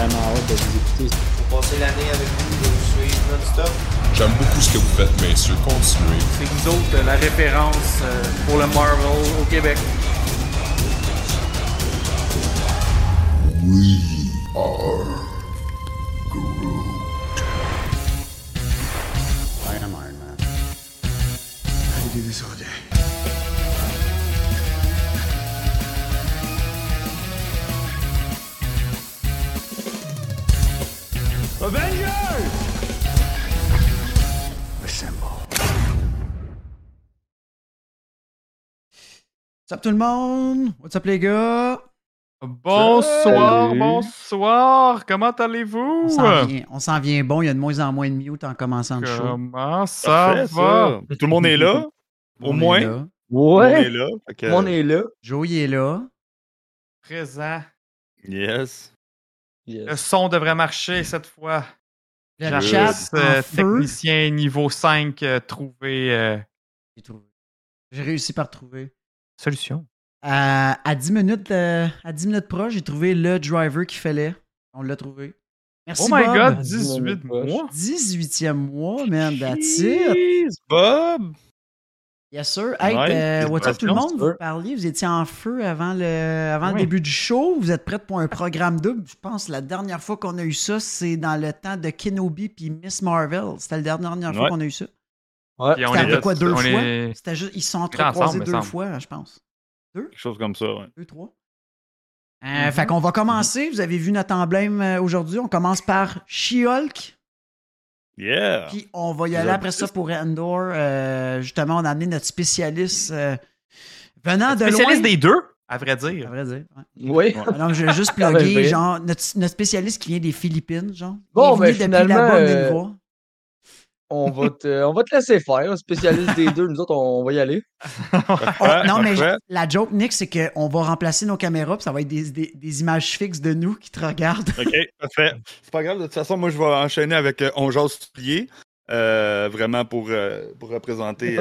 vraiment hâte de vous écouter. Pour passer l'année avec vous, de vous suivre non-stop. J'aime beaucoup ce que vous faites, messieurs. Continuez. C'est nous autres la référence pour le Marvel au Québec. We are Groot. I am Iron Man. I do this all day. Avengers! Assemble. What's up tout le monde? What's up les gars? Bonsoir, Salut. bonsoir, comment allez-vous? On s'en vient bon, il y a de moins en moins de mute en commençant le show. Comment ça Parfait, va? ça. Tout le monde est là? Au On est moins? là. On est Ouais, là. Fait que- on est là. Joe il est là. Présent. Yes. Le son devrait marcher cette fois. Le J'arrive, chat en feu. technicien niveau 5 trouvé J'ai trouvé. J'ai réussi par trouver. solution. À 10 minutes proche, j'ai trouvé le driver qu'il fallait. On l'a trouvé. Merci Oh my Bob. god, 18 Poche. mois. 18e mois, man, that's it. Jeez, Bob! Yes sir. Hey, Ouais, what's up tout le monde? félicitations, Vous parliez, vous étiez en feu avant le Oui. début du show. Vous êtes prêts pour un programme double. Je pense que la dernière fois qu'on a eu ça, c'est dans le temps de Kenobi puis Miss Marvel. C'était la dernière fois Ouais. qu'on a eu ça. Ouais. Puis on C'était est avec quoi, deux on fois? est- C'était juste, ils se sont Ensemble, entrecroisés me deux semble. fois, je pense. Quelque chose comme ça, ouais. 2, 3. Fait qu'on va commencer. Vous avez vu notre emblème aujourd'hui. On commence par She-Hulk. Yeah! Puis on va y aller après ça pour Endor. Justement, on a amené notre spécialiste venant de Spécialiste loin. des deux, à vrai À dire. vrai dire. Ouais. Oui. Alors, je vais juste Ah, plugger, ben, genre, notre spécialiste qui vient des Philippines, genre. Bon, Il est ben, venu depuis là-bas, finalement, venez le voir. on va te laisser faire. Spécialiste des deux, nous autres, on va y aller. Non, mais parfait. la joke, Nick, c'est qu'on va remplacer nos caméras, puis ça va être des images fixes de nous qui te regardent. OK, parfait. C'est pas grave, de toute façon, moi, je vais enchaîner avec On jase Soulier, vraiment pour représenter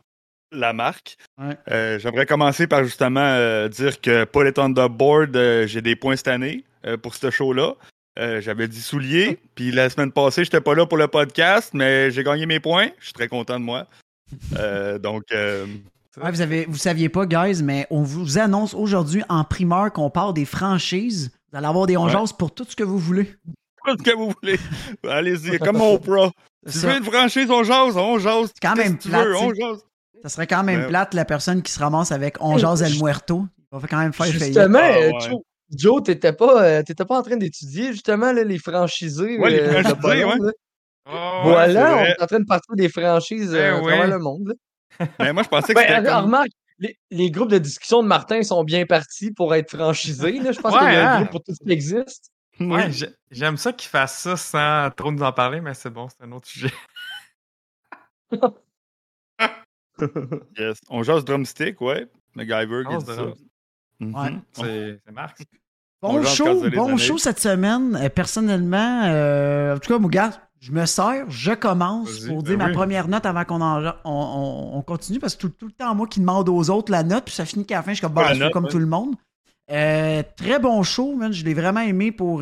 la marque. Ouais. J'aimerais commencer par justement dire que Paul est on the board, j'ai des points cette année pour ce show-là. J'avais dit soulier, puis la semaine passée, j'étais pas là pour le podcast, mais j'ai gagné mes points. Je suis très content de moi. Donc, Ouais, vous saviez pas, guys, mais on vous annonce aujourd'hui en primeur qu'on part des franchises. Vous allez avoir des onjases pour tout ce que vous voulez. tout ce que vous voulez. Allez-y, comme mon pro. C'est Tu ça. veux une franchise, on jase, on jase. C'est quand même Qu'est-ce que tu plate, veux, tu sais. on jase. Ça serait quand même Ouais. plate, la personne qui se ramasse avec On jase El Muerto. Il va quand même faire faillite. Justement, Ah, ouais. Joe, t'étais pas en train d'étudier, justement, là, les franchisés. Ouais, les de franchisés, Bologne, ouais. là. Oh, Voilà, c'est on vrai. est en train de partir des franchises Eh à oui. travers le monde. là. Mais moi, je pensais que Ben, c'était comme... remarque, les groupes de discussion de Martin sont bien partis pour être franchisés. Là. Je pense Ouais, qu'il y a un hein. groupe pour tout ce qui existe. Ouais, Oui. j'aime ça qu'il fasse ça sans trop nous en parler, mais c'est bon, c'est un autre sujet. Yes. On jase drumstick, ouais. MacGyver qui Oh, dit ça. drumstick. Mhm. Ouais. C'est Marc. On Bon jase show, quand vous allez bon donner. show cette semaine. Personnellement, en tout cas, mon gars, je me sers, je commence Vas-y, pour ben dire ma oui. première note avant qu'on on continue, parce que tout le temps, moi qui demande aux autres la note, puis ça finit qu'à la fin, je suis comme, Ouais, bah, la je fais note, comme ouais. tout le monde. Très bon show, man. Je l'ai vraiment aimé pour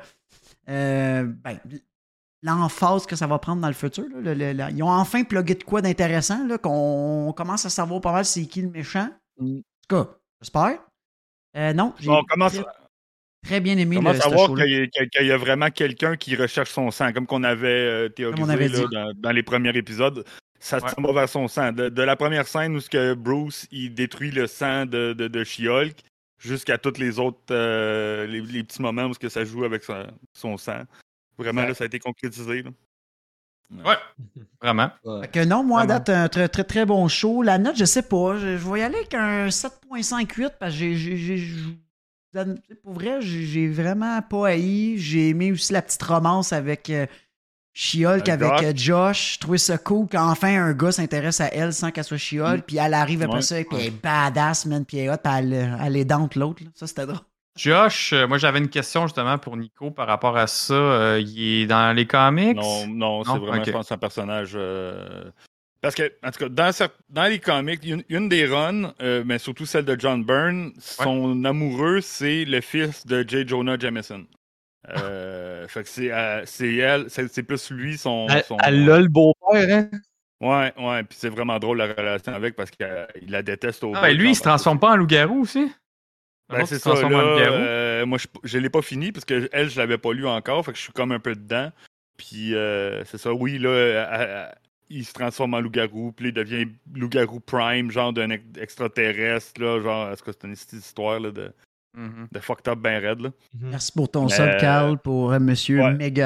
l'emphase que ça va prendre dans le futur. Là. Ils ont enfin plugué de quoi d'intéressant, là, qu'on commence à savoir pas mal c'est qui le méchant. Mm. En tout cas, j'espère. Non, j'ai On commence, très bien aimé commence ce à voir show-là. qu'il y a vraiment quelqu'un qui recherche son sang, comme qu'on avait théorisé Comme on avait là, dans les premiers épisodes. Ça Ouais. s'en va vers son sang. De la première scène où ce que Bruce il détruit le sang de She-Hulk jusqu'à tous les autres les petits moments où ce que ça joue avec son sang. Vraiment, Ouais. là, ça a été concrétisé. Là. Ouais, vraiment. Fait que non, moi, à Vraiment. date, un très, très, très bon show. La note, je sais pas. Je vais y aller avec un 7.58 parce que pour vrai, j'ai vraiment pas haï. J'ai aimé aussi la petite romance avec She-Hulk, avec Josh. Je trouvais ça cool qu'enfin un gars s'intéresse à elle sans qu'elle soit She-Hulk. Puis elle arrive après Ouais. ça, puis elle est badass, man. Puis elle est hot, puis elle est dente l'autre. Là. Ça, c'était drôle. Josh, moi j'avais une question justement pour Nico par rapport à ça. Il est dans les comics? Non, c'est Non? vraiment, Ok. je pense, un personnage. Parce que, en tout cas, dans les comics, une des runs, mais surtout celle de John Byrne, son amoureux, c'est le fils de J. Jonah Jameson. Fait que c'est elle, c'est plus lui, son... Elle a le beau-père, hein? Ouais, puis c'est vraiment drôle la relation avec parce qu'il la déteste au bout. Lui, il se transforme pas en loup-garou aussi? Ben, c'est ça, là, moi, je l'ai pas fini parce que elle, je l'avais pas lu encore, fait que je suis comme un peu dedans. Puis c'est ça, oui, là, il se transforme en loup-garou, puis il devient loup-garou prime, genre d'un extraterrestre, là, genre, est-ce que c'est une histoire là, de fucked up ben raide, là. Merci pour ton sub, Carl, pour monsieur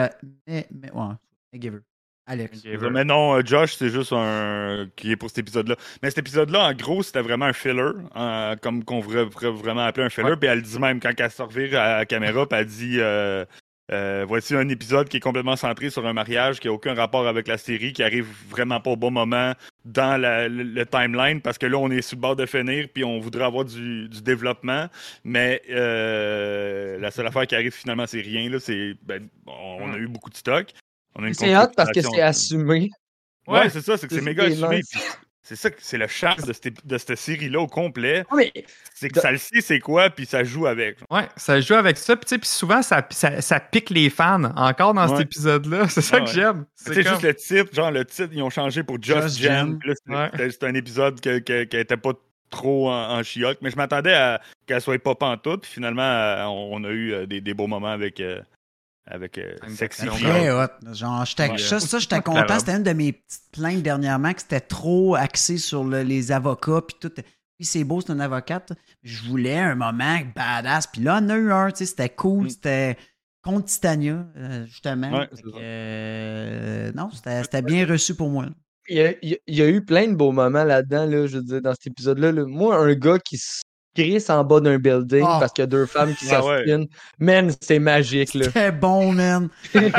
Megaver. Alex. Mais non, Josh, c'est juste qui est pour cet épisode-là. Mais cet épisode-là, en gros, c'était vraiment un filler, comme qu'on pourrait vraiment appeler un filler. Puis elle dit même, quand elle se revire à la caméra, puis elle dit voici un épisode qui est complètement centré sur un mariage qui n'a aucun rapport avec la série, qui arrive vraiment pas au bon moment dans le timeline, parce que là, on est sur le bord de finir, puis on voudrait avoir du développement. Mais la seule affaire qui arrive finalement, c'est rien. Là, on a eu beaucoup de stock. C'est hot parce que c'est assumé. Ouais, c'est ça, c'est que c'est méga assumé. C'est ça, c'est le charme de cette série-là au complet. Mais... C'est que ça le sait c'est quoi, puis ça joue avec. Ouais, ça joue avec ça, puis souvent ça pique les fans encore dans cet épisode-là. C'est ça que j'aime. C'est juste le titre, ils ont changé pour Just Jen. C'est un épisode qui était pas trop en chiotte, mais je m'attendais à qu'elle soit pas pantoute, puis finalement, on a eu des beaux moments avec Sexy. Très hot. Genre, j'étais content. C'était une de mes petites plaintes dernièrement que c'était trop axé sur les avocats puis tout. Puis c'est beau, c'est une avocate. Je voulais un moment badass. Puis là, on a eu un, tu sais, c'était cool. C'était contre Titania, justement. Ouais, non, c'était bien reçu pour moi. Il y a eu plein de beaux moments là-dedans, là, je veux dire, dans cet épisode-là. Là. Moi, un gars qui se crisse en bas d'un building parce qu'il y a deux femmes qui s'astinent. Man, c'est magique, là. C'était bon, man.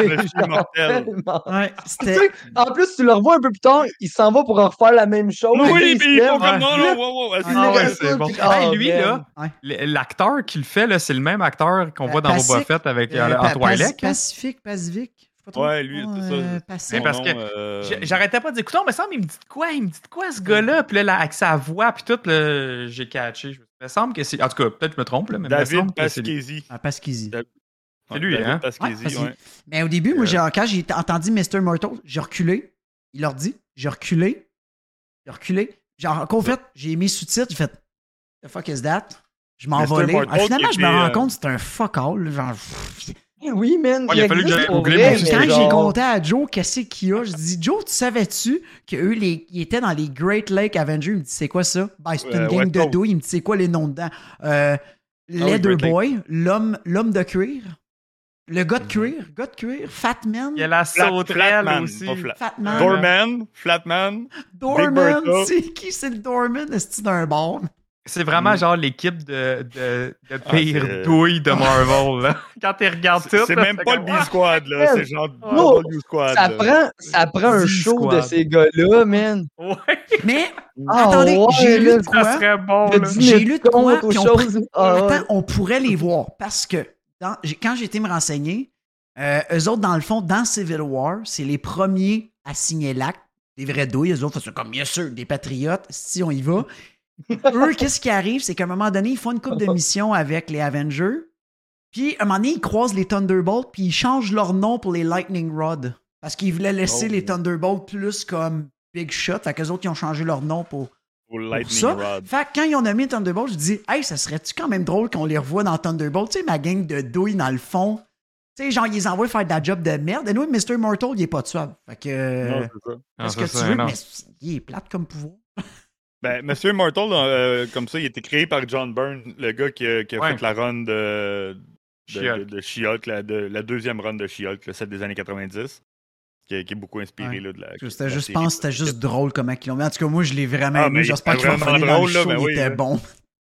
Ouais, en plus, tu le revois un peu plus tard, il s'en va pour en refaire la même chose. Oui, puis il faut comme non, c'est bon. Lui, là, l'acteur qui le fait, là, c'est le même acteur qu'on voit dans Boba Fett avec Twilight. Pacifique. Ouais, lui, c'est ça. Parce que j'arrêtais pas d'écouter, mais ça il me dit de quoi ce gars-là? Puis là, avec sa voix, puis tout, j'ai catché. Il me semble que c'est. En tout cas, peut-être que je me trompe, là, mais David Pasquesi. Pasquesi. C'est lui, hein? Pasquesi, ouais. Mais au début, moi, quand j'ai entendu Mr. Mortal, j'ai reculé. Il leur dit, j'ai reculé. Genre, en fait, j'ai mis sous-titres, j'ai fait The fuck is that? Je m'en volais. Finalement, je me rends compte que c'est un fuck all. Genre. Oui, man. Il a fallu que j'aille googler. Quand j'ai compté à Joe qu'est-ce qu'il y a, je dis Joe, tu savais-tu qu'eux, ils étaient dans les Great Lake Avengers? Il me dit c'est quoi ça? Ben, c'est une gang de douilles. Il me dit c'est quoi les noms dedans? Leatherboy, l'homme de cuir. Le gars de cuir, Fatman. Il y a la sauterelle aussi. Fatman. Flatman. Doorman, c'est qui c'est le Doorman? Est-ce d'un bar? C'est vraiment genre l'équipe de pire douille de Marvel. Là. Quand tu regardes tout. C'est même pas le B-Squad, là. C'est genre W Squad. Ça prend un show de ces gars-là, man. Ouais. Mais, attendez, j'ai lu de quoi? Ça serait bon, là. J'ai lu de quoi? Attends, on pourrait les voir. Parce que quand j'ai été me renseigner, eux autres, dans le fond, dans Civil War, c'est les premiers à signer l'acte. Des vrais douilles. Eux autres, c'est comme, bien sûr, des patriotes. Si on y va. Eux, qu'est-ce qui arrive? C'est qu'à un moment donné, ils font une couple de missions avec les Avengers. Puis, à un moment donné, ils croisent les Thunderbolts, puis ils changent leur nom pour les Lightning Rod. Parce qu'ils voulaient laisser les Thunderbolts plus comme Big Shot. Fait qu'eux autres, ils ont changé leur nom pour ça. Rod. Fait que quand ils ont nommé Thunderbolts, je dis, hey, ça serait-tu quand même drôle qu'on les revoie dans Thunderbolts? Tu sais, ma gang de douilles dans le fond. Tu sais, genre, ils les envoient faire de la job de merde. Et nous, Mr. Mortal, il est pas tuable. Fait que. Non, c'est ça. Est-ce que tu veux? Mais il est plate comme pouvoir. Ben, Monsieur Immortal, comme ça, il a été créé par John Byrne, le gars qui a fait la run de She-Hulk, la deuxième run de She-Hulk, celle des années 90, qui est beaucoup inspirée là, de la. Je pense que c'était juste drôle comment ils l'ont mis. En tout cas, moi, je l'ai vraiment aimé. J'espère qu'il va revenir dans le show. Il était bon.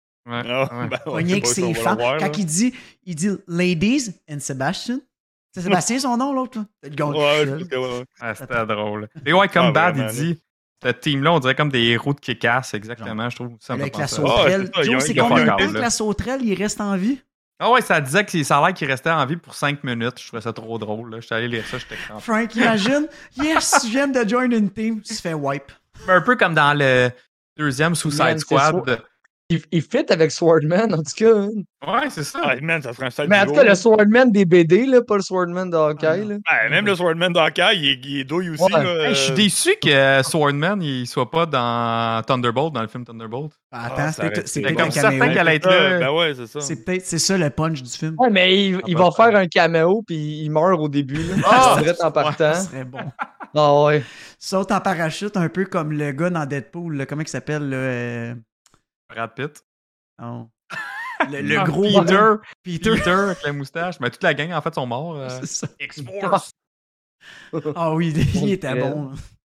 Rien que ses fans. Quand il dit Ladies and Sebastian. C'est Sébastien son nom, l'autre? C'est le gars. C'était drôle. Et ouais, comme Bad, il dit. Ce team-là, on dirait comme des héros de kick-ass, exactement. Je trouve ça. Avec la sauterelle. Joe, c'est combien de temps que la sauterelle, il reste en vie? Ah ouais, ça disait que ça a l'air qu'il restait en vie pour 5 minutes. Je trouvais ça trop drôle. Là. J'étais allé lire ça, j'étais crampé. Frank, imagine. Yes, je viens de join une team. Tu te fais wipe. Un peu comme dans le deuxième Suicide Squad. Il fit avec Swordman, en tout cas. Hein. Ouais, c'est ça. Ah, man, ça serait un sale Mais en tout cas, le Swordman des BD, là, pas le Swordman de Hawkeye. Là. Ouais, même le Swordman d'Hawkeye, il est douille aussi. Ouais. Là, Hey, je suis déçu que Swordman il soit pas dans Thunderbolt, dans le film Thunderbolt. Attends, ça aurait c'est été peut-être comme un certain caméo. qu'elle allait être là. Ben ouais, c'est ça. C'est ça le punch du film. Ouais, mais il va faire un caméo, puis il meurt au début. Là. Ah! Direct en partant. Ça serait bon. Ah ouais. Saute en parachute, un peu comme le gars dans Deadpool. Là, comment il s'appelle? Là, Brad Pitt. non. Le gros. Peter avec la moustache. Mais toute la gang, en fait, sont morts. C'est ça. X-Force. Ah oui, il était bon.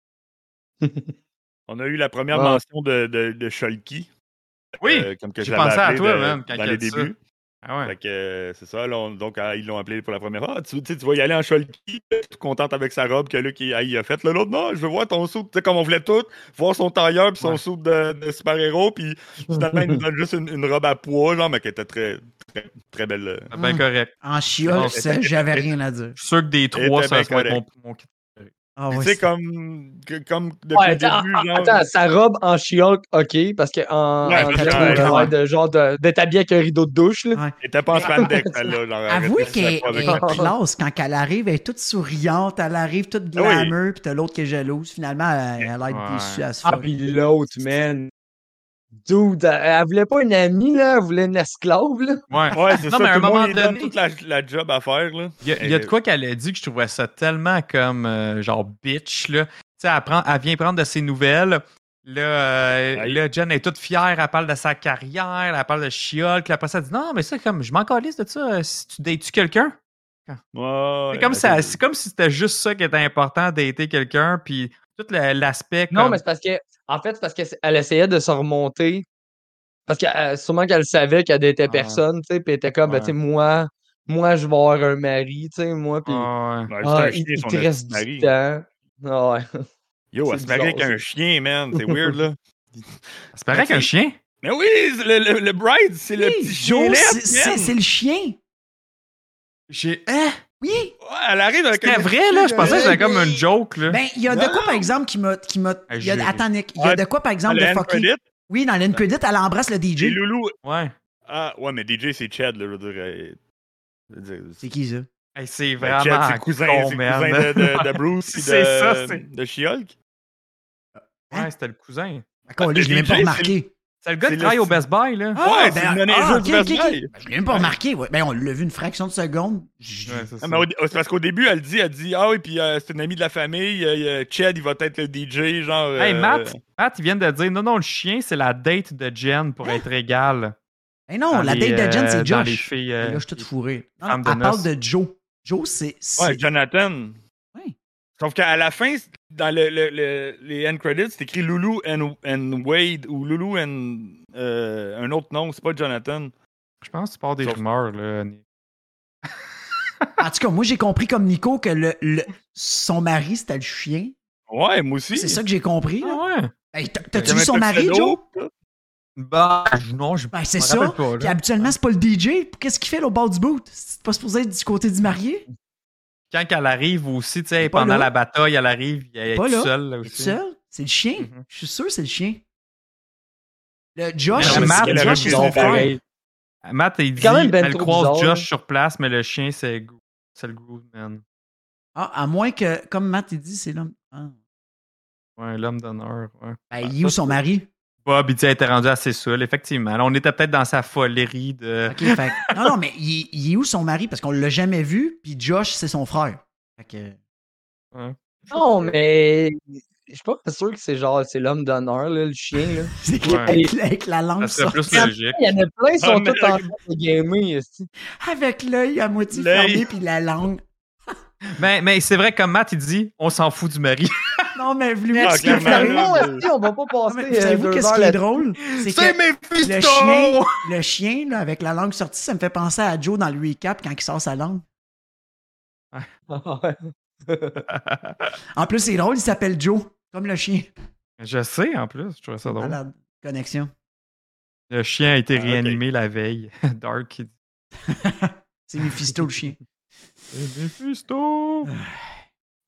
On a eu la première Ouais. mention de Shulky. Oui, comme que j'ai j'avais pensé à appelé toi, man, quand dans il a les dit ça. débuts. Ah ouais. Fait que c'est ça, là, donc ils l'ont appelé pour la première fois. Ah, tu vas y aller en Shulky, tout contente avec sa robe que là, il a fait. L'autre, non, je veux voir ton saut, tu sais, comme on voulait tout, voir son tailleur puis son saut de super-héros, puis finalement, il nous donne juste une robe à poids, genre, mais qui était très, très, très belle. C'est bien correct. En chiole, j'avais rien à dire. Je suis sûr que des trois, ça va être mon kit. Ah, Puis ouais, tu sais, c'est- comme depuis Ouais, le début, genre. attends, sa robe en She-Hulk, ok, parce que en Ouais, en parce que, tatouage, ouais. de genre d'être habillé avec un rideau de douche, là. ouais. Elle était pas en spandex, celle-là. Genre, Avouez arrêtez, qu'elle c'est pas avec est la- classe quand elle arrive, elle est toute souriante, elle arrive toute glamour, puis t'as l'autre qui est jalouse. Finalement, elle a l'air Ouais. déçue à se Ah, faire. pis l'autre, man. Dude, elle voulait pas une amie, là, elle voulait une esclave, là. Ouais. Ouais, c'est Non, ça. mais à un tout le monde moment lui donne donné- toute la job à faire, là. Il y a de quoi qu'elle a dit que je trouvais ça tellement comme genre bitch, là. Tu sais, elle vient prendre de ses nouvelles. Là, Jen est toute fière, elle parle de sa carrière, elle parle de She-Hulk. Après ça, elle dit non, mais ça, comme, je m'en calisse de ça. Si tu dates-tu quelqu'un? Ouais, C'est comme, ben, c'est comme si c'était juste ça qui était important, dater quelqu'un, puis tout l'aspect. Non, comme- mais c'est parce que, en fait, c'est parce qu'elle essayait de se remonter. Parce que sûrement qu'elle savait qu'elle n'était personne, tu sais, puis elle était comme, ben, tu sais, moi, je vais avoir un mari, tu sais, moi, puis Ouais. Ouais, c'est un il chien, son te reste mari. du temps. Ah ouais. Yo, C'est elle se marie avec bizarre, un chien, man. C'est weird, là. C'est pareil qu'un chien. Mais oui, le Bride, c'est le Oui, petit chien. Joe, laid, c'est le chien. Hein? Oui. Ouais, elle arrive avec C'était vrai, là? Je pensais que c'était comme une joke, là. Ben, il y a de quoi, par exemple, qui m'a. il y a- J'ai- Attends, Nick. Il y a de quoi, par exemple, le de end fucking. credit. Oui, dans l'end credit, elle embrasse le C'est DJ. Loulou. Ouais. Ah, ouais, mais DJ, c'est Chad, là, je veux dire. Je veux dire, C'est qui, ça? Hey, c'est ben, vraiment Chad, c'est le cousin, con, c'est le man. cousin de Bruce puis C'est ça, de She-Hulk. Ouais, c'était le cousin. D'accord, là, je l'ai même pas DJ, remarqué. C'est le gars C'est qui travaille le- au Best Buy, là. Ouais, c'est le manager ok, du Best ok, ok. Buy. Ben, je l'ai même pas remarqué. Ouais. Ben, on l'a vu une fraction de seconde. Ouais, c'est Ah, ça. mais c'est parce qu'au début, elle dit, ah oui, puis c'est une amie de la famille, Chad, il va être le DJ, genre. Hey, Matt, ils viennent de dire non, le chien, c'est la date de Jen pour être égal. Eh non, Dans la les, date de Jen, c'est dans les Josh. filles, Et là, je suis tout fourré. Non, femmes non, de elle parle noces. de Joe. Joe, c'est. Ouais, Jonathan. Ouais. Sauf qu'à la fin, dans les end credits, c'est écrit Loulou and Wade ou Loulou and un autre nom, c'est pas Jonathan. Je pense que tu pars des Sauf- rumeurs, là. En tout cas, moi, j'ai compris comme Nico que son mari, c'était le chien. Ouais, moi aussi. C'est ça que j'ai compris. là. Ah ouais? Hey, t'as-tu Comme vu un son mari, tuxedo, Joe? là. Bah, non, je Ben, c'est me ça. rappelle pas, là. Puis habituellement, c'est pas le DJ. Qu'est-ce qu'il fait là, au bord du boot? C'est pas supposé être du côté du marié? Quand elle arrive aussi, tu sais, Pas pendant là. la bataille, elle arrive, elle est Pas toute là. seule, là Il est aussi. seul? C'est le chien. Mhm. Je suis sûr que c'est le chien. Le Josh, Mais c'est Matt, Josh, c'est son frère. pareil. Matt, il dit, quand même ben elle trop croise bizarre, Josh là. sur place, mais le chien, c'est le Grootman. Ah, à moins que, comme Matt, il dit, c'est l'homme. Ah. Ouais, l'homme d'honneur, ouais. Ben, il est où son mari? Bob, il dit, elle était rendu assez saoul, effectivement. Là, on était peut-être dans sa folerie de... OK, fait que- non, mais il est où son mari? Parce qu'on l'a jamais vu, puis Josh, c'est son frère. Fait que... Non, mais je suis pas sûr que c'est genre, c'est l'homme d'honneur, là, le chien, là. C'est Ouais. avec la langue Ça serait plus sortie. logique. Il y en a plein qui sont Ah, mais- tous en train de gamer, esti. Avec l'œil à moitié L'œil. fermé, puis la langue. Mais c'est vrai, comme Matt, il dit, on s'en fout du mari. Non, mais voulez-vous Ah, ce qui est clairement, drôle? là. Non, esti, on va pas Non, passer mais savez-vous 2 qu'est-ce heures qui est là-dessus. drôle? C'est que Mephisto! le chien, là, avec la langue sortie, ça me fait penser à Joe dans le recap quand il sort sa langue. Ouais. En plus, c'est drôle, il s'appelle Joe, comme le chien. Je sais, en plus, je trouvais ça À drôle. la connexion. Le chien a été Ah, ok. réanimé la veille. Dark, il dit, C'est Mephisto, le chien. Mephisto!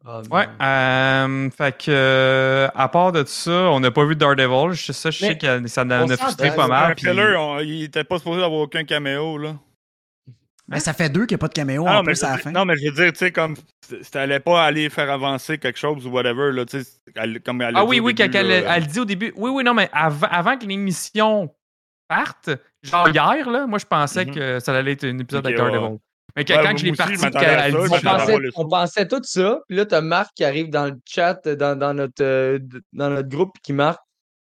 Ouais, fait que à part de ça, on n'a pas vu Daredevil. Je sais que ça en a frustré pas mal. Il était pas supposé avoir aucun caméo, là. Ben, ça fait 2 qu'il n'y a pas de caméo en plus à la fin. Non, mais je veux dire, tu sais, comme ça allait pas aller faire avancer quelque chose ou whatever, là, tu sais, comme elle oui, quand elle dit au début. Oui, non, mais avant que l'émission parte, genre hier, là, moi, je pensais que ça allait être un épisode avec Daredevil. Mais quand je l'ai parti, on pensait tout ça, puis là, t'as Marc qui arrive dans le chat, dans notre groupe, qui marque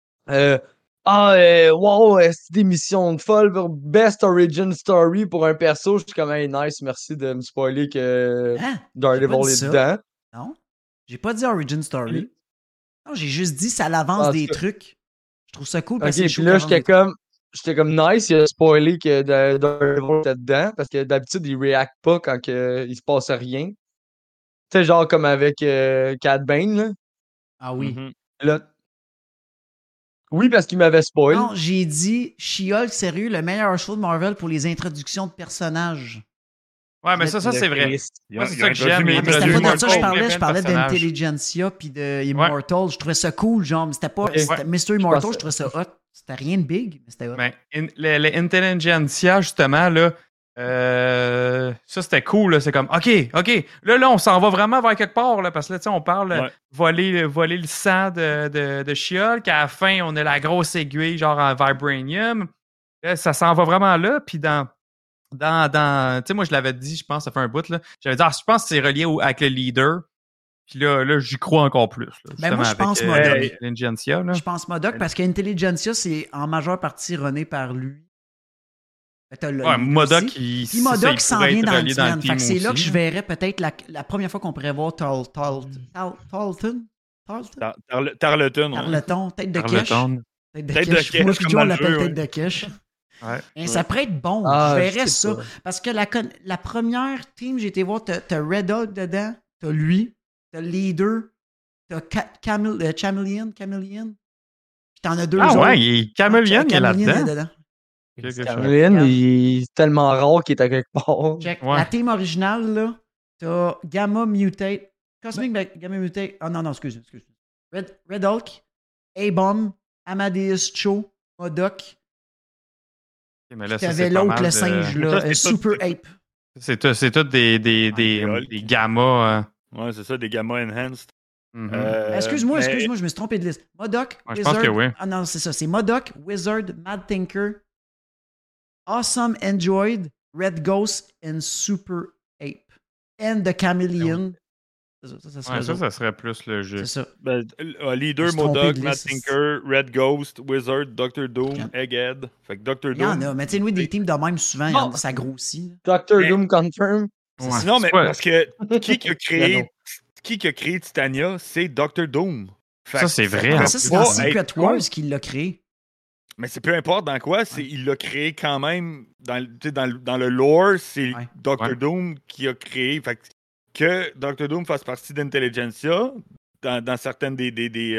wow, c'est des missions de folle, best origin story pour un perso. Je suis comme, hey, nice, merci de me spoiler que Daredevil est dedans. Non, j'ai pas dit origin story. Non, j'ai juste dit ça l'avance des trucs. Je trouve ça cool parce que puis là, j'étais comme nice, il a spoilé que Daredevil était dedans, parce que d'habitude, il react pas quand il se passe rien. Tu sais, genre comme avec Cad Bane, là. Ah oui. Là, oui, parce qu'il m'avait spoil. Non, j'ai dit She-Hulk, sérieux, le meilleur show de Marvel pour les introductions de personnages. Ouais, mais ça c'est vrai. Moi, c'est ça que j'aime. Mais c'était pas de ça que je parlais d'Intelligentsia puis de Immortal. Je trouvais ça cool, genre, mais c'était pas. Mr. Immortal, je trouvais ça hot. C'était rien de big, mais c'était hot. Ben, l'Intelligentsia, justement, là, ça c'était cool, là. C'est comme OK, là on s'en va vraiment vers quelque part, là, parce que là, tu sais, on parle voler le sang de She-Hulk, qu'à la fin on a la grosse aiguille genre en vibranium, là, ça s'en va vraiment là, puis dans tu sais, moi je l'avais dit, je pense, ça fait un bout, là, j'avais dit je pense que c'est relié avec le leader, puis là j'y crois encore plus, là, ben moi je pense MODOK. Là. Je pense MODOK parce qu'Intelligentsia c'est en majeure partie runné par lui. MODOK, MODOK s'en vient dans Ant-Man. Fait que c'est là que je verrais peut-être la première fois qu'on pourrait voir Tarleton, tête de quiche. Tête de quiche. Moi, puis Joe, on l'appelle tête de quiche. Et ça pourrait être bon. Je verrais ça. Parce que la première team, j'ai été voir, t'as Red Hulk dedans, t'as lui, t'as le leader, t'as Chameleon. Puis t'en as deux autres. Ah ouais, Chameleon, il est là-dedans. Chameleon, il est tellement rare qu'il est à quelque part. La team originale, là, t'as Gamma Mutate, Cosmic Gamma Mutate. Ah non, excuse. Red Hulk, A-Bomb, Amadeus Cho, MODOK. T'avais l'autre, le singe, là, Super Ape. C'est tout des gamma. Ouais, c'est ça, des gamma enhanced. Excuse-moi, je me suis trompé de liste. MODOK, Wizard. Je pense que oui. Ah non, c'est ça. C'est MODOK, Wizard, Mad Thinker, Awesome Android, Red Ghost, and Super Ape. And the Chameleon. Ça serait plus le jeu. C'est ça. Leader, MODOK, Mad Thinker, Red Ghost, Wizard, Dr. Doom, Egghead. Fait que Dr. Doom. Il y en a, mais tu sais, nous, des teams de même, souvent, ça grossit. Dr. Doom confirm. Non, mais parce que qui a créé Titania, c'est Dr. Doom. Ça, c'est vrai. Ça, c'est dans Secret Wars qu'il l'a créé. Mais c'est peu importe dans quoi, il l'a créé quand même. Dans le lore, c'est Dr. Doom qui a créé. Fait que Dr. Doom fasse partie d'Intelligentsia dans certaines des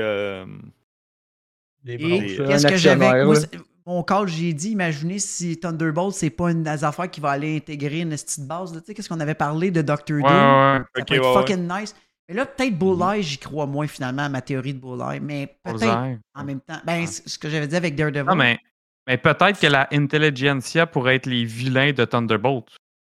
qu'est-ce que j'avais. Mon call, j'ai dit, imaginez si Thunderbolt, c'est pas une des affaires qui va aller intégrer une petite base. Tu sais, qu'est-ce qu'on avait parlé de Dr. Doom? Ça peut être fucking nice. Mais là, peut-être Bullseye, j'y crois moins finalement à ma théorie de Bullseye, mais peut-être en même temps. Ben, ce que j'avais dit avec Daredevil. Non, mais peut-être que la Intelligentsia pourrait être les vilains de Thunderbolt.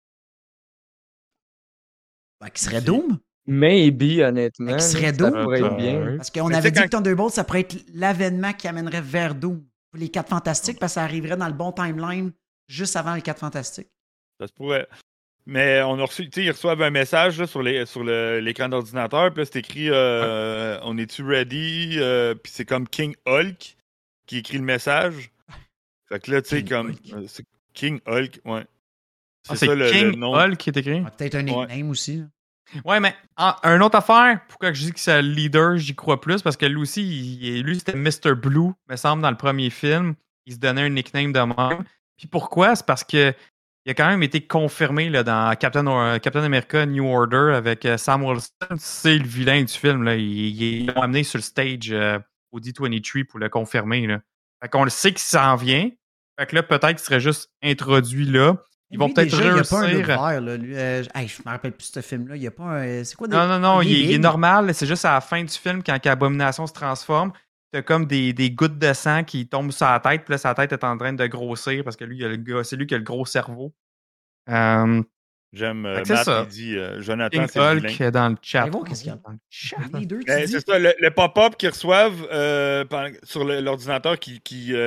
Ben, qui serait Doom? Maybe, honnêtement. Ben, qui serait Doom? Ça pourrait être bien. Parce qu'on avait dit que Thunderbolt, ça pourrait être l'avènement qui amènerait vers Doom. Pour les 4 Fantastiques, parce que ça arriverait dans le bon timeline juste avant les 4 Fantastiques. Ça se pourrait. Mais on a reçu, tu sais, ils reçoivent un message là, sur l'écran d'ordinateur, puis là, c'est écrit on est-tu ready? Puis c'est comme King Hulk qui écrit le message. Fait que là, tu sais, comme c'est King Hulk, ouais. C'est ça le nom. Hulk qui est écrit? Peut-être un nickname aussi. Là. Ouais, mais une autre affaire, pourquoi je dis que c'est le leader, j'y crois plus, parce que lui aussi, lui c'était Mr. Blue, me semble, dans le premier film. Il se donnait un nickname de même. Puis pourquoi? C'est parce que il a quand même été confirmé là, dans Captain America New Order avec Sam Wilson. C'est le vilain du film. Là. Ils l'ont amené sur le stage au D23 pour le confirmer. Là. Fait qu'on le sait qu'il s'en vient. Fait que là, peut-être qu'il serait juste introduit là. Ils vont Lui, peut-être déjà, il n'y a pas un look réussir. vert, là. Lui, je me rappelle plus de ce film-là. Il n'y a pas un. C'est quoi des. Non, il est big. normal. C'est juste à la fin du film, quand Abomination se transforme, t'as comme des gouttes de sang qui tombent sur la tête, puis là, sa tête est en train de grossir parce que lui, c'est lui qui a le gros cerveau. J'aime c'est Matt, ça. il dit Jonathan, King c'est le Hulk vilain. dans le chat. Allez voir qu'est-ce qu'il y a. Dans le chat. Leader, tu Ben, dis? c'est ça, le pop-up qu'ils reçoivent sur l'ordinateur qui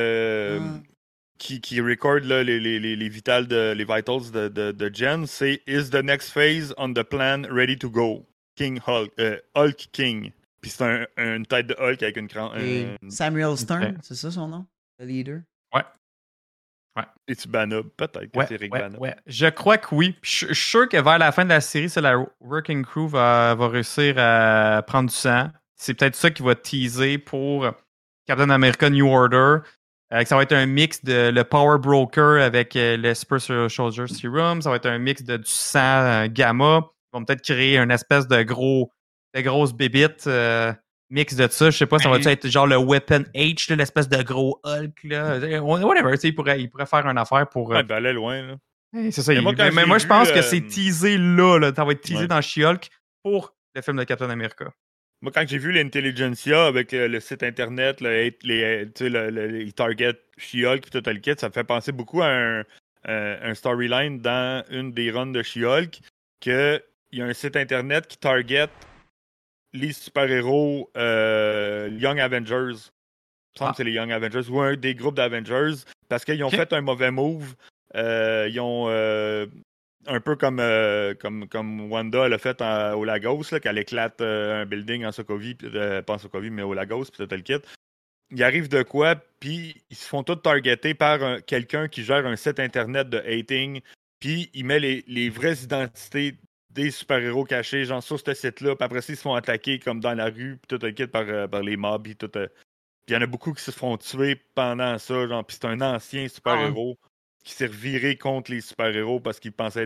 record là, les vitals les vitals de Jen, c'est Is the next phase on the plan ready to go? King Hulk, Hulk King. Puis c'est une tête de Hulk avec une Samuel Stern, c'est ça son nom? Le leader? Ouais. Es-tu Bannob? Peut-être que c'est Rick Bannob. Ouais. Je crois que oui. Puis je suis sûr que vers la fin de la série, c'est la Working Crew va réussir à prendre du sang. C'est peut-être ça qui va teaser pour Captain America New Order. Que ça va être un mix de le Power Broker avec le Super Soldier Serum. Ça va être un mix de du sang gamma. Ils vont peut-être créer une espèce de grosse bébite mix de ça. Je sais pas, ça va être genre le Weapon H, là, l'espèce de gros Hulk. Là. Whatever, il pourrait faire une affaire pour... Ouais, ben aller loin. Là. C'est ça. Mais moi, je pense que c'est teasé là. Ça va être teasé dans She-Hulk pour le film de Captain America. Moi, quand j'ai vu l'Intelligentsia avec le site internet, les target She-Hulk et tout le kit, ça me fait penser beaucoup à un storyline dans une des runs de She-Hulk, qu'il y a un site internet qui target les super-héros Young Avengers. Il me semble que c'est les Young Avengers ou un des groupes d'Avengers parce qu'ils ont fait un mauvais move. Ils ont un peu comme Wanda l'a fait au Lagos, là, qu'elle éclate un building en Sokovie, pas en Sokovie, mais au Lagos, puis tout le kit. Il arrive de quoi, puis ils se font tous targeter par quelqu'un qui gère un site internet de hating, puis il met les vraies identités des super-héros cachés, genre sur ce site-là, puis après ça, ils se font attaquer comme dans la rue, puis tout le kit par les mobs, puis tout. Puis il y en a beaucoup qui se font tuer pendant ça, genre, puis c'est un ancien super-héros qui s'est reviré contre les super-héros parce qu'il pensait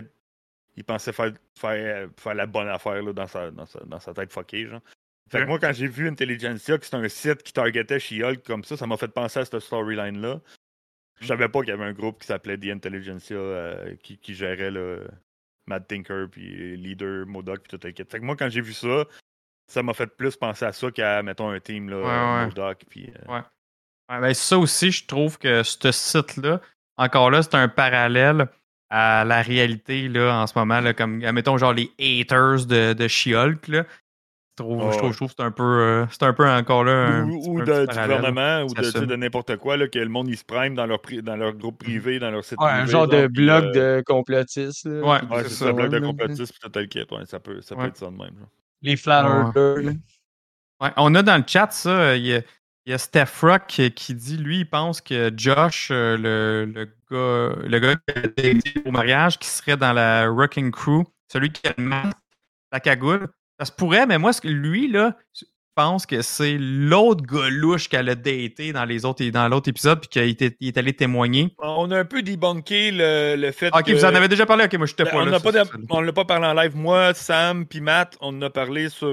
faire la bonne affaire là, dans sa tête fuckée, genre. Fait que moi, quand j'ai vu Intelligentsia, que c'est un site qui targetait She-Hulk comme ça m'a fait penser à cette storyline-là. Je savais pas qu'il y avait un groupe qui s'appelait The Intelligentsia qui gérait le Mad Thinker, puis Leader, MODOK, puis tout le kit. Fait que moi, quand j'ai vu ça m'a fait plus penser à ça qu'à, mettons, un team, là, MODOK, puis... Ben, ça aussi, je trouve que ce site-là, encore là, c'est un parallèle à la réalité, là, en ce moment, là, comme, mettons, genre, les haters de She-Hulk, là. Je trouve que c'est un peu encore là. Ou du gouvernement, ou de n'importe quoi, là, que le monde, ils se prime dans leur groupe privé, dans leur site privé. Un genre de blog de complotistes. Ouais, c'est ça, un blog de complotistes, puis tout le kit. Ouais, ça peut être ça de même. Là. Les flat earthers. Ouais, on a dans le chat, ça, il y a Steph Rock qui dit, lui, il pense que Josh, le gars qui a été au mariage, qui serait dans la Wrecking Crew, celui qui a le masque, la cagoule. Ça se pourrait, mais moi, lui, là, je pense que c'est l'autre gars louche qu'elle a daté dans l'autre épisode puis qu'il est allé témoigner. On a un peu débunké le fait que... vous en avez déjà parlé? Ok, moi, je n'étais pas là. On l'a pas parlé en live. Moi, Sam puis Matt, on en a parlé sur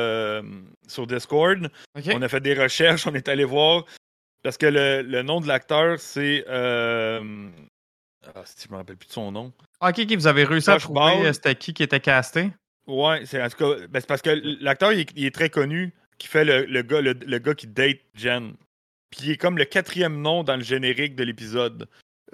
Discord. Okay. On a fait des recherches, on est allé voir. Parce que le nom de l'acteur, c'est... je me rappelle plus de son nom. Ok, vous avez réussi à trouver c'était qui était casté? Ouais, c'est en tout cas, c'est parce que l'acteur il est très connu, qui fait le gars qui date Jen. Puis il est comme le 4e nom dans le générique de l'épisode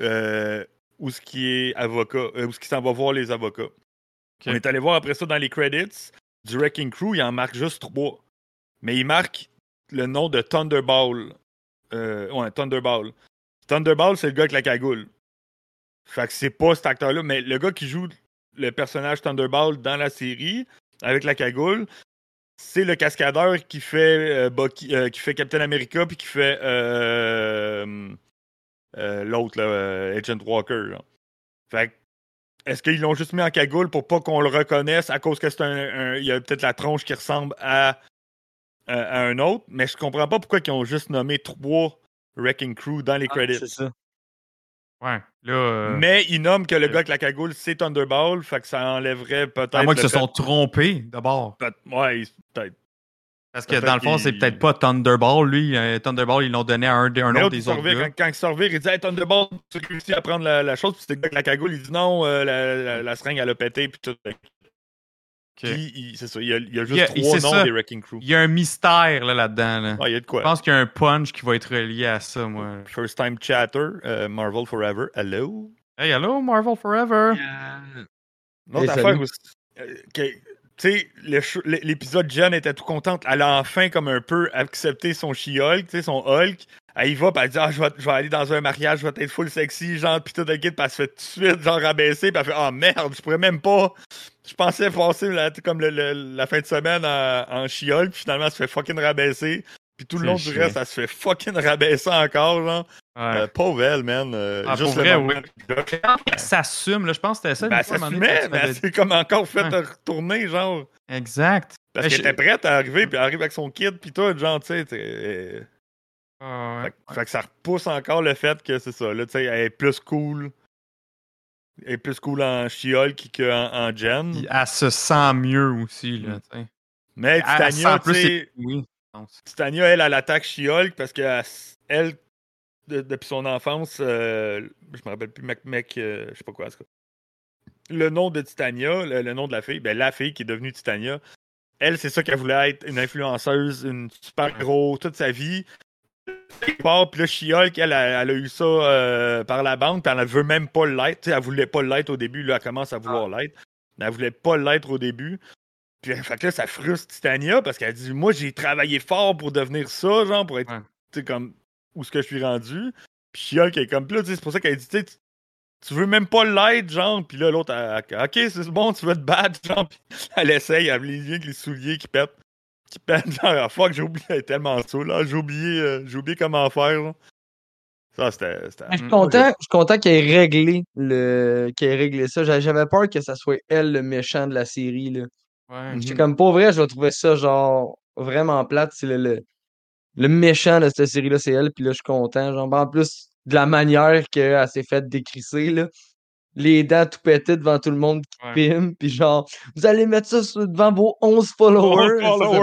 où ce qui est avocat, où ce qui s'en va voir les avocats. Okay. On est allé voir après ça dans les credits du Wrecking Crew, il en marque juste 3. Mais il marque le nom de Thunderball. Thunderball. Thunderball, c'est le gars avec la cagoule. Fait que c'est pas cet acteur-là, mais le gars qui joue le personnage Thunderball dans la série, avec la cagoule, c'est le cascadeur qui fait qui fait Captain America puis qui fait l'autre, là, Agent Walker. Là. Fait que, est-ce qu'ils l'ont juste mis en cagoule pour pas qu'on le reconnaisse à cause que c'est il y a peut-être la tronche qui ressemble à un autre, mais je comprends pas pourquoi ils ont juste nommé 3 Wrecking Crew dans les credits. C'est ça. Ouais, là, mais ils nomment que le gars avec la cagoule, c'est Thunderball, fait que ça enlèverait peut-être... À moins qu'ils se sont trompés, d'abord. Ouais, peut-être. Parce que dans le fond, c'est peut-être pas Thunderball, lui. Thunderball, ils l'ont donné à un autre des autres gars. Quand il se revire, il dit hey, Thunderball, tu as réussi à prendre la chose. Puis c'était le gars avec la cagoule, il dit non, la seringue, elle a pété. Puis tout. Puis, c'est ça, il y a juste 3 noms des Wrecking Crew. Il y a un mystère là-dedans. Là. Il y a de quoi. Je pense qu'il y a un punch qui va être relié à ça, moi. First Time Chatter, Marvel Forever. Hello? Hey, hello, Marvel Forever. L'autre affaire aussi. Tu sais, l'épisode Jen était tout contente. Elle a enfin comme un peu accepté son She-Hulk, tu sais, son Hulk. Elle y va, puis elle dit je vais aller dans un mariage, je vais être full sexy, genre, pis tout le kit, puis elle se fait tout de suite, genre, rabaisser, puis elle fait merde, je pourrais même pas. Je pensais passer comme la fin de semaine en She-Hulk, puis finalement, elle se fait fucking rabaisser. Puis tout le long du reste, elle se fait fucking rabaisser encore, genre. Ouais. Pauvre elle, man. Juste le vrai, oui. Elle s'assume, là, je pense que c'était ça. Elle s'assumait, mais elle s'est comme encore fait retourner, genre. Exact. Parce qu'elle était prête à arriver, puis elle arrive avec son kid, puis tout, genre, tu sais. Fait que ça repousse encore le fait que c'est ça, là, tu sais, elle est plus cool. Elle est plus cool en She-Hulk qu'en Jen. Puis elle se sent mieux aussi, là, tu sais. Mais Titania, tu sais. Oui. Titania, elle attaque She-Hulk parce que elle, depuis son enfance, je me rappelle plus, je sais pas quoi, en tout cas. Le nom de Titania, le nom de la fille, la fille qui est devenue Titania, elle, c'est ça qu'elle voulait être, une influenceuse, une super-héros, toute sa vie. Puis là, She-Hulk, elle a eu ça par la bande, puis elle ne veut même pas l'être. T'sais, elle voulait pas l'être au début, là, elle commence à vouloir l'être. Mais elle voulait pas l'être au début. Puis fait que là, ça frustre Titania parce qu'elle dit moi, j'ai travaillé fort pour devenir ça, genre, pour être comme où ce que je suis rendu. Puis She-Hulk est comme là, c'est pour ça qu'elle dit tu veux même pas l'être, genre. Puis là, l'autre, ok, c'est bon, tu veux te battre, genre. Puis elle essaye, elle a les liens avec les souliers qui pètent. Genre, fuck, j'ai oublié tellement ça, là. J'ai oublié comment faire, là. Ça, c'était. Je suis content qu'il ait réglé ça. J'avais peur que ça soit elle le méchant de la série, là. Ouais. J'étais comme, pour vrai, je vais trouver ça, genre, vraiment plate. C'est le méchant de cette série-là, c'est elle. Puis là, je suis content. Genre, en plus, de la manière qu'elle s'est faite décrisser, là. Les dents tout pétées devant tout le monde qui filme. Puis genre, vous allez mettre ça devant vos 11 followers.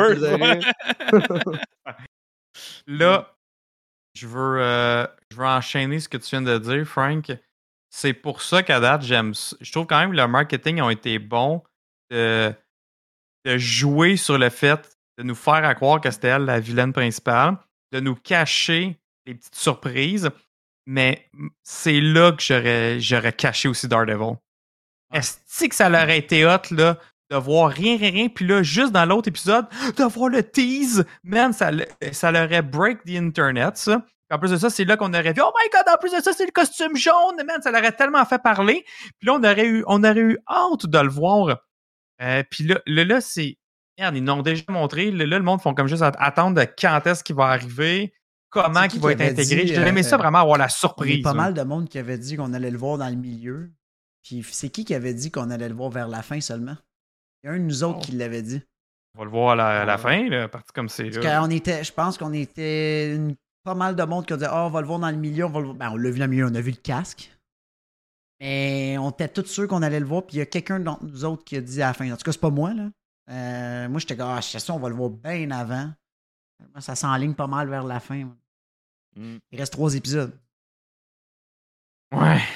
Là, je veux enchaîner ce que tu viens de dire, Frank. C'est pour ça qu'à date, je trouve quand même que le marketing a été bon de jouer sur le fait de nous faire croire que c'était elle la vilaine principale, de nous cacher les petites surprises, mais c'est là que j'aurais caché aussi Daredevil. Est-ce que ça leur aurait été hot, là, de voir rien, puis là, juste dans l'autre épisode, de voir le tease, man, ça leur aurait break the internet, ça. En plus de ça, c'est là qu'on aurait vu, oh my god, en plus de ça, c'est le costume jaune, man, ça l'aurait tellement fait parler. Puis là, on aurait eu hâte de le voir. Puis là, c'est... Merde, ils nous ont déjà montré. Là, le monde font comme juste attendre de quand est-ce qu'il va arriver, comment il va être intégré. J'aurais aimé ça vraiment avoir la surprise. Il y a pas mal de monde qui avait dit qu'on allait le voir dans le milieu. Puis c'est qui avait dit qu'on allait le voir vers la fin seulement? Il y a un de nous autres qui l'avait dit. On va le voir à la fin, là, parti comme c'est. Je pense qu'on était pas mal de monde qui a dit on va le voir dans le milieu. On l'a vu dans le milieu, on a vu le casque. Mais on était tous sûrs qu'on allait le voir. Puis il y a quelqu'un d'entre nous autres qui a dit à la fin. En tout cas, c'est pas moi, là. Moi, j'étais comme, je sais ça, on va le voir bien avant. Ça s'enligne pas mal vers la fin. Il reste 3 épisodes. Ouais.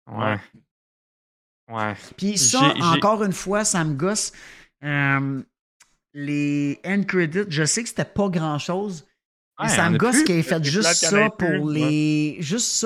Puis ça, encore une fois, ça me gosse. Les end credits, je sais que c'était pas grand-chose. Mais ça me gosse qu'il ait fait juste ça pour les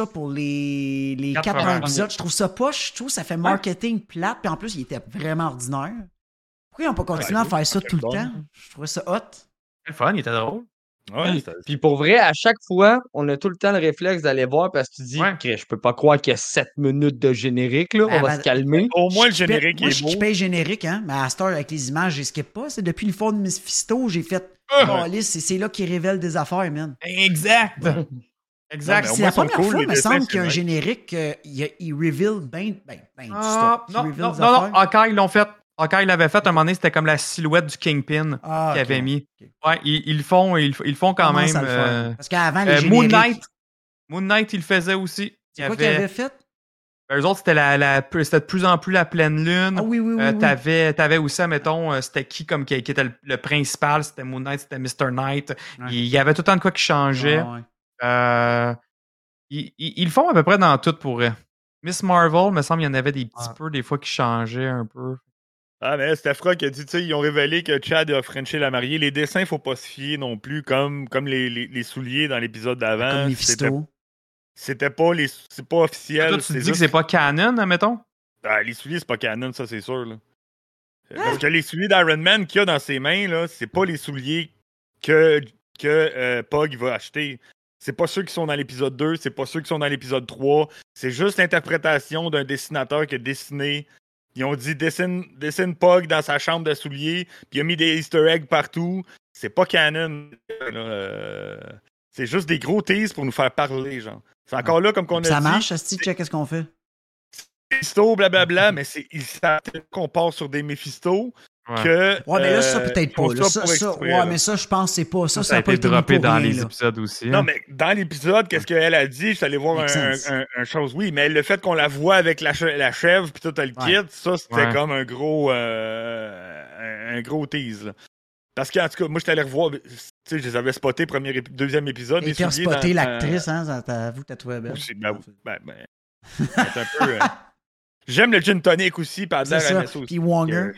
4 épisodes. Je trouve ça poche. Je trouve que ça fait marketing plate. Puis en plus, il était vraiment ordinaire. Pourquoi ils n'ont pas continué à faire ça tout le temps? Je trouvais ça hot. C'était le fun, il était drôle. Ouais, puis pour vrai, à chaque fois, on a tout le temps le réflexe d'aller voir parce que tu dis que je peux pas croire qu'il y a 7 minutes de générique, là. On va se calmer. Au moins, le générique est beau. Je paye générique, hein. Mais à cette heure, avec les images, je skip pas. C'est depuis le fond de Mephisto, j'ai fait. C'est là qu'il révèle des affaires, man. Exact. Exact. C'est la première fois, il me semble qu'il y a un générique, il reveal bien du stuff. Non, encore ils l'ont fait. Quand il l'avait fait, à un moment donné, c'était comme la silhouette du Kingpin qu'il avait mis. Okay. Ouais, ils le font quand même. Parce qu'avant, les génériques... Moon Knight, il le faisait aussi. C'est quoi qu'il avait fait? Eux autres, c'était de plus en plus la pleine lune. Ah oui, oui, oui. T'avais aussi, admettons, c'était qui comme qui était le principal? C'était Moon Knight, c'était Mr. Knight. Ouais. Il y avait tout le temps de quoi qui changeait. Ouais. Ils le font à peu près dans tout pour eux. Miss Marvel, me semble, il y en avait des petits Ouais. peu, des fois, qui changeaient un peu. Ah, mais c'était Fra qui a dit, tu sais, ils ont révélé que Chad a frenché la mariée. Les dessins, faut pas se fier non plus, comme les souliers dans l'épisode d'avant. Comme Mephisto. C'est pas officiel. Toi, tu te dis que c'est pas canon, admettons? Ah, les souliers, c'est pas canon, ça, c'est sûr. Là. Parce que les souliers d'Iron Man qu'il a dans ses mains, là, c'est pas les souliers que Pog va acheter. C'est pas ceux qui sont dans l'épisode 2, c'est pas ceux qui sont dans l'épisode 3. C'est juste l'interprétation d'un dessinateur qui a dessiné. Ils ont dit dessine Pog dans sa chambre de souliers, puis il a mis des Easter eggs partout. C'est pas canon. C'est juste des gros teases pour nous faire parler, genre. C'est encore là, comme qu'on a dit. Ça marche, Asti, check qu'est-ce qu'on fait. Mephisto, blablabla, mais ils savent qu'on part sur des Mephisto. Que, ouais, mais là, ça peut-être pas. Là, ça, exprès, ouais, mais ça, je pense que c'est pas ça. Ça a pas été été droppé dans rien, les là. épisodes aussi. Non, mais dans l'épisode, qu'est-ce qu'elle a dit? Je suis allé voir un chose. Oui, mais le fait qu'on la voit avec la chèvre puis tout le kit, ça, c'était comme un gros tease. Là. Parce qu'en tout cas, moi, j'étais allé revoir. Tu sais, je les avais spotés deuxième épisode. Et puis, spoté l'actrice, hein? T'avoues que t'as trouvé belle. Aussi, ben, c'est un peu. J'aime le gin tonic aussi, par C'est ça. Puis Wonger.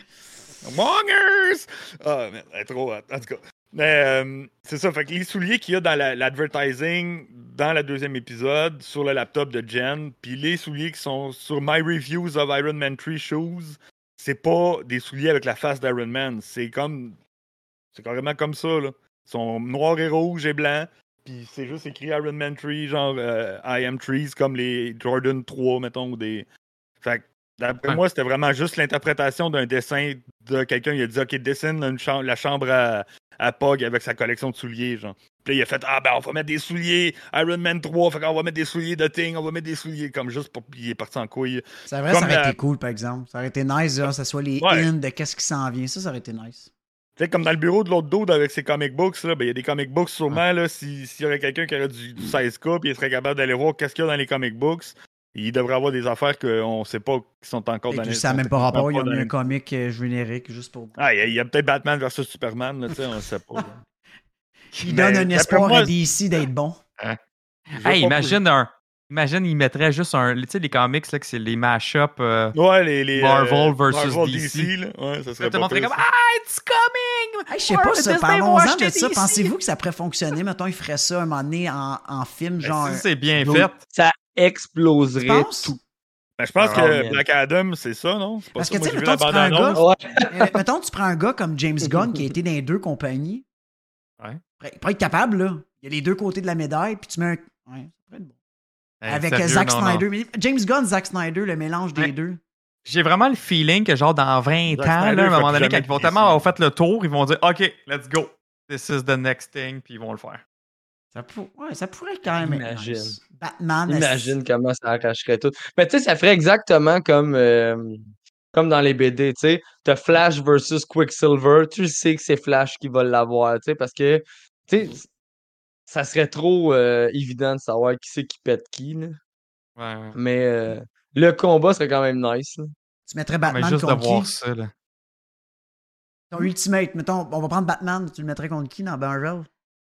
Wongers! Ah, mais elle est trop hot. En tout cas. Mais c'est ça. Fait que les souliers qu'il y a dans l'advertising dans le deuxième épisode sur le laptop de Jen, puis les souliers qui sont sur My Reviews of Iron Man 3 Shoes, c'est pas des souliers avec la face d'Iron Man. C'est carrément comme ça, là. Ils sont noirs et rouges et blancs. Puis c'est juste écrit Iron Man 3, genre I am trees, comme les Jordan 3, mettons, ou des. Fait que d'après moi, c'était vraiment juste l'interprétation d'un dessin de quelqu'un. Il a dit, OK, dessine la chambre à Pog avec sa collection de souliers, genre. Puis là, il a fait, on va mettre des souliers Iron Man 3, fait qu'on va mettre des souliers de Thing, on va mettre des souliers, comme juste pour. Puis il est parti en couille. C'est vrai, comme ça aurait été cool, par exemple. Ça aurait été nice, genre, ça soit les in de qu'est-ce qui s'en vient. Ça aurait été nice. Tu sais, comme dans le bureau de l'autre dude avec ses comic books, là, ben, il y a des comic books sûrement, là, s'il y aurait quelqu'un qui aurait du 16K, puis il serait capable d'aller voir qu'est-ce qu'il y a dans les comic books. Il devrait avoir des affaires qu'on ne sait pas qui sont encore dans les. Ça n'a même pas rapport, il y a un comic générique juste pour. Ah, il y a peut-être Batman versus Superman, tu sais, on ne sait pas. Il donne un espoir à DC d'être bon. Hey, imagine, il mettrait juste tu sais, les comics, là, que c'est les mash-up les Marvel versus Marvel DC. Là. Ouais, ça serait te pas montrer comme it's coming! Hey, je sais pas ça, parlons-en de ça. Pensez-vous que ça pourrait fonctionner? Mettons, il ferait ça un moment donné en film, genre. Si c'est bien fait. Ça exploserait tout. Ben, je pense que Black Adam, c'est ça, non? C'est pas parce ça, que, tu sais, mettons, tu prends un gars comme James Gunn qui a été dans les deux compagnies. Ouais. Il pourrait être capable, là. Il y a les deux côtés de la médaille, puis tu mets un. Ouais, ça pourrait être bon. Avec sérieux, Zack non. Snyder. James Gunn, Zack Snyder, le mélange des deux. J'ai vraiment le feeling que, genre, dans 20 Zack ans, Snyder, là, à un moment donné, fait quand ils vont tellement avoir fait le tour, ils vont dire OK, let's go. This is the next thing, puis ils vont le faire. Ça pourrait quand même être nice. Batman. Imagine comment ça arracherait tout. Mais tu sais, ça ferait exactement comme dans les BD, tu sais. T'as Flash versus Quicksilver. Tu sais que c'est Flash qui va l'avoir, tu sais, parce que, tu sais, ça serait trop évident de savoir qui c'est qui pète qui, là. Ouais. Mais le combat serait quand même nice, là. Tu mettrais Batman juste contre de voir qui? ça, là. Ton Ultimate, mettons, on va prendre Batman, tu le mettrais contre qui dans Marvel?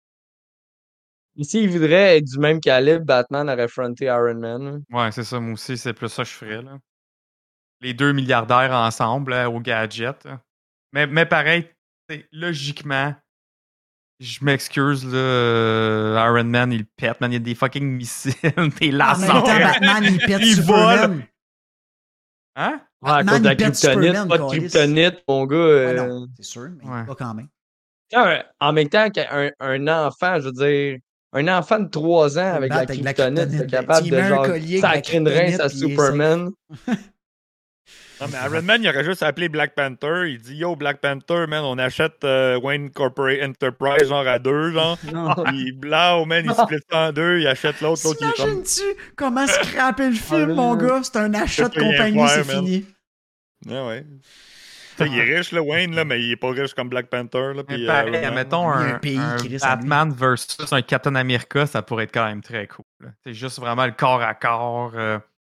S'il voudrait être du même calibre, Batman aurait fronté Iron Man, là. Ouais, c'est ça. Moi aussi, c'est plus ça que je ferais, là. Les deux milliardaires ensemble, là, au gadget. Là. Mais pareil, logiquement, je m'excuse, là, Iron Man, il pète, man. Il y a des fucking missiles, des lasers. Batman, il pète il Superman. vole. Hein? Ah, à Batman, cause de la il pète kryptonite, Superman, pas de câlisse. kryptonite, mon gars. Non, c'est sûr, mais pas quand même. En même temps qu'un enfant, je veux dire, un enfant de 3 ans avec la kryptonite, c'est capable de genre sacrer une rince à Superman. Non, mais Iron Man, il aurait juste appelé Black Panther. Il dit Yo, Black Panther, man, on achète Wayne Corporate Enterprise, genre à 2, genre. Puis blanc, man, il split ça en 2, il achète l'autre il est comme. T'imagines-tu comment scraper le film, mon gars? C'est un achat de compagnie, c'est fini. Ouais. Il est riche, là, Wayne, là, mais il est pas riche comme Black Panther. Là, puis, mettons un Batman versus un Captain America, ça pourrait être quand même très cool. C'est juste vraiment le corps à corps.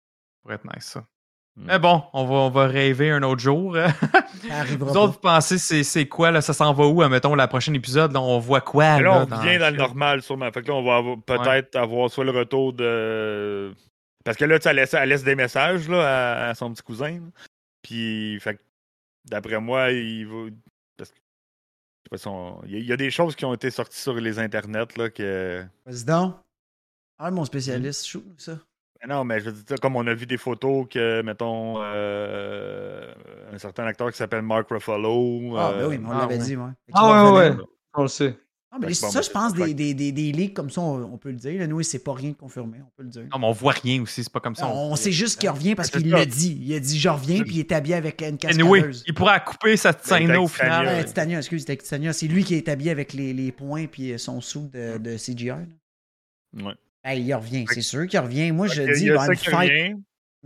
pourrait être nice, ça. Mm. Mais bon, on va rêver un autre jour. Ça arrivera Vous pas. autres, vous pensez c'est quoi, là? Ça s'en va où, mettons, la prochaine épisode? Là, on voit quoi, Mais là, on revient dans le show? normal, sûrement. Fait que là, on va peut-être avoir soit le retour de... Parce que là, tu sais, elle laisse des messages là, à son petit cousin. Là. Puis, fait que, d'après moi, il va... Parce que, je sais pas si il y a des choses qui ont été sorties sur les internets, là, que... Vas-y donc. Ah, mon spécialiste, shoot ça. Mais non, mais je veux dire, comme on a vu des photos que, mettons, un certain acteur qui s'appelle Mark Ruffalo... Ben oui, mais on l'avait dit, ouais. Fait qu'il Ah va ouais, revenir. ouais. On le sait. Ah, mais Fait que ça, bon, je pense, fait des leaks comme ça, on peut le dire. Là, nous, c'est pas rien de confirmé, on peut le dire. Non, mais on voit rien aussi, c'est pas comme ça. On sait juste qu'il revient parce C'est qu'il ça. l'a dit. Il a dit, je reviens, puis il est habillé avec une Anyway, cascadeuse. il pourra couper cette scène-là au Titania. final. Titania, excuse, c'était Titania. C'est lui qui est habillé avec les points puis son sou de CGI. Là. Ouais. Hey, il revient, c'est sûr qu'il revient. Moi, je Fait que dis, il y il a va y ça avoir qui une fight. revient.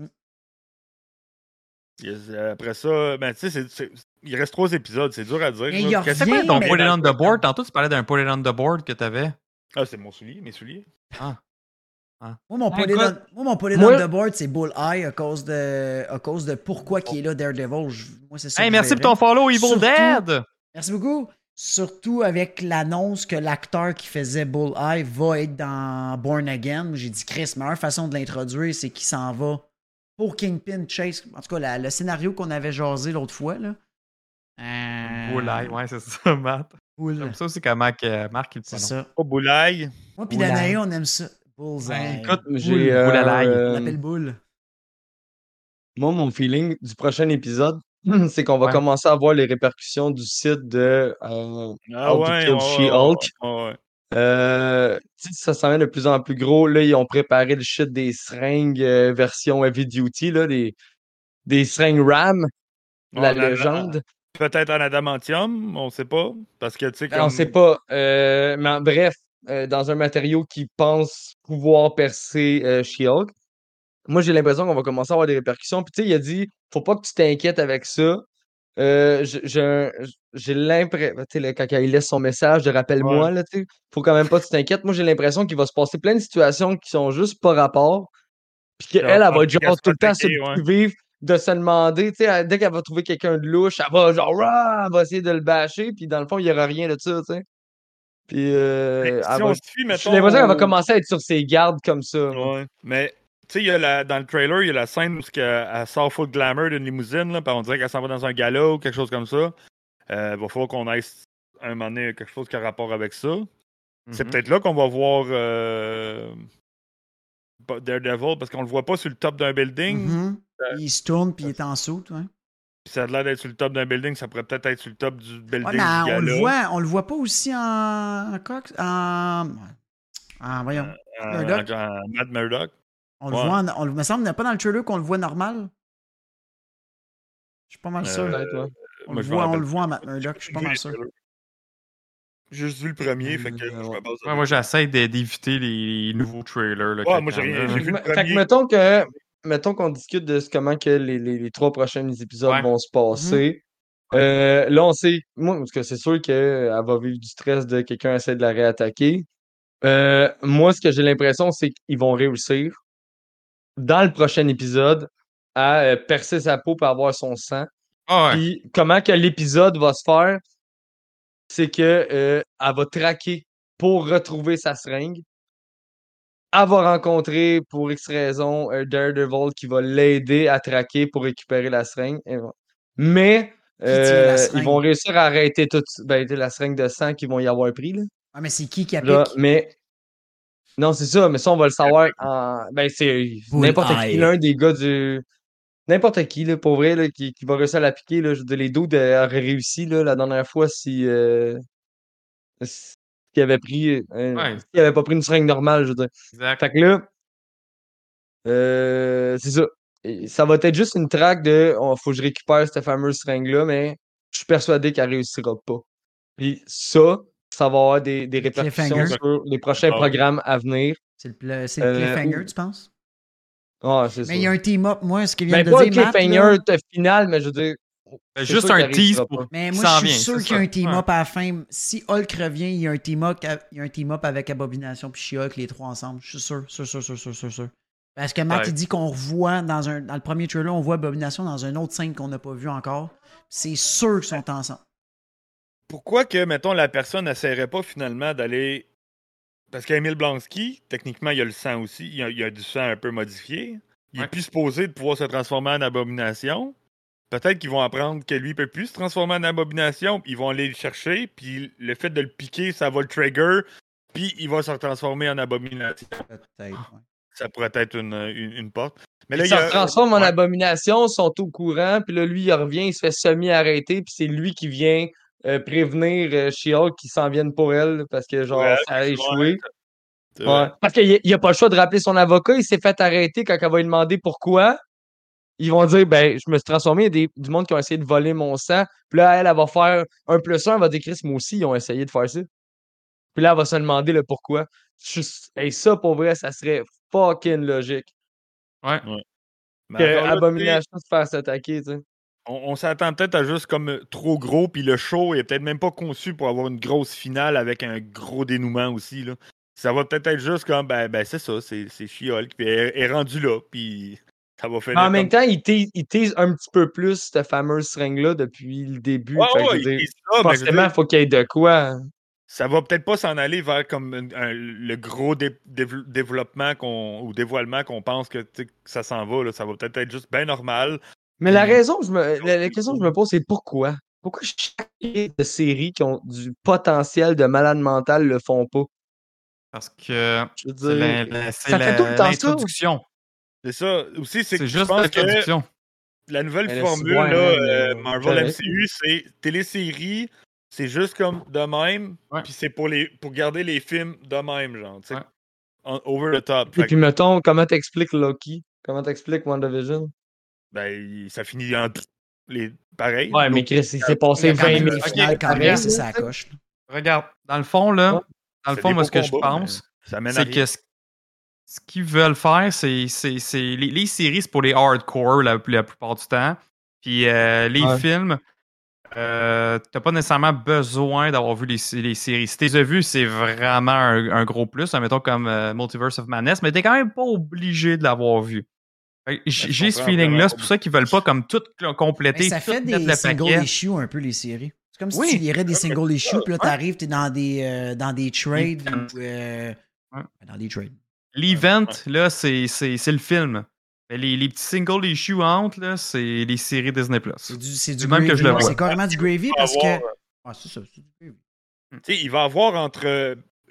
Après ça, ben, tu sais, il reste 3 épisodes, c'est dur à dire. Mais là. il y a Qu'est-ce C'est quoi rien, ton mais- Put It on the Board? Tantôt, tu parlais d'un Put It on the Board que t'avais. Ah, c'est mes souliers. Moi, mon Ben, put it écoute, on moi- the board, c'est Bullseye à cause de pourquoi il est là, Daredevil. Moi, c'est ça. Hey, que merci je pour ton verrais. follow, Evil Surtout- Dead! Merci beaucoup. Surtout avec l'annonce que l'acteur qui faisait Bullseye va être dans Born Again. J'ai dit, Chris, la meilleure façon de l'introduire, c'est qu'il s'en va pour Kingpin Chase. En tout cas, le scénario qu'on avait jasé l'autre fois. Là. Bullseye, ouais, c'est ça, Matt. Bull. J'aime ça aussi comment Marc il le C'est prononce. ça. Pas Boulaye. Moi, puis Bullseye. Danae, on aime ça. Bullseye. Ouais, écoute, J'ai, Boulalaï. On l'appelle Bull. Moi, mon feeling du prochain épisode, c'est qu'on va Ouais. commencer à voir les répercussions du site de Ah How to ouais, Kill ouais, She-Hulk. ouais. Tu sais, ça s'en vient de plus en plus gros. Là, ils ont préparé le shit des seringues version Heavy Duty, là, des seringues RAM, la On a- légende. Peut-être en adamantium, on sait pas. Parce que, tu sais, On comme... sait pas. Mais bref, dans un matériau qui pense pouvoir percer She-Hulk. Moi, j'ai l'impression qu'on va commencer à avoir des répercussions. Puis, tu sais, il a dit, faut pas que tu t'inquiètes avec ça. J'ai l'impression, tu sais, là, quand il laisse son message de rappelle-moi, Ouais. là, tu sais, faut quand même pas que tu t'inquiètes. Moi, j'ai l'impression qu'il va se passer plein de situations qui sont juste pas rapport. Puis qu'elle, elle va être genre tout le temps sur attaquer, le qui-vive de se demander, tu sais, dès qu'elle va trouver quelqu'un de louche, elle va genre, rah, elle va essayer de le bâcher. Puis dans le fond, il y aura rien de ça, tu sais. Puis, Mais elle si va- on se fie, j'ai mettons... l'impression qu'elle va commencer à être sur ses gardes comme ça. Ouais. Mais, tu sais, dans le trailer, il y a la scène où elle sort full glamour d'une limousine, là, puis on dirait qu'elle s'en va dans un gala ou quelque chose comme ça. Il va falloir qu'on aille un moment donné quelque chose qui a rapport avec ça. C'est Mhm. peut-être là qu'on va voir Daredevil, parce qu'on le voit pas sur le top d'un building. Mhm. Il se tourne puis il est en saute. Ouais. Puis ça a l'air d'être sur le top d'un building, ça pourrait peut-être être sur le top du building Ouais, du mais gala. on le voit pas aussi en Cox. Voyons. Murdoch. Matt Murdock. On le Ouais. voit. Il me semble pas dans le trailer qu'on le voit normal. Je suis pas mal sûr. Peut-être, ouais. On moi, le je m'en voit, on rappelle le voit en Matt Murdock, je suis pas mal sûr. J'ai juste vu le premier, fait que je me base Ouais, moi, j'essaie d'éviter les nouveaux trailers. Là, Ouais, que moi, j'ai quand rien- même. j'ai vu le Fait que premier. mettons qu'on discute de comment que les 3 prochains épisodes Ouais. vont se passer. Là, on sait, moi, parce que c'est sûr qu'elle va vivre du stress de quelqu'un essaie de la réattaquer. Moi, ce que j'ai l'impression, c'est qu'ils vont réussir dans le prochain épisode à percer sa peau pour avoir son sang. Ah ouais. Puis comment que l'épisode va se faire, c'est que elle va traquer pour retrouver sa seringue. Elle va rencontrer pour X raison un Daredevil qui va l'aider à traquer pour récupérer la seringue. Mais tient la seringue? ils vont réussir à arrêter la seringue de sang qu'ils vont y avoir pris. Là. Ah, mais c'est qui applique? Là, mais non, c'est ça, mais ça, on va le savoir c'est n'importe qui, Bullseye. l'un des gars du. N'importe qui, là, pour vrai, là, qui va réussir à l'appliquer. Là, je veux dire, les dudes auraient réussi là, la dernière fois s'ils avaient pris. Ouais. S'ils n'avaient pas pris une seringue normale, je veux dire. Exact. Fait que là, c'est ça. Et ça va être juste une traque de faut que je récupère cette fameuse seringue-là, mais je suis persuadé qu'elle réussira pas. Puis ça va avoir des répercussions cliffhanger. sur les prochains programmes à venir. C'est le cliffhanger, tu penses? Ah, c'est ça. Mais il y a un team-up, moi, ce qu'il vient Mais de pas dire, un Matt, cliffhanger là. final, mais je veux dire. C'est c'est juste sûr un qu'il tease réussira pour. pas. Mais qui moi, s'en je suis vient, sûr c'est qu'il y a ça. un team-up à la fin. Si Hulk revient, il y a un team-up avec Abomination puis She-Hulk, les 3 ensemble. Je suis sûr. Parce que Matt, Ouais. il dit qu'on revoit dans le premier trailer, on voit Abomination dans une autre scène qu'on n'a pas vue encore. C'est sûr qu'ils sont ensemble. Pourquoi que, mettons, la personne n'essaierait pas finalement d'aller. Parce qu'Emile Blonsky, techniquement, il a le sang aussi. Il a du sang un peu modifié. Il est Ouais. plus supposé de pouvoir se transformer en abomination. Peut-être qu'ils vont apprendre que lui peut plus se transformer en abomination. Ils vont aller le chercher. Puis le fait de le piquer, ça va le trigger. Puis il va se transformer en abomination. Peut-être. Ouais. Ça pourrait être une porte. Mais là, Ils il y se a. transforment en Ouais. abomination, ils sont au courant, puis là, lui, il revient, il se fait semi-arrêter, puis c'est lui qui vient prévenir She-Hulk qui s'en viennent pour elle, parce que, genre, Ouais, ça a ouais, échoué. c'est Ouais. vrai. Parce qu'il n'y a pas le choix de rappeler son avocat, il s'est fait arrêter quand elle va lui demander pourquoi. Ils vont dire, ben, je me suis transformé, il y a du monde qui ont essayé de voler mon sang, puis là, elle va faire 1+1, elle va dire, Chris, moi aussi, ils ont essayé de faire ça. Puis là, elle va se demander le pourquoi. Et ça, pour vrai, ça serait fucking logique. Ouais. Mais Que encore là, tu sais, Abomination se fasse attaquer, tu sais. on s'attend peut-être à juste comme trop gros, puis le show est peut-être même pas conçu pour avoir une grosse finale avec un gros dénouement aussi. Là. Ça va peut-être être juste comme, ben c'est ça, c'est She-Hulk, puis elle est rendue là, puis ça va finir Mais en même comme... temps, il tease un petit peu plus cette fameuse seringue-là depuis le début. Ouais, Fait que je ouais, veux dire, il dit ça, mais je veux forcément, dire, il faut qu'il y ait de quoi. ça va peut-être pas s'en aller vers comme le gros développement ou dévoilement qu'on pense que, tu sais, que ça s'en va. Là. Ça va peut-être être juste bien normal. Mais Puis, la question que je me pose, c'est pourquoi? Pourquoi chaque de séries qui ont du potentiel de malade mental le font pas? Parce que Je veux c'est dire, ça fait tout le temps ça. l'introduction. c'est ça. Aussi, c'est que C'est je juste pense que l'introduction. la nouvelle Mais là, formule, c'est- ouais, là, mais Marvel correct. MCU, c'est télésérie, c'est juste comme de même, Ouais. puis c'est pour garder les films de même, genre, tu sais, Ouais. over the top. Et Fait puis, que, mettons, comment t'expliques Loki? Comment t'expliques WandaVision? ben, ça finit en pareil. Ouais, mais L'autre- Chris, il s'est Il passé y a quand 20 même 000 des Ok, finales quand même, pareil, c'est là, ça tu sais. coche. Regarde, dans le fond, là, Ouais. dans le c'est fond, des moi, beaux ce que je combats, mais pense, ça mène à c'est rien. que ce qu'ils veulent faire, c'est les séries, c'est pour les hardcore la plupart du temps. Puis les Ouais. films, t'as pas nécessairement besoin d'avoir vu les séries. Si tu les as vues, c'est vraiment un gros plus. Mettons comme Multiverse of Madness, mais t'es quand même pas obligé de l'avoir vu. Fait que je j'ai ce comprends feeling-là, vraiment c'est pour ça qu'ils veulent pas comme tout compléter, Mais ça tout fait mettre des le single paquet. issues un peu, les séries. C'est comme si Oui. tu lirais des Ouais, mais single c'est issues, ça. puis là, t'arrives, t'es dans des trades ou Ouais. dans des trades. L'event, Ouais. là, c'est le film. Mais les petits single issues entre, là, c'est les séries Disney+. C'est du même que gravy. je le vois. C'est carrément du gravy Il va parce que. avoir, Ah, c'est ça, c'est du gravy. tu sais, il va avoir entre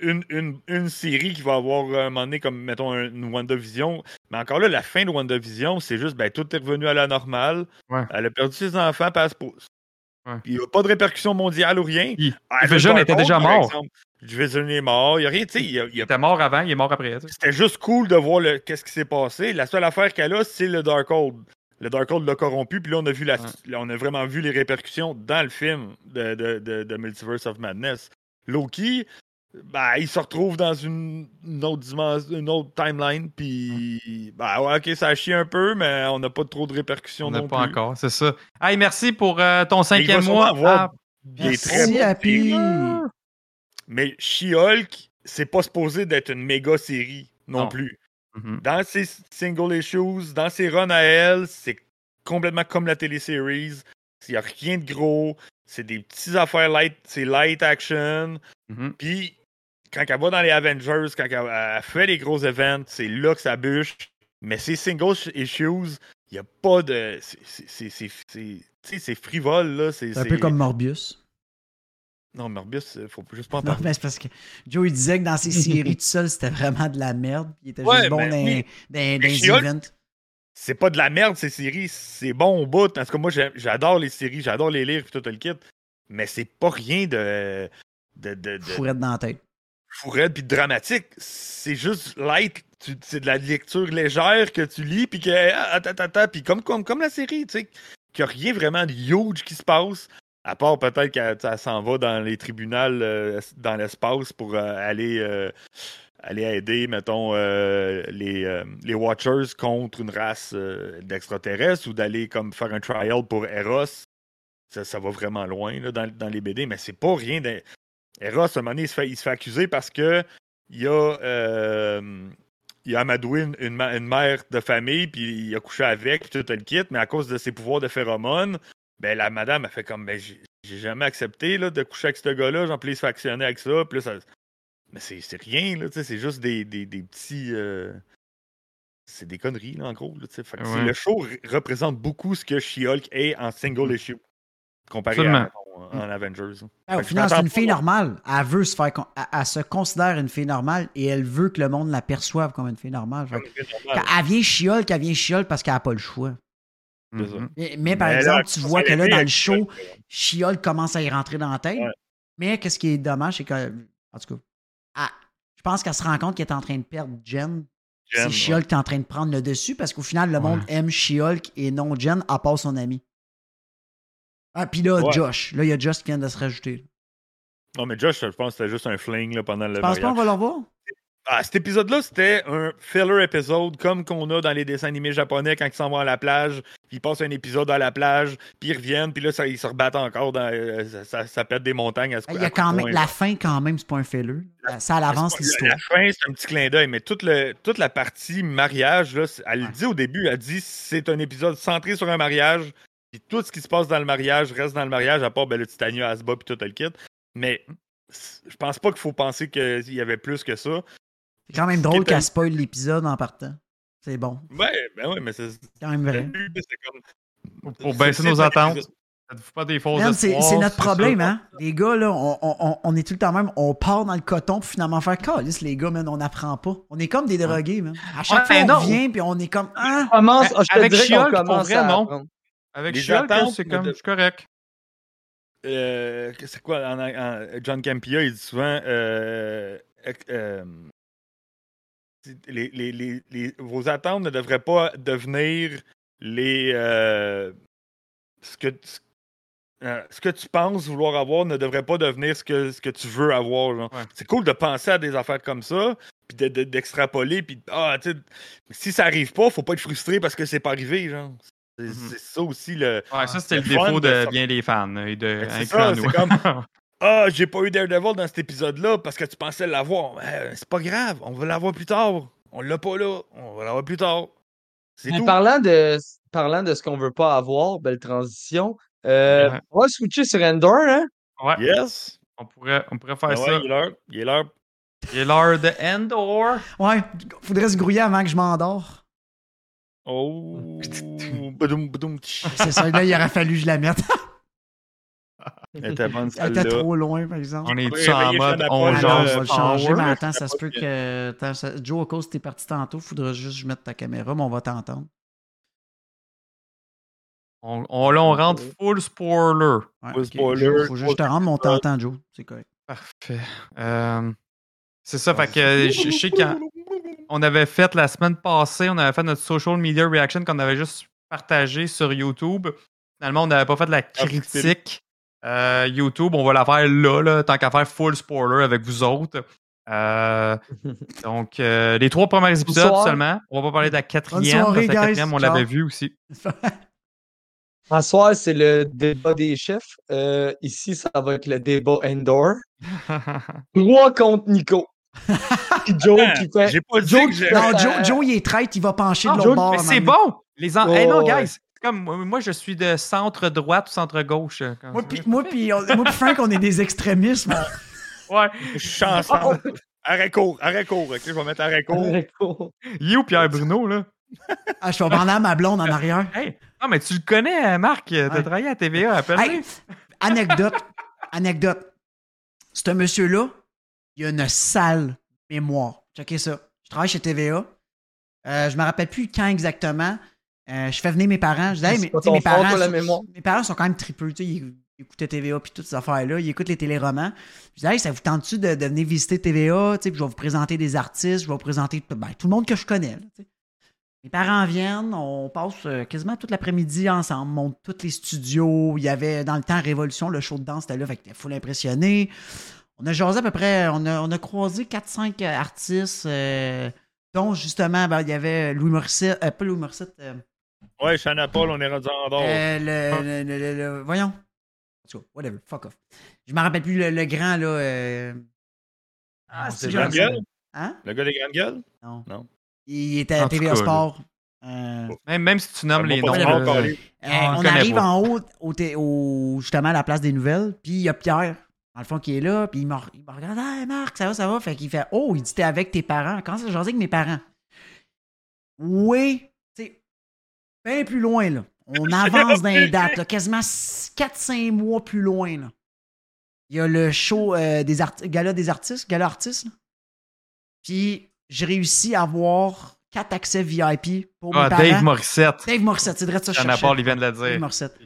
une série qui va avoir un moment donné comme, mettons, une WandaVision. Mais encore là, la fin de WandaVision, c'est juste, ben, tout est revenu à la normale. Ouais. Elle a perdu ses enfants, puis elle se pose. Ouais. Il n'y a pas de répercussions mondiales ou rien. Vision Darkhold, était déjà par mort. exemple. Vision est mort. Il n'y a rien, tu sais. Il était mort avant, il est mort après. Tu sais. C'était juste cool de voir qu'est-ce qui s'est passé. La seule affaire qu'elle a, c'est le Darkhold. Le Darkhold l'a corrompu, puis là, on a vraiment vu les répercussions dans le film de Multiverse of Madness. Loki, ben, il se retrouve dans une autre dimension, une autre timeline, puis ben, ouais, ok, ça a chié un peu, mais on n'a pas trop de répercussions On n'a non pas plus. encore, c'est ça. Hey, merci pour ton Mais il va 5e sûrement mois. avoir des très Merci, bonnes Happy. séries. Mais She-Hulk, c'est pas supposé d'être une méga série non Non. plus. Mhm. Dans ses single issues, dans ses runs à elle, c'est complètement comme la télésérie. Il n'y a rien de gros. C'est des petites affaires light. C'est light action. Mhm. Puis, quand elle va dans les Avengers, quand elle fait les gros events, c'est là que ça bûche. Mais ces single issues, il n'y a pas de... C'est frivole, là. C'est un peu comme Morbius. Non, Morbius, faut juste pas en Non, parler. mais c'est parce que Joe, il disait que dans ses séries tout seul, c'était vraiment de la merde. Il était Ouais, juste bon ben dans oui. les She-Hulk, events. C'est pas de la merde, ces séries. C'est bon au bout. En tout cas, moi, j'adore les séries, j'adore les lire, puis tout le kit. Mais c'est pas rien de Fourrette dans la tête. fourette puis de dramatique. C'est juste light. C'est de la lecture légère que tu lis, puis que... Puis comme la série, tu sais, qu'il n'y a rien vraiment de huge qui se passe. À part peut-être qu'elle s'en va dans les tribunaux dans l'espace pour aller aider, mettons, les Watchers contre une race d'extraterrestres ou d'aller comme faire un trial pour Eros. Ça va vraiment loin là, dans les BD, mais c'est pas rien. Eros, à un moment donné, il se fait accuser parce que il y a il a amadoué une mère de famille, puis il a couché avec, puis tout le kit, mais à cause de ses pouvoirs de phéromones, ben la madame a fait comme, ben j'ai jamais accepté là, de coucher avec ce gars-là, genre, puis il se fait actionner avec ça, puis là, ça... Mais c'est rien, là, tu sais, c'est juste des petits... C'est des conneries, là, en gros, là, tu sais. Fait que le show représente beaucoup ce que She-Hulk est en single issue, comparé à en Avengers. Au final, c'est une fille normale. Elle veut se faire... Elle se considère une fille normale et elle veut que le monde la perçoive comme une fille normale. Quand elle vient She-Hulk parce qu'elle n'a pas le choix. Mais par exemple, tu vois que là, dans le show, She-Hulk commence à y rentrer dans la tête. Ouais. Mais qu'est-ce qui est dommage, c'est que, en tout cas, je pense qu'elle se rend compte qu'elle est en train de perdre Jen. C'est She-Hulk qui est en train de prendre le dessus parce qu'au final, le monde aime She-Hulk et non Jen, à part son ami. Ah, puis là, Josh. Là, il y a Josh qui vient de se rajouter. Non, mais Josh, je pense que c'était juste un fling là, pendant le mariage. Tu penses pas qu'on va le revoir? Ah, cet épisode-là, c'était un filler épisode comme qu'on a dans les dessins animés japonais quand ils s'en vont à la plage, puis ils passent un épisode à la plage, puis ils reviennent, puis là, ils se rebattent encore, ça pète des montagnes à ce Il y a quand même, la fin, quand même, c'est pas un filler. Ça avance l'histoire. La fin, c'est un petit clin d'œil, mais toute la partie mariage, là, elle le dit au début, elle dit c'est un épisode centré sur un mariage, puis tout ce qui se passe dans le mariage reste dans le mariage, à part le Titania, Asba, puis tout le kit. Mais je pense pas qu'il faut penser qu'il y avait plus que ça. C'est quand même drôle qu'elle spoil l'épisode en partant. C'est bon. Ben oui, mais c'est quand même vrai. Pour baisser nos attentes. Ça te fout pas des fausses espoirs. C'est notre problème, hein? Les gars, là, on est tout le temps même, on part dans le coton pour finalement faire calice, les gars, man, on n'apprend pas. On est comme des drogués, man. À chaque fois, on vient, puis on est comme. Ah! Avec She-Hulk, pour vrai, non. Avec She-Hulk, c'est comme correct. C'est quoi? John Campea, il dit souvent. Vos attentes ne devraient pas devenir ce que tu penses vouloir avoir ne devrait pas devenir ce que tu veux avoir. Genre. Ouais. C'est cool de penser à des affaires comme ça, puis d'extrapoler, puis si ça arrive pas, faut pas être frustré parce que c'est pas arrivé. Genre. C'est ça aussi le. Ouais, ça c'était le défaut de bien des fans et incluant nous. C'est comme. J'ai pas eu Daredevil dans cet épisode-là parce que tu pensais l'avoir. C'est pas grave, on va l'avoir plus tard. On l'a pas là, on va l'avoir plus tard. C'est tout. Parlant de ce qu'on veut pas avoir, belle transition. On va switcher sur Endor, hein? Ouais. Yes. On pourrait faire ça. Il est l'heure. Il est l'heure de Endor. Ouais, faudrait se grouiller avant que je m'endors. Oh. C'est ça, là, il aurait fallu que je la mette. Elle était bonne, elle était trop loin, par exemple. On est tous en mode on va le changer, mais attends, ça se peut que... Joe, à cause que t'es parti tantôt, faudra juste que je mette ta caméra, mais on va t'entendre. On rentre full spoiler. Ouais, full spoiler. Faut juste que je te rende, mais on t'entend, Joe. C'est correct. Parfait. C'est ça, fait que je sais qu'on avait fait la semaine passée, on avait fait notre social media reaction qu'on avait juste partagé sur YouTube. Finalement, on n'avait pas fait de la critique YouTube. On va la faire là, tant qu'à faire full spoiler avec vous autres. Donc, les 3 premiers épisodes seulement. On va pas parler de la 4e, parce que la 4e, on l'avait vu aussi. En soir, c'est le débat des chefs. Ici, ça va être le débat Endor. 3 contre Nico. Joe qui fait. J'ai pas dit que Joe, il est traître, il va pencher de l'autre bord. Mais c'est bon! Hey, non, guys! C'est comme moi, je suis de centre-droite ou centre-gauche. Moi puis Frank, on est des extrémistes. Ouais. Je suis chanceux. Arrêt court. OK, je vais mettre arrêt court. Il est où Pierre Bruno, là? Je suis pendant à ma blonde en arrière. Hey, non, mais tu le connais, Marc. T'as travaillé à TVA, appelle-le. Anecdote. Ce monsieur-là, il a une sale mémoire. Checkez ça. Je travaille chez TVA. Je me rappelle plus quand exactement. Je fais venir mes parents. Je dis, hey, mes parents sont quand même tripeux. Ils écoutaient TVA puis toutes ces affaires-là. Ils écoutent les téléromans. Je dis, hey, ça vous tente-tu de venir visiter TVA? Puis je vais vous présenter des artistes. Je vais vous présenter tout le monde que je connais. Là, mes parents viennent. On passe quasiment toute l'après-midi ensemble. On monte tous les studios. Il y avait, dans le temps, Révolution, le show de danse était là. Fait que t'es full impressionné. On a jasé à peu près... On a croisé 4-5 artistes, dont, justement, il y avait Louis Morissette. Pas Louis Morissette... Ouais, Shanna Paul, on est rendu en dehors. Voyons. Whatever, fuck off. Je me rappelle plus le grand, là. c'est Grande Gueule? Hein? Le gars des Grandes Gueules? Non. Il était à En tout TVA cas, Sport. Même si tu nommes les noms. pas là, encore là, les- On connaît arrive pas. en haut, justement, à la place des nouvelles, puis il y a Pierre, dans le fond, qui est là, puis il me regarde, « Hey, Marc, ça va? » Fait qu'il fait, « Oh, il dit, t'es avec tes parents. » Quand ça, j'en dis avec mes parents. Oui, c'est bien plus loin, là. On avance dans les dates, là, quasiment 4-5 mois plus loin, là. Il y a le show Gala des artistes, Gala artistes, là. Puis j'ai réussi à avoir 4 accès VIP pour mes parents. Dave Morissette. Dave Morissette, c'est vrai ça, je J'en ai cherchais. pas, il vient de le Dave dire. Morissette.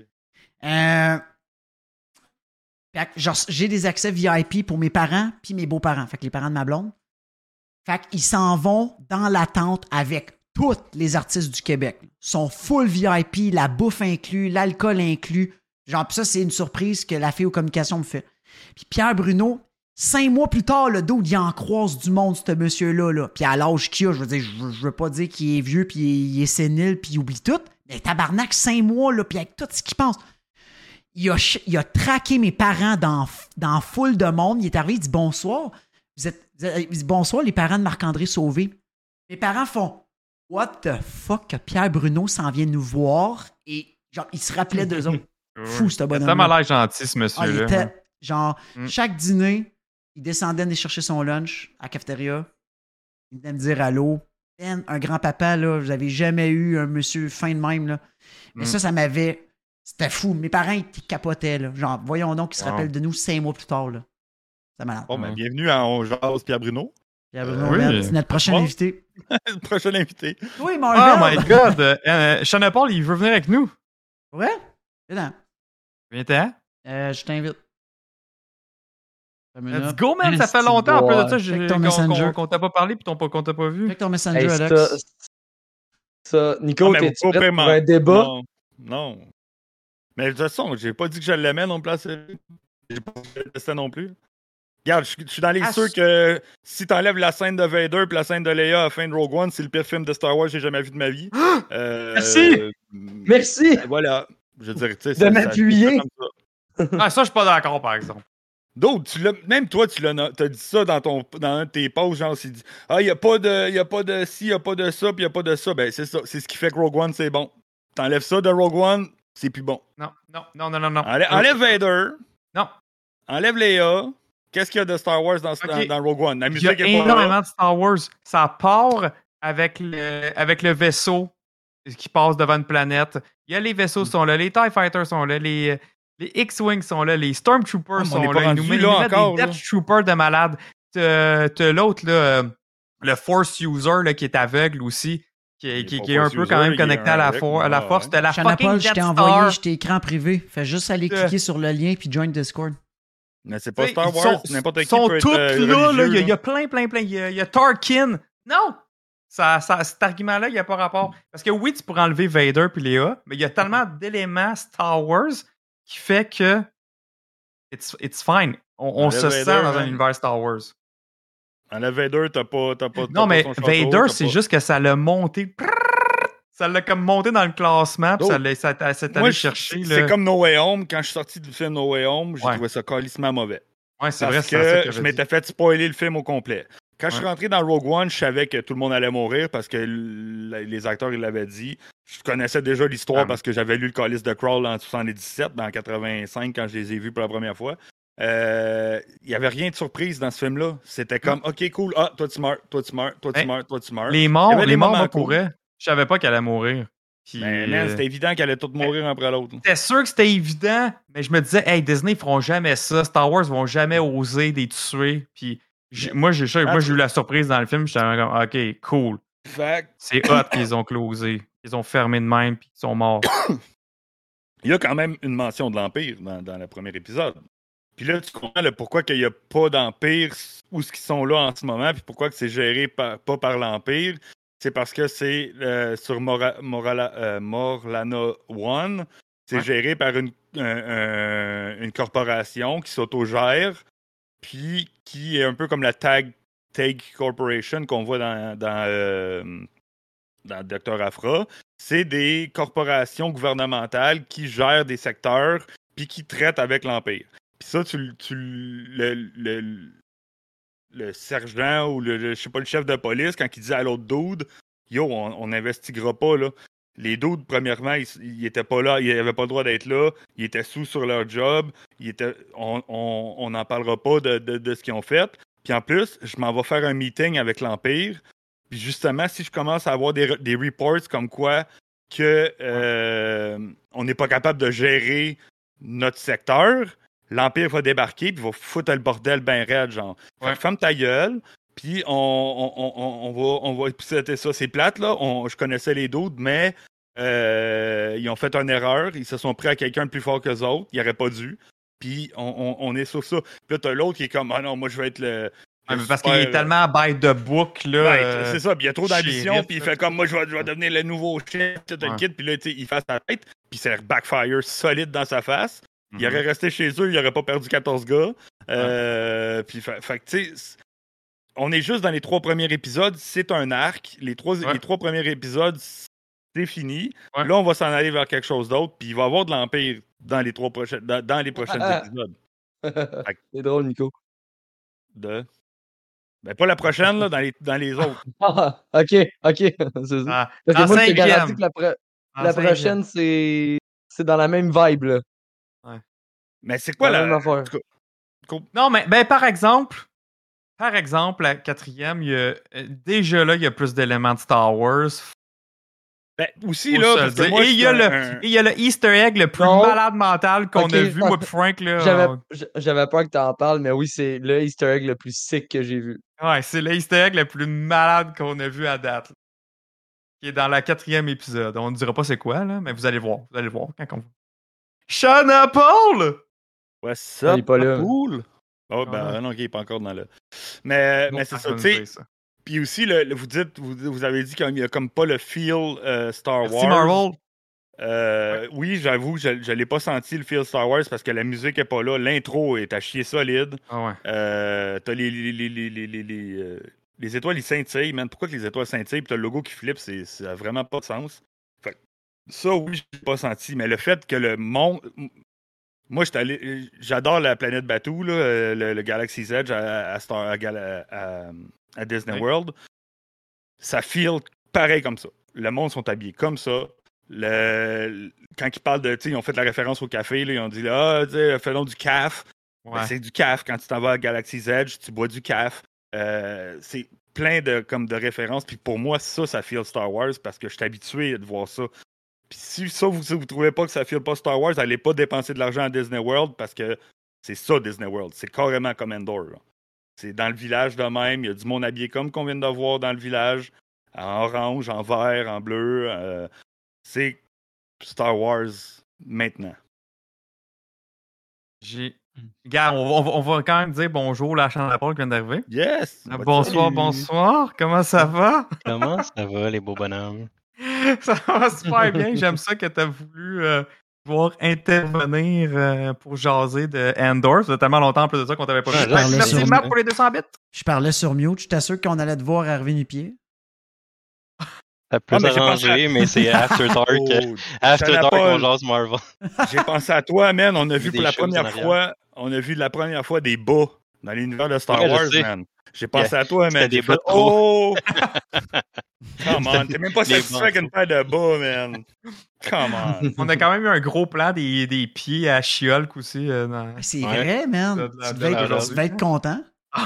Fait que, genre, j'ai des accès VIP pour mes parents puis mes beaux-parents. Fait que les parents de ma blonde. Fait qu'ils s'en vont dans l'attente avec tous les artistes du Québec. Ils sont full VIP, la bouffe inclus, l'alcool inclus. Genre, pis ça, c'est une surprise que la fille aux communications me fait. Puis Pierre Bruno, 5 mois plus tard, le dos, il en croise du monde, ce monsieur-là. Là. Puis à l'âge qu'il a, je veux dire, je veux pas dire qu'il est vieux, puis il est sénile, puis il oublie tout. Mais tabarnak, 5 mois, là, puis avec tout ce qu'il pense. Il a traqué mes parents dans foule de monde. Il est arrivé, il dit bonsoir. Il dit bonsoir, les parents de Marc-André Sauvé. Mes parents font What the fuck, Pierre Bruno s'en vient nous voir et genre, il se rappelait d'eux autres. Fou, ce bonhomme. Ça m'a l'air gentil, ce Il monsieur-là. était genre, chaque dîner, il descendait aller chercher son lunch à la cafétéria. Il venait me dire allô. Ben, un grand-papa, là, j'avais jamais eu un monsieur fin de même, là. Mais ça m'avait. C'était fou. Mes parents, ils capotaient, là. Genre, voyons donc qu'ils se rappellent de nous 5 mois plus tard, là. C'est malade. Bon, ben, bienvenue à On Jase Pierre Bruno. Pierre Bruno, Oui. man, c'est notre prochain Bon. invité. Le prochain invité. Oui, Oh Marvel. my god! Shannon Paul, il veut venir avec nous. Ouais? Viens Viens-t'en. je t'invite. Let's go, man! Ça fait longtemps. En plus de ça, Check ton Messenger. qu'on t'a pas parlé puis qu'on t'a pas vu. Check ton Messenger, Hey, Alex. Nico, Non, mais t'es-tu pas prêt vraiment. pour un débat? Non. Mais de toute façon, j'ai pas dit que je l'aimais non plus. J'ai pas dit que je le testais non plus. Regarde, je suis dans les sûrs que si t'enlèves la scène de Vader et la scène de Leia à la fin de Rogue One, c'est le pire film de Star Wars que j'ai jamais vu de ma vie. Merci! Merci! Voilà. Je veux dire, tu sais, De m'appuyer. Ah, ça, je suis pas d'accord, par exemple. D'autres, même toi, t'as dit ça dans un de tes posts, genre, il dit ah, il n'y a pas de ci, il n'y a pas de ça, puis il n'y a pas de ça. Ben, c'est ça. C'est ce qui fait que Rogue One, c'est bon. T'enlèves ça de Rogue One, c'est plus bon. Non. Enlève Vader. Non. Enlève Leia. Qu'est-ce qu'il y a de Star Wars dans Rogue One? La Il y a musique est pas énormément là. de Star Wars. Ça part avec le vaisseau qui passe devant une planète. Il y a les vaisseaux sont là, les TIE Fighters sont là, les X-Wing sont là, les Stormtroopers on n'est sont pas là. Ils rendu nous là mettent encore, des là. Death Troopers de malade. T'as l'autre, là, le Force User là, qui est aveugle aussi, qui est un peu quand même connecté à la Force. T'as la Shannon fucking Paul, Death je t'ai Star. envoyé, je t'ai écran privé. Fais juste aller cliquer sur le lien puis join Discord. Mais c'est pas Star Ils Wars. N'importe qui sont peut être toutes là. Il religieux, y a plein. Il y a Tarkin. Non! Cet argument-là, il n'y a pas rapport. Parce que oui, tu pourrais enlever Vader puis Léa, mais il y a tellement d'éléments Star Wars qui fait que it's fine. On se Vader, sent dans un hein. univers Star Wars. Enlève Vader, t'as pas Non, mais son château, Vader, t'as c'est pas- juste que ça l'a monté. Ça l'a comme monté dans le classement, puis Donc, ça s'est Moi, allé chercher. c'est là. comme No Way Home. Quand je suis sorti du film No Way Home, j'ai Ouais. trouvé ça calissement mauvais. Ouais, c'est vrai, Parce c'est ça que je m'étais fait spoiler le film au complet. Quand je suis Ouais. rentré dans Rogue One, je savais que tout le monde allait mourir parce que les acteurs, ils l'avaient dit. Je connaissais déjà l'histoire parce que j'avais lu le Calice de Crawl en 77, en 85, quand je les ai vus pour la première fois. Il n'y avait rien de surprise dans ce film-là. C'était comme, OK, cool. Ah, toi, tu meurs, toi, tu meurs, toi, tu Hey, meurs, toi, tu meurs. Les Il y morts, avait des moments moi, cool. pourraient. Je savais pas qu'elle allait mourir. Puis, Mais man, c'était évident qu'elle allait toutes mourir un après l'autre. C'était sûr que c'était évident, mais je me disais, hey, Disney, ils feront jamais ça. Star Wars vont jamais oser les tuer. Puis moi, j'ai eu la surprise dans le film. J'étais comme, OK, cool. Fait que C'est hot qu'ils ont closé. Ils ont fermé de même, puis ils sont morts. il y a quand même une mention de l'Empire dans le premier épisode. Puis là, tu comprends le pourquoi qu'il n'y a pas d'Empire où ce qu'ils sont là en ce moment, puis pourquoi que c'est géré pas par l'Empire. C'est parce que c'est sur Morlana One, c'est géré par une corporation qui s'autogère, puis qui est un peu comme la Tag Corporation qu'on voit dans Dr. Aphra. C'est des corporations gouvernementales qui gèrent des secteurs puis qui traitent avec l'Empire. Puis ça, le sergent ou je sais pas, le chef de police, quand il dit à l'autre dude, on n'investiguera pas, là. Les dudes, premièrement, ils étaient pas là, ils n'avaient pas le droit d'être là, ils étaient sous sur leur job, on n'en parlera pas de ce qu'ils ont fait. Puis en plus, je m'en vais faire un meeting avec l'Empire. Puis justement, si je commence à avoir des reports comme quoi que on n'est pas capable de gérer notre secteur, l'Empire va débarquer puis va foutre le bordel ben raide, genre. Fait que ferme ta gueule, puis on va épousseter ça. C'est plate, là. Je connaissais les d'autres, mais ils ont fait une erreur. Ils se sont pris à quelqu'un de plus fort qu'eux autres. Ils n'auraient pas dû. Puis on est sur ça. Puis là, t'as l'autre qui est comme, ah non, moi, je vais être le parce qu'il est tellement by the book, là. C'est ça, puis il y a trop d'ambition, puis il fait comme, moi, je vais devenir le nouveau chef, tout le kit, puis là, il fait sa tête, puis c'est backfire solide dans sa face. Il aurait resté chez eux, il n'aurait pas perdu 14 gars. Puis, fait que, tu sais, on est juste dans les 3 premiers épisodes, c'est un arc. Les 3 premiers épisodes, c'est fini. Là, on va s'en aller vers quelque chose d'autre, puis il va y avoir de l'Empire dans les prochains épisodes. C'est drôle, Nico. Ben, pas la prochaine, là, dans les autres. Ah, ok. C'est ça. Parce que moi, je te garantis que la prochaine, c'est dans la même vibe, là. Ouais. Mais c'est quoi la même affaire? Non, mais ben, par exemple, la 4e, déjà là, il y a plus d'éléments de Star Wars. Ben, aussi, là, parce que moi, il y a le Easter egg le plus malade mental qu'on a vu, moi et Frank. Là, J'avais peur que t'en parles, mais oui, c'est le Easter egg le plus sick que j'ai vu. Ouais, c'est le Easter egg le plus malade qu'on a vu à date. Là, qui est dans la 4e épisode. On ne dira pas c'est quoi, là, mais vous allez voir. Vous allez voir quand on... Shana Paul! What's up, il est pas là. Cool! Oh, ben non, il n'est pas encore dans le... Mais c'est ça, tu sais... Puis aussi, vous avez dit qu'il n'y a comme pas le feel Star Wars. Marvel. Oui, j'avoue, je ne l'ai pas senti le feel Star Wars parce que la musique n'est pas là. L'intro est à chier solide. T'as les étoiles, ils scintillent, man. Pourquoi que les étoiles scintillent? Puis t'as le logo qui flippe, ça n'a vraiment pas de sens. Fait, ça, oui, je l'ai pas senti. Mais le fait que le monde... Moi, j'adore la planète Batuu, là, le Galaxy's Edge à Disney World. Ça feel pareil comme ça. Le monde sont habillés comme ça. Quand ils parlent de... Ils ont fait la référence au café, là, ils ont dit là, faisons du caf. Ben, c'est du caf. Quand tu t'en vas à Galaxy's Edge, tu bois du caf. C'est plein de références. Puis pour moi, ça feel Star Wars parce que je suis habitué de voir ça. Puis si ça, vous trouvez pas que ça feel pas Star Wars, allez pas dépenser de l'argent à Disney World parce que c'est ça, Disney World. C'est carrément comme Endor. Là. C'est dans le village de même. Il y a du monde habillé comme qu'on vient de voir dans le village. En orange, en vert, en bleu. C'est Star Wars maintenant. Regarde, on va quand même dire bonjour à Shana Paul qui vient d'arriver. Yes! Bonsoir. Comment ça va? Comment ça va, les beaux bonhommes? Ça va super bien. J'aime ça que tu as voulu pouvoir intervenir pour jaser de Endor. Ça fait tellement longtemps en plus de ça qu'on t'avait pas vu. Merci Matt pour les 200 bits. Je parlais sur mute. Je t'assure qu'on allait te voir arriver nu-pied. Ça peut s'arranger, mais c'est After Dark. After Dark, on jase Marvel. J'ai pensé à toi, man. On a vu pour la première fois des bas dans l'univers de Star Wars, man. J'ai pensé à toi, man. Des bas de trop. Come on, t'es même pas satisfait avec une paire de bas, man. Come on. On a quand même eu un gros plan des pieds à She-Hulk aussi. C'est vrai, man. Tu devais être content.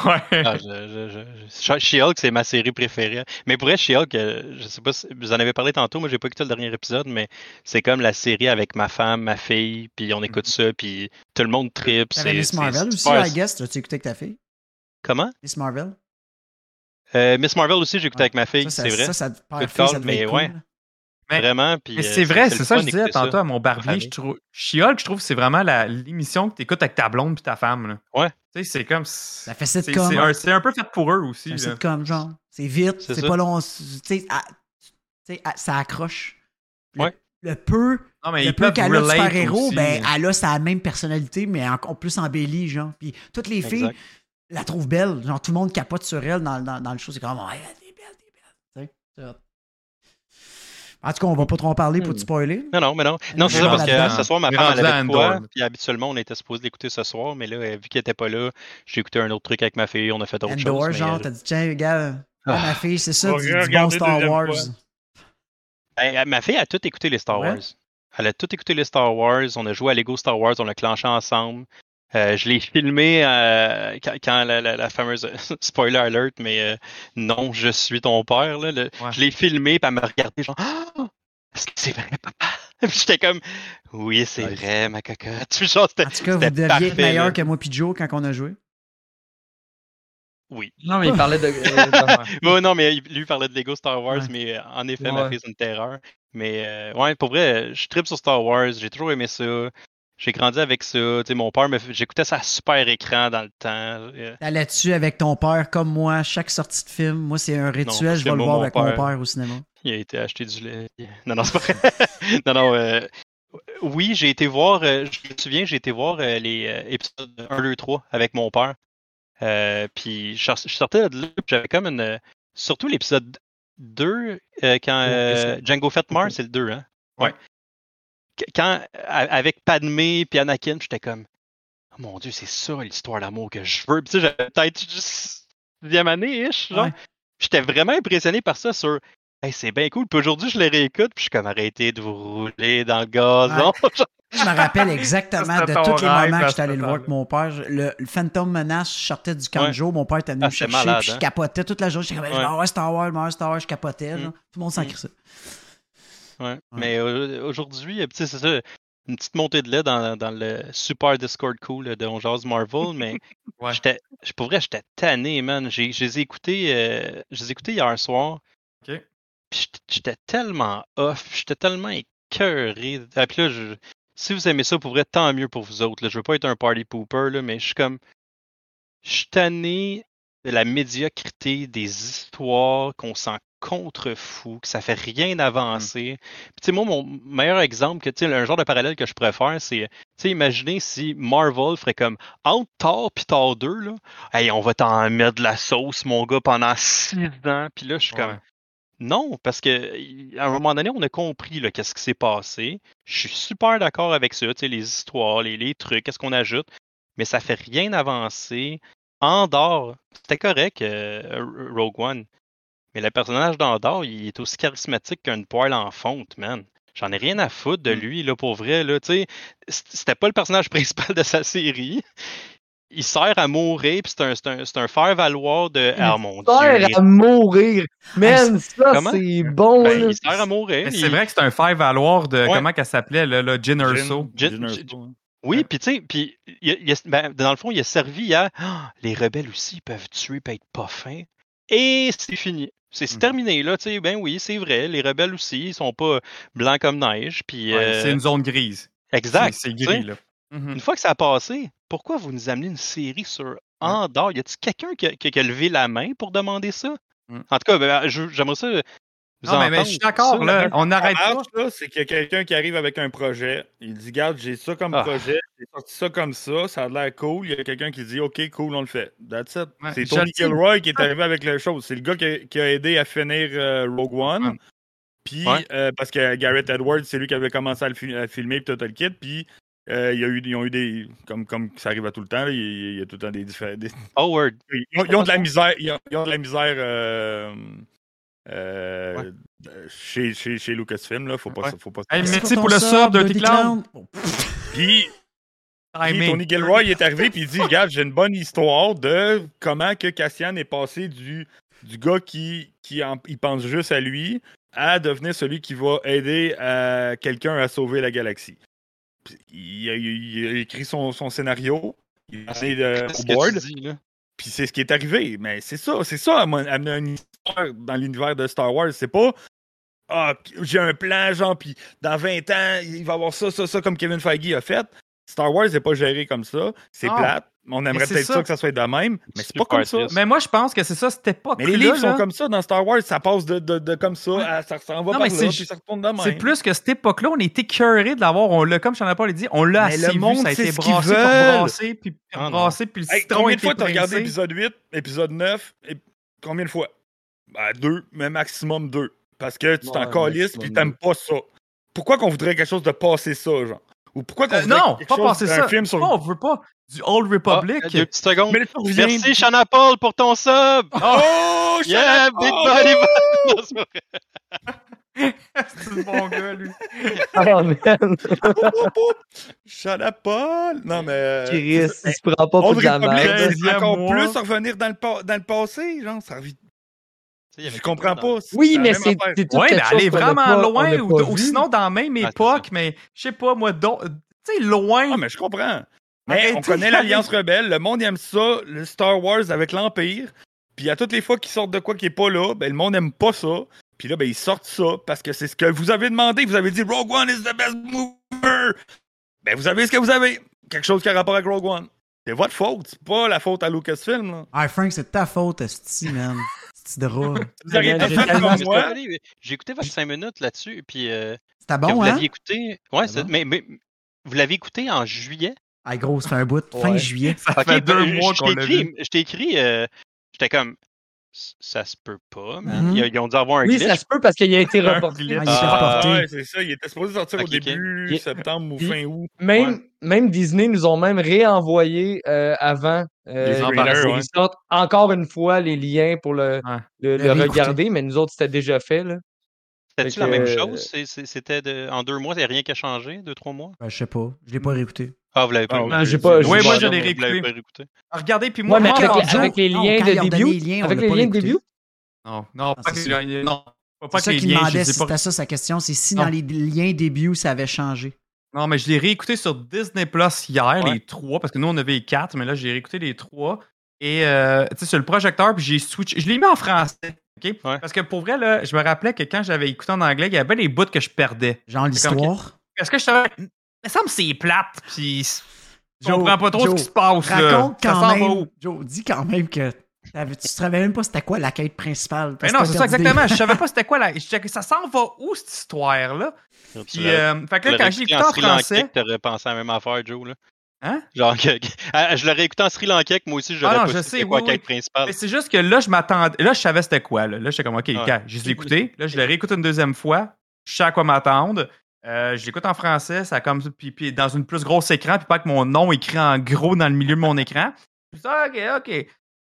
She-Hulk, c'est ma série préférée. Mais pour vrai, She-Hulk, je sais pas si vous en avez parlé tantôt, moi j'ai pas écouté le dernier épisode, mais c'est comme la série avec ma femme, ma fille, puis on écoute ça, puis tout le monde tripe. T'avais Miss Marvel aussi, I guess. L'as-tu écouté avec ta fille? Comment? Miss Marvel? Miss Marvel aussi, j'ai écouté avec ma fille, c'est vrai. Ça mais ouais. Mais, vraiment. Puis, mais c'est vrai, c'est ça que je disais tantôt à mon barbier. She-Hulk, je trouve que c'est vraiment l'émission que tu écoutes avec ta blonde puis ta femme. Là. Ouais. Tu sais, c'est comme. Ça fait sitcom. C'est un peu fait pour eux aussi. C'est sitcom, genre. C'est vite, c'est pas long. Tu sais, ça accroche. Le peu qu'elle a de super-héros, ben, elle a sa même personnalité, mais encore plus embellie, genre. Puis toutes les filles la trouvent belle. Genre, tout le monde capote sur elle dans le show. C'est comme, oh, t'es belle. Tu sais, en tout cas, on va pas trop en parler pour te spoiler. Non, c'est ça, parce que ce soir, ma femme, elle avait quoi, puis habituellement, on était supposé l'écouter ce soir, mais là, vu qu'elle était pas là, j'ai écouté un autre truc avec ma fille, on a fait autre chose. Genre, t'as dit, tiens, gars, Ma fille, c'est ça, On va du bon regarder Star deuxième Wars. fois. Ma fille a tout écouté les Star Ouais. Wars. Elle a tout écouté les Star Wars. On a joué à Lego Star Wars. On a clenché ensemble. Je l'ai filmé quand la fameuse spoiler alert, mais non, je suis ton père. Là, Ouais. Je l'ai filmé, puis elle m'a regardé genre Ah! Est-ce que c'est vrai, papa? Puis j'étais comme Oui, c'est vrai, ma cocotte. Puis genre, En tout cas, vous c'était deviez parfait, être meilleur là. que moi puis Joe quand on a joué. Oui. Non, mais il parlait de. Ouais, non, mais lui parlait de Lego Star Wars, Ouais. mais en effet, Ouais. ma fille, c'est une terreur. Mais ouais, pour vrai, je tripe sur Star Wars. J'ai toujours aimé ça. J'ai grandi avec ça. Tu sais, mon père, j'écoutais ça à super écran dans le temps. T'allais-dessus avec ton père, comme moi, chaque sortie de film. Moi, c'est un rituel, parce je que vais le moi, voir mon avec mon père- père au cinéma. Il a été acheter du lait. Non, c'est pas vrai. non. Oui, j'ai été voir, je me souviens, j'ai été voir les épisodes 1, 2, 3 avec mon père. Puis je sortais de là, puis j'avais comme une. Surtout l'épisode 2, quand Django Fett Mars, c'est le 2, hein? Ouais. Quand, avec Padmé puis Anakin, j'étais comme, oh mon Dieu, c'est ça l'histoire d'amour que je veux. Puis tu sais, j'avais peut-être juste 6e année-ish, genre. Ouais. J'étais vraiment impressionné par ça sur. Hey, c'est bien cool. Puis aujourd'hui, je les réécoute, puis je suis comme arrêté de vous rouler dans le gazon. Je me rappelle exactement Ça, de c'était tous ton les rêve moments que à j'étais allé ce le voir avec mon père. Le Phantom Menace, je sortais du camp de jour, mon père était venu me c'était chercher, malade, puis je hein? capotais toute la journée. J'étais comme, je vais voir Star Wars, je capotais. Genre. Tout le monde s'en crissait. Ouais. Mais aujourd'hui, tu sais, c'est ça, une petite montée de lait dans le super Discord cool de On Jase Marvel, mais Ouais. pour vrai, j'étais tanné, man. Je les ai écoutés hier soir. OK. Puis j'étais tellement off, j'étais tellement écœuré. Ah, puis là, si vous aimez ça, pour vrai, tant mieux pour vous autres. Là. Je veux pas être un party pooper, là, mais je suis tanné de la médiocrité des histoires qu'on s'en contrefou, que ça fait rien avancer. Puis tu sais, moi, mon meilleur exemple, un genre de parallèle que je préfère, c'est, tu sais, imaginez si Marvel ferait comme entre Thor pis Thor 2, là, hey, on va t'en mettre de la sauce, mon gars, pendant 6 ans. Puis là, je suis comme, non, parce que à un moment donné, on a compris là, qu'est-ce qui s'est passé. Je suis super d'accord avec ça, tu sais, les histoires, les trucs, qu'est-ce qu'on ajoute, mais ça fait rien avancer. Andor, c'était correct, Rogue One, mais le personnage d'Andor, il est aussi charismatique qu'une poêle en fonte, man. J'en ai rien à foutre de lui, là, pour vrai, là, tu sais. C'était pas le personnage principal de sa série. Il sert à mourir, puis c'est un faire-valoir de... Ah, mon Dieu. Sert à mourir. Man, ça, Comment? c'est bon, Ben, là. il sert à mourir. Mais c'est vrai que c'est un faire-valoir de. Ouais. Comment qu'elle s'appelait, là, Jyn Erso. Oui, puis tu sais, puis dans le fond, il a servi à les rebelles aussi peuvent tuer et être pas fins. Et c'est fini. C'est terminé, là, tu sais, ben oui, c'est vrai, les rebelles aussi, ils sont pas blancs comme neige, puis... Ouais, c'est une zone grise. Exact. C'est tu gris, sais. là. Une fois que ça a passé, pourquoi vous nous amenez une série sur Andor? Y a-t-il quelqu'un qui a levé la main pour demander ça? En tout cas, ben, j'aimerais ça... Non, mais je suis d'accord, ça, là. On n'arrête pas. Là, c'est qu'il y a quelqu'un qui arrive avec un projet. Il dit, regarde, j'ai ça comme projet, j'ai sorti ça comme ça a l'air cool. Il y a quelqu'un qui dit, OK, cool, on le fait. That's it. Ouais, C'est Tony Gilroy qui est arrivé avec la chose. C'est le gars qui a aidé à finir Rogue One. Puis, parce que Gareth Edwards, c'est lui qui avait commencé à le filmer, puis tout le kit. Puis, ils ont eu des. Comme ça arrive à tout le temps, là, il y a tout le temps des différents. Howard. Ils ont de la misère. Ils ont de la misère. Chez Lucasfilm, là, faut pas. Hey, merci pour le sub, Dirty Clown. Puis Tony Gilroy est arrivé puis il dit, regarde, j'ai une bonne histoire de comment que Cassian est passé du gars qui il pense juste à lui à devenir celui qui va aider quelqu'un à sauver la galaxie. Il a écrit son scénario, il a passé au board. Puis c'est ce qui est arrivé. Mais c'est ça, amener une histoire dans l'univers de Star Wars. C'est pas j'ai un plan, genre, puis dans 20 ans, il va y avoir ça, comme Kevin Feige a fait. Star Wars n'est pas géré comme ça. C'est plate. On aimerait peut-être ça que ça soit de même, mais c'est pas comme ça. Mais moi, je pense que c'est ça, c'était pas. Mais les livres sont comme ça dans Star Wars. Ça passe de comme ça, ça s'en va par là, puis ça retourne de même. C'est plus que cette époque-là, on était curés de l'avoir. On l'a, comme Jean-Paul a dit, on l'a assez vu. Ça a été brassé, puis brassé, puis le citron combien a de fois été t'as regardé pressé? épisode 8, épisode 9, et combien de fois? 2, mais maximum 2. Parce que tu t'en calisses, puis t'aimes pas ça. Pourquoi qu'on voudrait quelque chose de passer ça, genre? Ou pourquoi qu'on Non, quelque pas chose passer d'un ça. film sur... On veut pas du Old Republic. 2 petites secondes. Mais là, ça revient- Merci, Shana Paul, pour ton sub! Oh! Yeah, Big Body Non, c'est pas vrai. C'est un bon gars, lui. Oh, man. Shut up, Paul! Non, mais... Chris, il se prend pas pour Old de la Republic, merde. c'est encore 15e plus mois. revenir dans le passé, genre, ça revient... Tu sais, il y avait Je comprends quelqu'un pas. Oui, c'est la mais même c'est affaire. tout Ouais, mais quelque aller chose qu'on a vraiment pas- loin on a ou, pas ou vu. sinon dans la même c'est époque, mais je sais pas, moi, tu sais, loin. Ah, mais je comprends. Mais Arrêtez on connaît d'aller- l'Alliance Rebelle, le monde aime ça, le Star Wars avec l'Empire. Puis à toutes les fois qu'ils sortent de quoi qui est pas là, ben le monde aime pas ça. Puis là, ben ils sortent ça parce que c'est ce que vous avez demandé. Vous avez dit Rogue One is the best mover. Ben vous avez ce que vous avez. Quelque chose qui a rapport avec Rogue One. C'est votre faute, c'est pas la faute à Lucasfilm. Là. Ah, Frank, c'est ta faute, esti, man. Esti de rat. Vous auriez été J'ai fait tellement- comme moi. J'ai écouté votre 5 minutes là-dessus, puis C'était que bon, vous hein? l'aviez écouté. Ouais, C'est bon. mais vous l'avez écouté en juillet. Ah, gros, c'est un bout. Fin Ouais. juillet. Ça fait 2 mois je qu'on t'ai l'a écrit, vu. je t'ai écrit, j'étais comme, ça se peut pas, man. Mhm. Ils ont dû avoir un Oui, glitch. ça se peut parce qu'il a été Un reporté. glitch. Ah, il était reporté. ouais, c'est ça. Il était supposé sortir Ok, au début ok. septembre ou Puis- fin août. Même Disney nous ont même réenvoyé avant Les que screeners, la série ouais. sorte encore une fois les liens pour le Le regarder, mais nous autres, c'était déjà fait. Là. C'était-tu Fait la même que- chose? C'était en 2 mois, il n'y a rien qui a changé? 2-3 mois? Ben, je sais pas. Je l'ai pas réécouté. Ah, vous l'avez pas Ah, écouté? ouais, j'ai pas- Oui, moi, j'ai- je l'ai Vous l'avez réécouté. pas réécouté? Regardez, puis moi, Ouais, mais moi, avec, en les, disant- avec les non, liens quand de ils ont donné début. les liens, on Avec l'a les pas liens de réécouté. début. Non, pas c'est que ça. non. Pas C'est que ça les qu'il liens, demandait, je sais pas. c'était ça sa question, c'est si Non. dans les liens début, ça avait changé. Non, mais je l'ai réécouté sur Disney Plus hier, Ouais. les 3, parce que nous, on avait les 4, mais là, j'ai réécouté les 3. Et, tu sais, sur le projecteur, puis j'ai switché. Je l'ai mis en français, OK? Ouais. Parce que pour vrai, là, je me rappelais que quand j'avais écouté en anglais, il y avait des bouts que je perdais. Genre l'histoire. Est-ce que je savais. Il me semble que c'est plate, puis je Joe, comprends pas trop Joe, ce qui se passe, là. Raconte Ça quand s'en va même. où? Joe, dis quand même que tu te rappelles même pas c'était quoi la quête principale. Mais parce non, que c'est t'as ça, perdu des- exactement. Je savais pas c'était quoi, là. Ça s'en va où, cette histoire-là? Puis, fait que là, quand j'ai écouté en français. Tu aurais pensé à la même affaire, Joe, là. Hein? Genre, je l'aurais écouté en Sri Lankais, que moi aussi, j'aurais Ah non, pas je su sais, c'était quoi oui, la quête oui. principale. Mais c'est juste que là, je m'attendais. Là, je savais c'était quoi. Là, j'étais comme, OK, Ouais. gars, je l'ai écouté. Là, je l'ai réécouté une deuxième fois. Je sais à quoi m'attendre. Je l'écoute en français. Ça a comme puis dans une plus grosse écran, puis pas que mon nom écrit en gros dans le milieu de mon écran. Je dis, OK.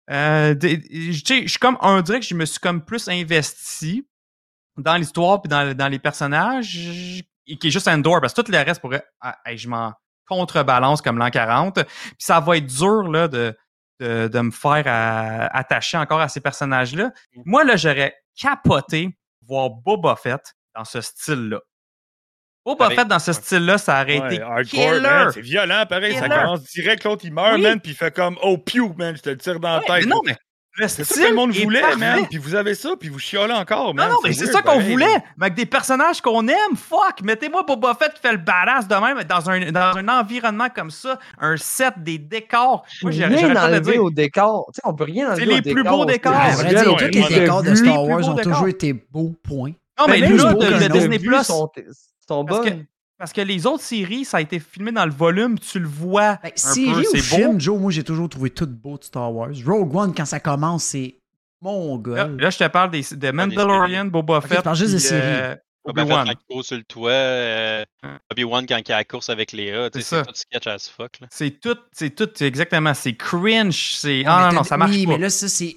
Tu sais, je suis comme, on dirait que je me suis comme plus investi dans l'histoire puis dans les personnages, qui est juste Endor, parce que tout le reste pourrait. Je m'en contrebalance comme l'an 40. Puis ça va être dur là, de me faire attacher encore à ces personnages-là. Moi, là, j'aurais capoté voir Boba Fett dans ce style-là. Boba Avec- Fett dans ce style-là, ça aurait été hardcore, killer. man, c'est violent, pareil. Ça Killer. commence direct, l'autre il meurt, Oui. man, puis il fait comme oh, pew, man, je te le tire dans la Ouais, tête. mais non, mais le C'est style ça que le monde est voulait, parfait. man. Puis vous avez ça, puis vous chiolez encore, man. Non, mais c'est weird, ça qu'on pareil, voulait. man. Mais avec des personnages qu'on aime, fuck. Mettez-moi Boba Fett qui fait le badass de même dans un environnement comme ça, un set, des décors. Moi, Rien j'arrête pas de enlevé dire. au décor. Tu sais, on peut rien enlever les au plus décor. beaux décors. À C'est vrai dire, visuel, tous on les a décors de vu. Star plus Wars beaux ont décors. toujours été beaux, point. Non, mais Même là, les de autres Disney vues Plus. sont Parce que, bonnes. parce que les autres séries, ça a été filmé dans le volume, tu le vois. Ben, un série peu, ou c'est film, beau. Joe, moi j'ai toujours trouvé tout beau de Star Wars. Rogue One, quand ça commence, c'est mon Là, gars. là, je te parle de Mandalorian, Boba Ok, Fett. je parle juste de puis, séries. Boba Fett Obi-Wan. quand il court sur le toit, Obi-Wan quand il a la course avec Léa, tu sais, C'est c'est ça. tout sketch as fuck, là. C'est tout, exactement. C'est cringe. C'est. Ouais, Ah mais non, ça marche oui, pas. mais là, ça, c'est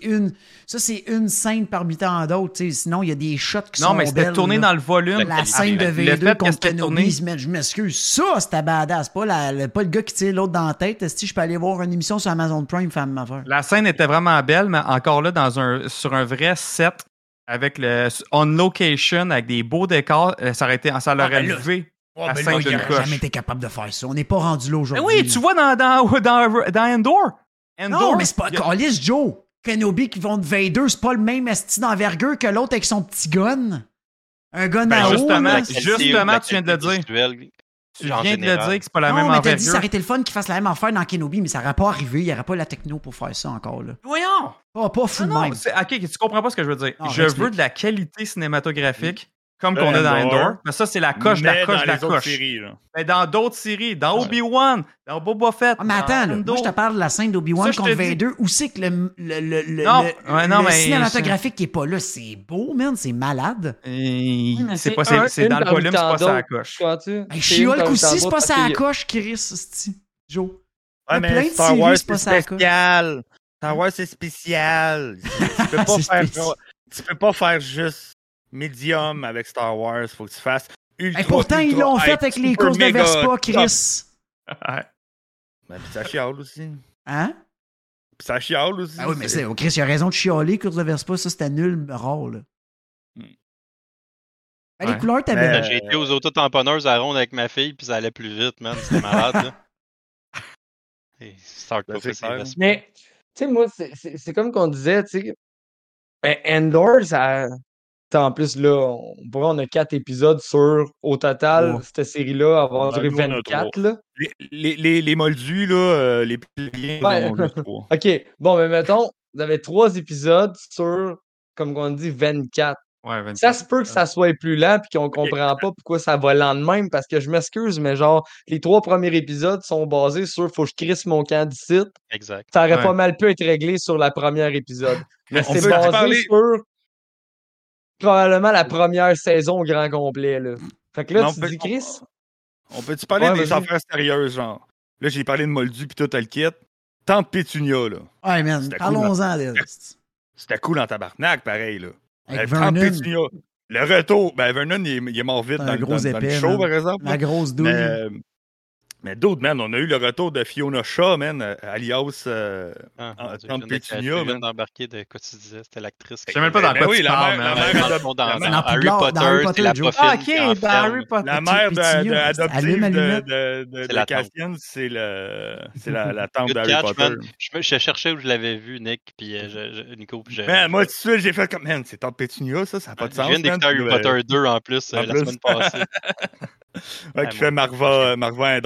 une scène parmi tant d'autres. tu sais. Sinon, il y a des shots qui Non, sont mais c'était belles, tourné là. dans le volume. La scène de Le V2 fait que contre c'était tourné- Kenobi, je m'excuse. Ça, c'était badass. Pas le gars qui tire l'autre dans la tête. Si je peux aller voir une émission sur Amazon Prime, faire ma affaire. La scène était vraiment belle, mais encore là, sur un vrai set, avec le on location, avec des beaux décors, ça l'aurait ben là, levé. Oh, la ben scène là, d'une il n'aurait coche. jamais été capable de faire ça. On n'est pas rendu là Mais aujourd'hui. oui, tu vois dans Endor. Non, mais c'est pas. il y a- Calisse, Joe. Kenobi qui vont de Vader, c'est pas le même esti d'envergure que l'autre avec son petit gun. Un gun Ben, à eau. justement, là. justement, tu viens de le dire. Tu En viens de le général. dire que c'est pas la Non, même mais t'as dit envergure. ça aurait été le fun qu'il fasse la même affaire dans Kenobi, mais ça n'aurait pas arrivé. Il n'y aurait pas la techno pour faire ça encore. Là. Voyons! Pas fou de Non, même. OK, tu comprends pas ce que je veux dire. Non, je explique. veux de la qualité cinématographique comme qu'on a dans Andor. Andor. Mais ça, c'est la coche de la Mais coche dans de la les autres coche. séries, là. Mais dans d'autres séries, dans Obi-Wan, dans Boba Fett. Ah, mais attends, là, moi, je te parle de la scène d'Obi-Wan Ça, je contre te dis- Vader. Où c'est que Non, le mais- cinématographique qui est pas là? C'est beau, man, c'est malade. mais C'est pas, c'est dans le volume, c'est pas ça à la coche. Hey, She-Hulk aussi, c'est pas ça à la coche, Chris, esti. Joe. Ouais, Il y a plein mais de Star séries, Wars, c'est pas c'est ça à la coche. spécial. Star Wars, c'est spécial. Tu peux pas C'est faire... spécial. Tu peux pas faire juste médium avec Star Wars. Faut que tu fasses ultra, Hey, pourtant, ils ultra l'ont fait hype, avec les super courses de méga Vespa, top. Chris. Ben, pis ça chiale aussi. Hein? Pis ça chiale aussi. Ah oui, mais c'est, Chris, il a raison de chialer, course de Vespa, ça, c'était nul, rare, là. Ben, les Ouais. couleurs, t'as Mais- bien. J'ai été aux autotamponneuses à ronde avec ma fille, puis ça allait plus vite, man. C'était malade, là. Et start Ben, pas c'est fait ses clair. vestes. Mais, tu sais, moi, c'est comme qu'on disait, tu sais, ben, Andor, ça. En plus, là, on a 4 épisodes sur, au total, Ouais. cette série-là, avoir Ben, duré nous, on a 24, trois. là. Les moldus, là, les piliers, ils Ouais. en ont juste 3. OK, bon, mais mettons, vous avez 3 épisodes sur, comme on dit, 24. Ouais, 24. Ça se peut que ça soit plus lent puis qu'on comprend pas pourquoi ça va lent de même parce que je m'excuse, mais genre, les 3 premiers épisodes sont basés sur faut que je crisse mon camp d'ici. Exact. Ça aurait Ouais. pas mal pu être réglé sur la première épisode. Mais On c'est peut basé parler- sur probablement la première saison au grand complet, là. Fait que là, Mais tu dis, Chris, On peut-tu parler Ouais, des vas-y. affaires sérieuses, genre? Là, j'ai parlé de Moldu pis tout le kit. Tante Pétunia, là. Ouais, man, C'était parlons-en, là. C'était cool en tabarnak, pareil, là. Avec Tante Vernon, Pétunia. Le retour. Ben, Vernon, il est mort vite Un dans, gros dans le épais, show, man. par exemple. la grosse douille. Mais d'autres, man, on a eu le retour de Fiona Shaw, man, alias Ah, Ah, mon Dieu, Tante je viens de- Pétunia, je viens man. d'embarquer de quoi tu disais. C'était l'actrice. Je sais même pas dans Ben quoi oui, tu la parles, mère- man. la mère Dans la mère- Dans Harry Poudlard, Potter, dans Harry c'est Potter, la Joe. profile Ah, qui ok, dans enferme. Harry Potter. La mère Pétunia, adoptive allume, allumette. de la tante. Cassian, c'est la tante Good d'Harry catch, Potter. man. Je cherchais où je l'avais vu, Nick, puis Nico, puis Man, moi, tout de suite, j'ai fait comme, man, c'est Tante Pétunia, ça n'a pas de je sens. viens d'écouter man. Harry Potter 2 en plus en la plus. semaine passée. Ouais, qui fait Marva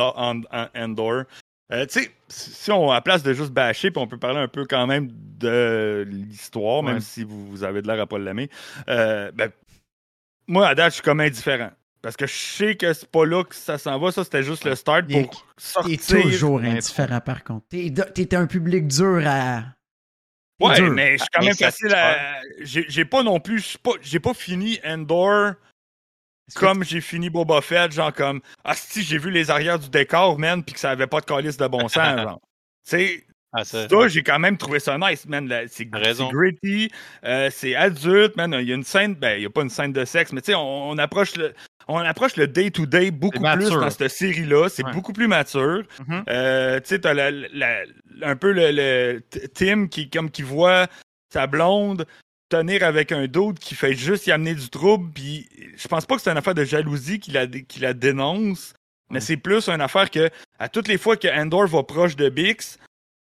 Endor. Tu sais, si on, à place de juste bâcher, puis on peut parler un peu quand même de l'histoire, même Ouais. si vous avez de l'air à pas l'aimer, ben, moi, à date, je suis comme indifférent. Parce que je sais que c'est pas là que ça s'en va. Ça, c'était juste le start Nick, pour T'es sortir. toujours indifférent, par contre. T'es un public dur à. T'es Ouais, dur. mais je suis quand même facile Insatisfait. à. J'ai pas non plus. J'ai pas fini Endor comme j'ai fini Boba Fett, genre comme. Ah, si, j'ai vu les arrières du décor, man, puis que ça avait pas de calice de bon sens, genre. Tu sais. Ah, ça, Ça, j'ai quand même trouvé ça nice, man. C'est raison. gritty, c'est adulte, man. Il y a une scène, ben, il n'y a pas une scène de sexe, mais tu sais, on approche le day-to-day beaucoup C'est plus mature. dans cette série-là. C'est Ouais. beaucoup plus mature. Mhm. Tu sais, t'as un peu le Tim qui voit sa blonde tenir avec un d'autre qui fait juste y amener du trouble, puis je pense pas que c'est une affaire de jalousie qui la dénonce, mais c'est plus une affaire que à toutes les fois que Endor va proche de Bix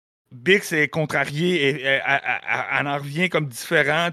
est contrarié et elle en revient comme différent,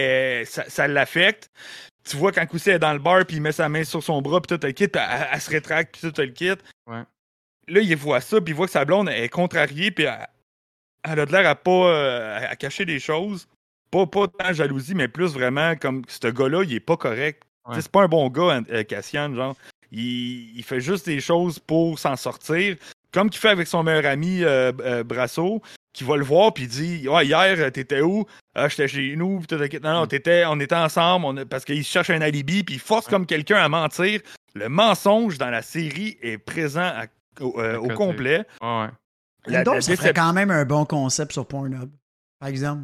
ça l'affecte. Tu vois quand Coussi est dans le bar puis il met sa main sur son bras puis tout le kit, puis elle se rétracte puis tout le kit. Ouais. Là, il voit ça puis il voit que sa blonde est contrariée puis elle a de l'air à pas à cacher des choses. Pas tant jalousie, mais plus vraiment comme ce gars-là, il est pas correct. Ouais. C'est pas un bon gars, Cassian, genre. Il fait juste des choses pour s'en sortir. Comme qu'il fait avec son meilleur ami Brasso, qui va le voir puis il dit ouais, hier, t'étais où? Ah, j'étais chez nous, pis tout. Non, on était ensemble, parce qu'il cherche un alibi, puis il force comme quelqu'un à mentir. Le mensonge dans la série est présent au complet. Ouais. Endor, ça ferait quand même un bon concept sur Pornhub, par exemple.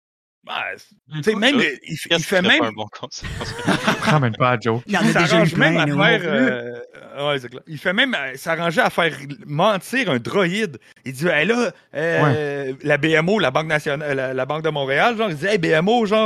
Tu sais, même, il fait même. Pas un bon concept. Ramène pas à Joe. Il y en a déjà eu s'arrange même plein, à nous. faire. Ouais, c'est clair. Il fait même s'arranger à faire mentir un droïde. Il dit, hey, là, la BMO, la Banque nationale, la Banque de Montréal, genre, il dit, hey, BMO, genre,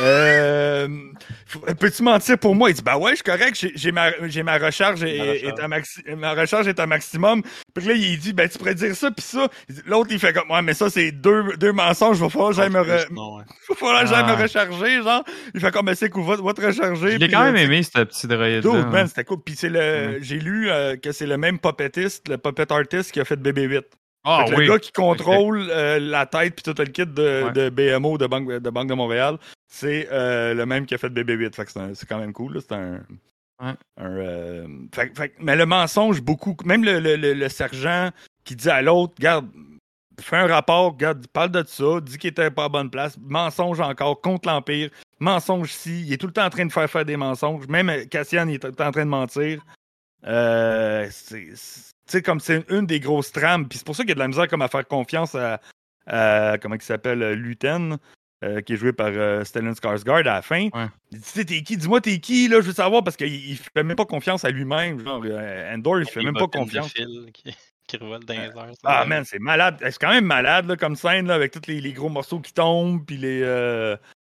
peux-tu mentir pour moi? Il dit, bah ouais, je suis correct, j'ai ma recharge ma recharge est à maximum. Puis là, il dit, ben, tu pourrais dire ça, puis ça. L'autre, il fait comme, ouais, mais ça, c'est deux mensonges, va falloir que j'aille me recharger, genre. Il fait comme, c'est cool, va te recharger. Je l'ai quand même aimé, ce petit droïde-là. Man, c'était cool. Puis j'ai lu que c'est le même puppettiste, le puppet artist qui a fait BB-8. Ah Fait que oui. le gars qui contrôle la tête puis tout le kit de BMO de Banque de Montréal, c'est le même qui a fait BB-8. Fait que c'est quand même cool. Là. C'est mais le mensonge, beaucoup. Même le sergent qui dit à l'autre, regarde, fais un rapport, regarde, parle de ça, dit qu'il était pas à bonne place. Mensonge encore contre l'Empire. Mensonge ici. Il est tout le temps en train de faire des mensonges. Même Cassian, il est tout le temps en train de mentir. Tu sais, comme c'est une des grosses trames, puis c'est pour ça qu'il y a de la misère comme à faire confiance à comment il s'appelle, Luten, qui est joué par Stellan Skarsgård à la fin. Ouais. Il dit, t'es qui? Dis-moi t'es qui, là, je veux savoir, parce qu'il fait même pas confiance à lui-même. Genre, Andor, il fait même pas confiance. Qui revolent dans les airs. Ah, man, c'est malade. C'est quand même malade, là, comme scène, là, avec tous les gros morceaux qui tombent, puis les...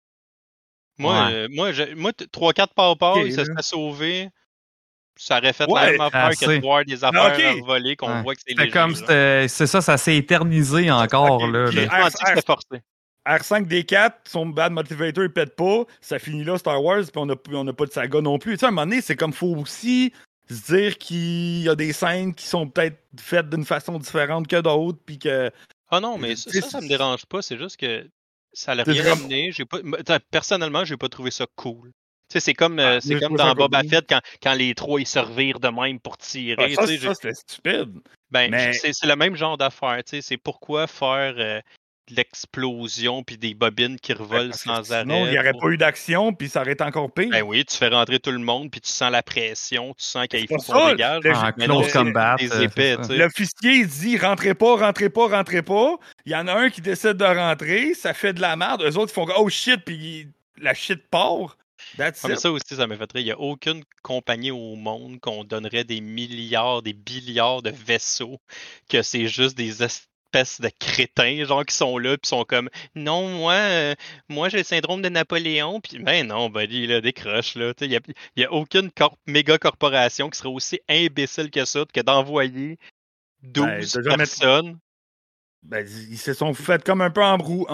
Moi, 3-4 pow-pow, il se serait sauvé. Ça aurait fait la même affaire que de voir des affaires volées qu'on voit que c'est léger. Comme c'est ça, ça s'est éternisé encore. Là, J'ai senti que c'était forcé. R5D4, son bad motivator, il pète pas. Ça finit là, Star Wars, puis on n'a pas de saga non plus. Tu sais, à un moment donné, c'est comme faut aussi se dire qu'il y a des scènes qui sont peut-être faites d'une façon différente que d'autres, puis que... Ah non, mais ça me dérange pas. C'est juste que ça l'a rien amené. Personnellement, j'ai pas trouvé ça cool. Tu sais, c'est comme dans Boba Fett quand les trois ils se revirent de même pour tirer. Ça, c'était stupide. Ben, c'est le même genre d'affaire. Tu sais, c'est pourquoi faire de l'explosion puis des bobines qui revolent sans arrêt. Non, il n'y aurait pas eu d'action, puis ça aurait été encore pire. Ben oui, tu fais rentrer tout le monde, puis tu sens la pression, tu sens qu'il faut qu'on dégage. Close combat. L'officier il dit rentrez pas, rentrez pas, rentrez pas. Il y en a un qui décide de rentrer, ça fait de la merde. Eux autres ils font oh shit, puis la shit part. Mais ça aussi, ça m'a fait rire. Il n'y a aucune compagnie au monde qu'on donnerait des milliards, des billiards de vaisseaux, que c'est juste des espèces de crétins, genre, qui sont là, puis sont comme non, moi j'ai le syndrome de Napoléon, puis ben non, buddy, là, décroche, là. Il n'y a aucune méga corporation qui serait aussi imbécile que ça, que d'envoyer 12 personnes. Ben, ils se sont fait comme un peu enroués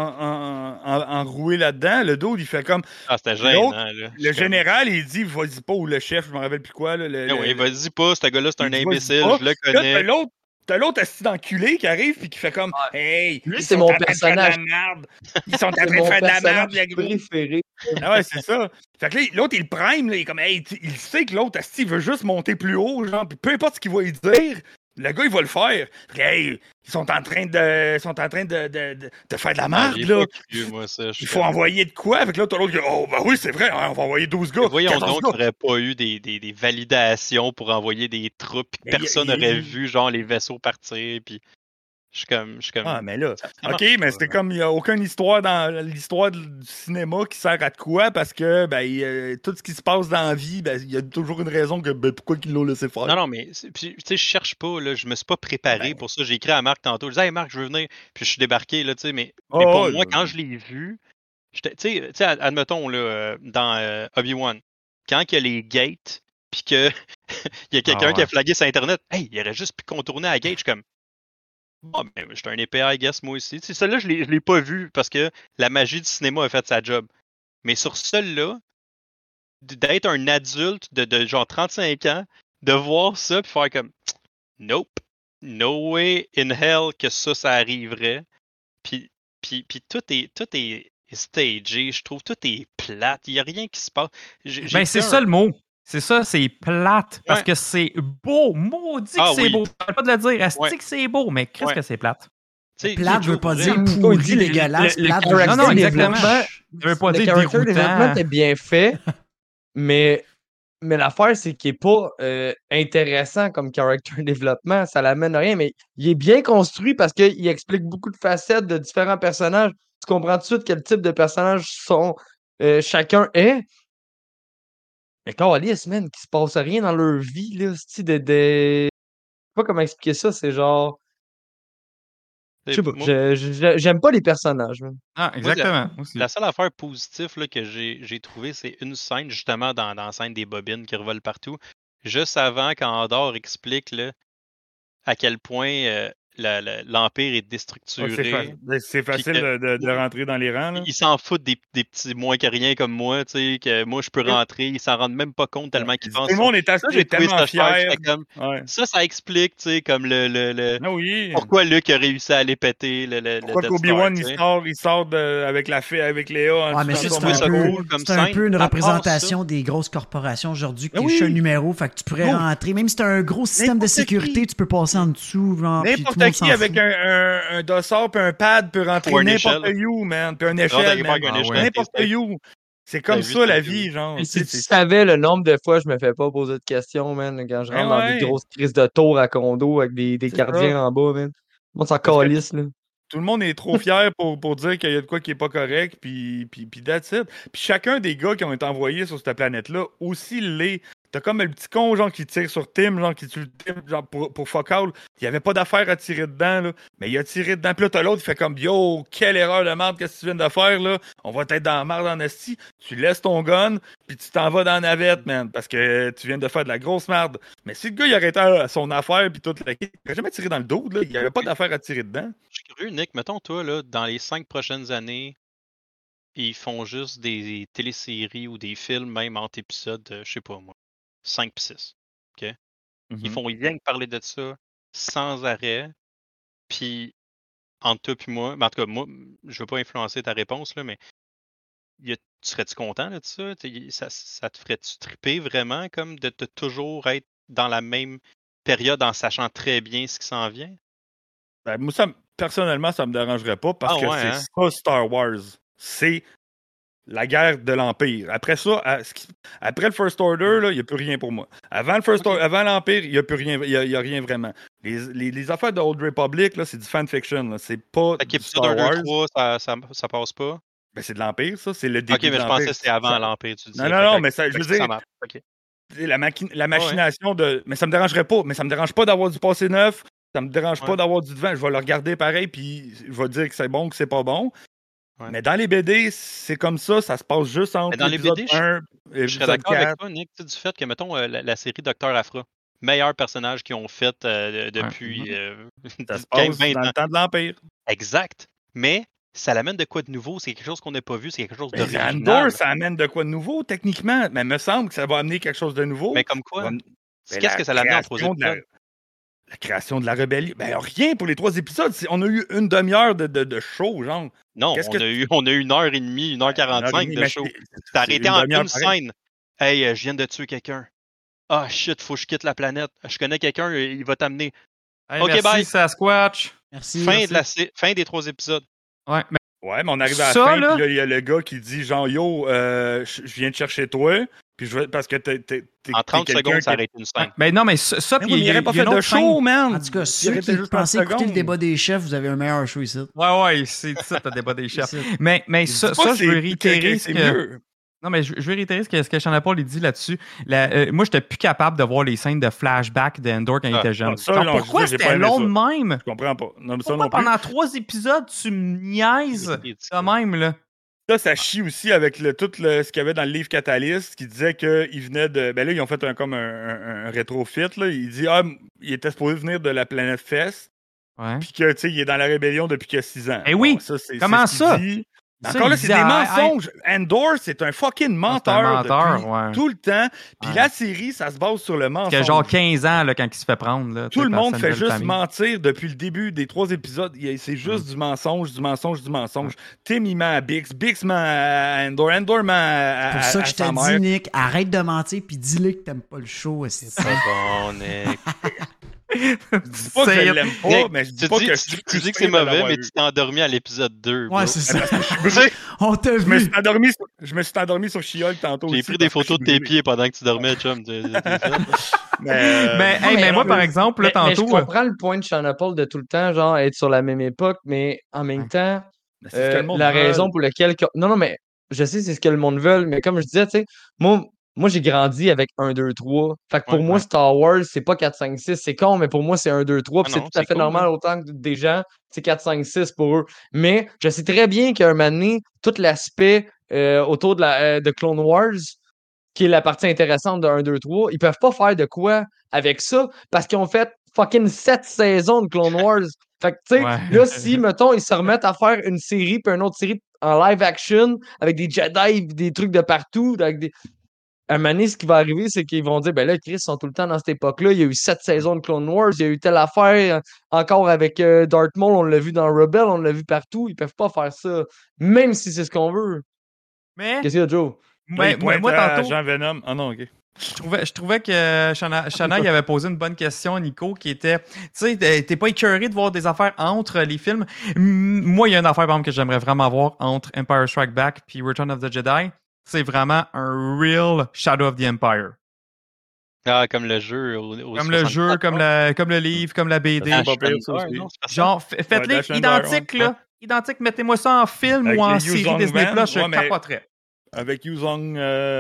là-dedans. Le dos, il fait comme. Ah, c'était gênant, là. Le général, il dit, vas-y pas, ou le chef, je me rappelle plus quoi. Là, oui, vas-y pas, ce gars-là, c'est un imbécile, je le connais. Là, t'as l'autre assis d'enculé qui arrive puis qui fait comme hey, lui, c'est mon personnage. Ils sont en train de faire de la merde, les gros. Préféré. Ah ouais, c'est ça. Fait que là, l'autre, il prime, là, il est comme hey, il sait que l'autre assis, il veut juste monter plus haut, genre, puis peu importe ce qu'il va lui dire. Le gars, il va le faire. Hey, ils sont en train de faire de la merde, là. Il faut envoyer de quoi? Fait que là, t'as l'autre qui dit oh, ben oui, c'est vrai, hein, on va envoyer 12 gars. Voyons donc qu'il n'y aurait pas eu des validations pour envoyer des troupes, puis personne n'aurait vu, genre, les vaisseaux partir, puis... Je suis comme... Ah, mais là... OK, mais c'était comme... Il n'y a aucune histoire dans l'histoire du cinéma qui sert à de quoi, parce que tout ce qui se passe dans la vie, il y a toujours une raison que pourquoi ils l'ont laissé faire. Non, mais... Tu sais, je cherche pas, là. Je me suis pas préparé pour ça. J'ai écrit à Marc tantôt. Je disais, hey, Marc, je veux venir. Puis je suis débarqué, là, tu sais, mais pour moi, quand je l'ai vu... Tu sais, admettons, là, dans Obi-Wan, quand il y a les gates, puis qu'il y a quelqu'un qui a flagué sur Internet, hey, il aurait juste pu contourner la gate. Je suis comme... Bon, ben, j'étais un épée, I guess, moi aussi. Celle-là, je l'ai pas vu parce que la magie du cinéma a fait sa job. Mais sur celle-là, d'être un adulte de genre 35 ans, de voir ça puis faire comme nope, no way in hell que ça arriverait. Puis tout est stagé, je trouve, tout est plate. Il n'y a rien qui se passe. C'est ça le mot. C'est ça, c'est plate. Parce que c'est beau. Maudit que c'est beau. Je ne pas de le dire. Est-ce que c'est beau, mais qu'est-ce que c'est plate? Plate ne veut pas dire pourri, dégueulasse. Non, exactement. Ça veut pas dire dégoûtant. Le character development est bien fait, mais l'affaire, c'est qu'il n'est pas intéressant comme character development. Ça l'amène à rien, mais il est bien construit parce qu'il explique beaucoup de facettes de différents personnages. Tu comprends tout de suite quel type de personnages chacun est. Mais câlisse, man, qu'il se passe rien dans leur vie, là, je sais pas comment expliquer ça, c'est genre... Je sais pas, j'aime pas les personnages, man. Ah, exactement. La seule affaire positive là, que j'ai trouvé, c'est une scène, justement, dans la scène des bobines qui revolent partout, juste avant qu'Andor explique là, à quel point l'Empire est Ouais, déstructuré. c'est facile que- de rentrer dans les rangs. Là. Ils s'en foutent des petits moins que rien comme moi, tu sais, que moi je peux rentrer, ils s'en rendent même pas compte tellement qu'ils Tout pensent. le monde est Ça, j'ai trouvé tellement ça cher, fier. j'étais comme, Ouais. ça explique, tu sais, comme le Ah oui. pourquoi Luke a réussi à aller péter le Pourquoi Death qu'Obi-Wan Star, tu il sais. sort avec la fée, avec Léa. Ouais, mais j'ai ça, trouvé ça cool comme c'est un scène. peu une À part représentation des grosses corporations aujourd'hui qui Ben est juste un oui. numéro. Fait que tu pourrais Non. rentrer. Même si t'as un gros système de N'importe sécurité, qui. tu peux passer en dessous. Genre, puis tout le N'importe monde qui s'en avec fout. un dossard puis un pad peut rentrer Ou une n'importe échelle. où, man. Puis une Rentre échelle, avec man. une échelle, N'importe t'es safe. où. C'est comme vu ça ça, la oui. vie, genre. Et si tu C'est- savais le nombre de fois je me fais pas poser de questions, man, quand je Ben rentre dans des ouais. grosses crises de tours à condo avec des C'est gardiens ça. en bas, man. Moi, ça Parce que calisse, là. tout le monde est trop fier pour dire qu'il y a de quoi qui est pas correct, puis that's it. Puis chacun des gars qui ont été envoyés sur cette planète-là aussi l'est. T'as comme le petit con, genre, qui tire sur Tim, genre, qui tue Tim, genre, pour fuck all. Il y avait pas d'affaire à tirer dedans, là. Mais il a tiré dedans. Puis là, t'as l'autre, il fait comme, yo, quelle erreur de merde, qu'est-ce que tu viens de faire, là? On va être dans la merde en esti. Tu laisses ton gun, puis tu t'en vas dans la navette, man, parce que tu viens de faire de la grosse merde. Mais si le gars, il arrêtait à son affaire, puis toute la il aurait jamais tiré dans le dos, là. Il y avait pas d'affaire à tirer dedans. Je suis curieux, Nick, mettons toi, là, dans les 5 prochaines années, ils font juste des téléséries ou des films, même entre épisodes, je sais pas moi, 5 pis 6. OK? Ils font rien que parler de ça sans arrêt. Puis, entre toi puis moi, en tout cas, moi, je veux pas influencer ta réponse, là, mais tu serais-tu content là, de ça? Ça te ferait-tu triper vraiment, comme de toujours être dans la même période en sachant très bien ce qui s'en vient? Ben, moi, personnellement, ça me dérangerait pas parce Ah que ouais, c'est hein? ça Star Wars. C'est la guerre de l'Empire. Après ça, après le First Order, il n'y a plus rien pour moi. Avant l'Empire, il n'y a plus rien, il y a rien vraiment. Les affaires de Old Republic, là, c'est du fanfiction. Là. C'est pas Fait du qu'épisode Star 1, 2, Wars. 3, ça passe pas? Ben, c'est de l'Empire, ça. C'est le début Ok, mais de je l'Empire. pensais que c'était avant l'Empire, tu disais. Non, mais ça, je veux ça dire, marche. Ok. la machination de... Mais ça me dérangerait pas. Mais ça me dérange pas d'avoir du passé neuf. Ça me dérange pas d'avoir du devant. Je vais le regarder pareil, puis je vais dire que c'est bon, que c'est pas bon. Ouais. Mais dans les BD, c'est comme ça se passe juste entre Mais dans les l'épisode BD, 1 je serais d'accord avec toi, Nick, du fait que, mettons, la série Dr. Afra, meilleur personnage qu'ils ont fait depuis Ça se 15, passe 20 dans ans. le temps de l'Empire. Exact. Mais ça l'amène de quoi de nouveau? C'est quelque chose qu'on n'a pas vu, c'est quelque chose Mais d'original. Andor, ça amène de quoi de nouveau, techniquement. Mais il me semble que ça va amener quelque chose de nouveau. Mais comme quoi? Ben, Qu'est-ce que ça l'amène en 3 création de épisodes? la création de la rébellion. Ben, rien pour les 3 épisodes. On a eu une demi-heure de show, genre. Non, Qu'est-ce on a eu 1h30, 1h45 de show. C'est arrêté en une scène. Hey, je viens de tuer quelqu'un. Ah, shit, faut que je quitte la planète. Je connais quelqu'un, il va t'amener. Hey, Ok, merci, bye. Sasquatch. Merci. Fin des 3 épisodes. Ouais, mais Ouais, mais on arrive à la Ça, fin, là- puis là, il y a le gars qui dit, genre, yo, je viens de chercher toi, puis parce que t'es En 30 quelqu'un secondes, ça qui- arrête une scène. ben non, mais ça, Mais puis oui, mais il y a aurait pas une fait de autre show, scène. man! En tout cas, Il ceux aurait qui fait juste pensaient 30 écouter le secondes. débat des chefs, vous avez un meilleur show ici. Ouais, c'est ça, t'as débat des chefs. C'est ça. Mais Je ça, dis pas ça que je veux c'est- réitérer c'est ce que... mieux. Non, mais je veux réitérer ce que Sean Paul dit là-dessus. Moi, j'étais plus capable de voir les scènes de flashback d'Endor quand il était jeune. ça, Genre, non, pourquoi je dis, j'ai pas c'était aimé long ça. de même? Je comprends pas. Non, mais ça Pourquoi non plus. pendant 3 épisodes, tu me niaises de même, là? Ça chie aussi avec ce qu'il y avait dans le livre Catalyst, qui disait qu'il venait de... Ben là, ils ont fait comme un rétrofit, là. Il dit, il était supposé venir de la planète Fest, Ouais. puis que, tu sais, il est dans la rébellion depuis qu'il y a 6 ans. Eh oui! Bon, ça, Comment c'est ce ça? qu'il dit. Ça, Encore il là, c'est dit des à- mensonges. Endor, c'est un fucking menteur, depuis ouais. tout le temps. Puis Ouais. la série, ça se base sur le mensonge. Qui a genre 15 ans là, quand il se fait prendre. Là, Tout le par monde sa fait nouvelle juste famille. mentir depuis le début des 3 épisodes. C'est juste du mensonge, du mensonge, du mensonge. Tim, il ment à Bix ment à Endor, Endor ment à C'est pour ça que je sa te dis, mère. Nick, arrête de mentir puis dis-le que t'aimes pas le show. C'est ça. Bon, Nick. Je dis pas que C'est- je l'aime pas, Nick, mais je dis tu pas dis, que tu dis que c'est mauvais, mais tu t'es endormi à l'épisode 2. Ouais, c'est ça. Je sais, On t'a je me vu. suis endormi sur She-Hulk tantôt. J'ai aussi pris des parce que photos de je suis tes brûlé. pieds pendant que tu dormais, chum. Mais moi, par exemple, là, Mais je tantôt. comprends le point de Sean Paul de tout le temps, genre, être sur la même époque, mais en même temps, Mais c'est ce que le monde la veut. raison pour laquelle... Non, mais je sais c'est ce que le monde veut, mais comme je disais, tu sais, moi j'ai grandi avec 1, 2, 3. Fait que pour Ouais, moi, Star Wars, c'est pas 4, 5, 6. C'est con, mais pour moi, c'est 1, 2, 3. Puis Ah c'est non, tout à c'est fait cool, normal hein. autant que des gens, c'est 4, 5, 6 pour eux. Mais je sais très bien qu'à un moment donné, tout l'aspect autour de Clone Wars, qui est la partie intéressante de 1, 2, 3, ils peuvent pas faire de quoi avec ça parce qu'ils ont fait fucking 7 saisons de Clone Wars. Fait que, tu sais, Ouais. là, si, mettons, ils se remettent à faire une série, puis une autre série en live action, avec des Jedi, des trucs de partout, avec des... À un moment donné, ce qui va arriver, c'est qu'ils vont dire, ben là, Chris, ils sont tout le temps dans cette époque-là. Il y a eu 7 saisons de Clone Wars, il y a eu telle affaire. Encore avec Darth Maul, on l'a vu dans Rebel, on l'a vu partout. Ils peuvent pas faire ça, même si c'est ce qu'on veut. Mais, Qu'est-ce qu'il y a, Joe? moi, tantôt, Jean Venom. Ah non, ok. je trouvais que Shana il avait posé une bonne question, Nico, qui était, tu sais, t'es pas écœuré de voir des affaires entre les films. Moi, il y a une affaire, par exemple, que j'aimerais vraiment voir entre Empire Strike Back puis Return of the Jedi. C'est vraiment un real Shadow of the Empire. Ah, comme le jeu. Comme le jeu, comme le livre, comme la BD. Dash pas pire, Render, ça aussi. non, c'est pas ça? Genre, faites-les Dash Render, identiques, ouais. là. Identiques, mettez-moi ça en film Avec ou en les série Yuzong Disney+, Man, je ouais, mais- capoterais. Avec Yuzong,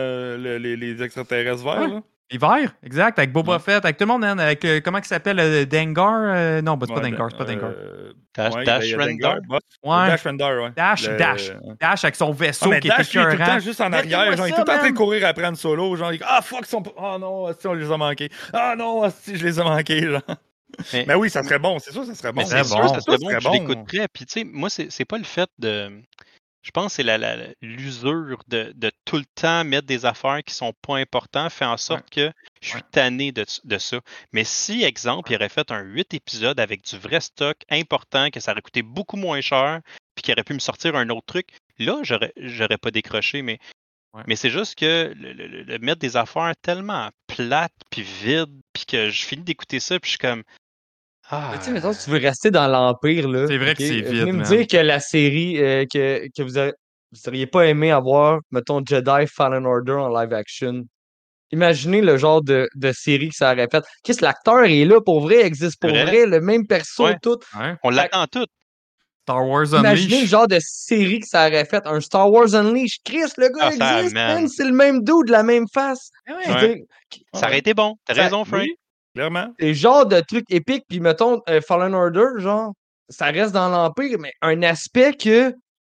les extraterrestres verts, Ouais. là. Les verts, exact, avec Boba Ouais. Fett, avec tout le monde, man, avec, comment il s'appelle, Dengar? Non, c'est pas Ouais, Dengar, c'est pas Dengar. Dash il y a Render? Dengar. Ouais. Dash Render, ouais. Dash, Le- Dash avec son vaisseau mais qui Dash, était lui, il est tout le écœurant. temps juste en Mettez-moi arrière. Genre, il est ça, tout le temps en train de man. courir après Han Solo. Genre, ah, fuck, ils sont pas. Ah non, asti, on les a manqués. Ah non, asti, je les ai manqués. Genre. Mais oui, ça serait bon. C'est sûr, ça serait bon. Mais c'est c'est bon. sûr, ça serait bon, serait je l'écouterais. Puis, tu sais, moi, c'est pas le fait de. Je pense que c'est l'usure de tout le temps mettre des affaires qui sont pas importantes fait en sorte que je suis tanné de ça. Mais si, exemple, il aurait fait un 8 épisodes avec du vrai stock important, que ça aurait coûté beaucoup moins cher, puis qu'il aurait pu me sortir un autre truc, là, j'aurais pas décroché. Mais c'est juste que le mettre des affaires tellement plates, puis vides, puis que je finis d'écouter ça, puis je suis comme. Ah. Tu sais, mettons, si tu veux rester dans l'Empire, là. C'est vrai que c'est vide, venez me man. dire que la série, que vous seriez pas aimé avoir, mettons, Jedi Fallen Order en live action. Imaginez le genre de série que ça aurait fait. Qu'est-ce que l'acteur est là pour vrai, existe pour vrai, le même perso, Ouais. tout. Ouais. On l'attend tout. Star Wars Imaginez le Unleashed. genre de série que ça aurait fait. Un Star Wars Unleashed. Chris, le gars Ah, ça, existe, man. man. C'est le même dude, la même face. Je veux Ouais. dire, Ça aurait été bon. T'as Ça- raison, Frank. Oui, clairement. c'est le genre de truc épique, puis mettons, Fallen Order, genre, ça reste dans l'Empire, mais un aspect que.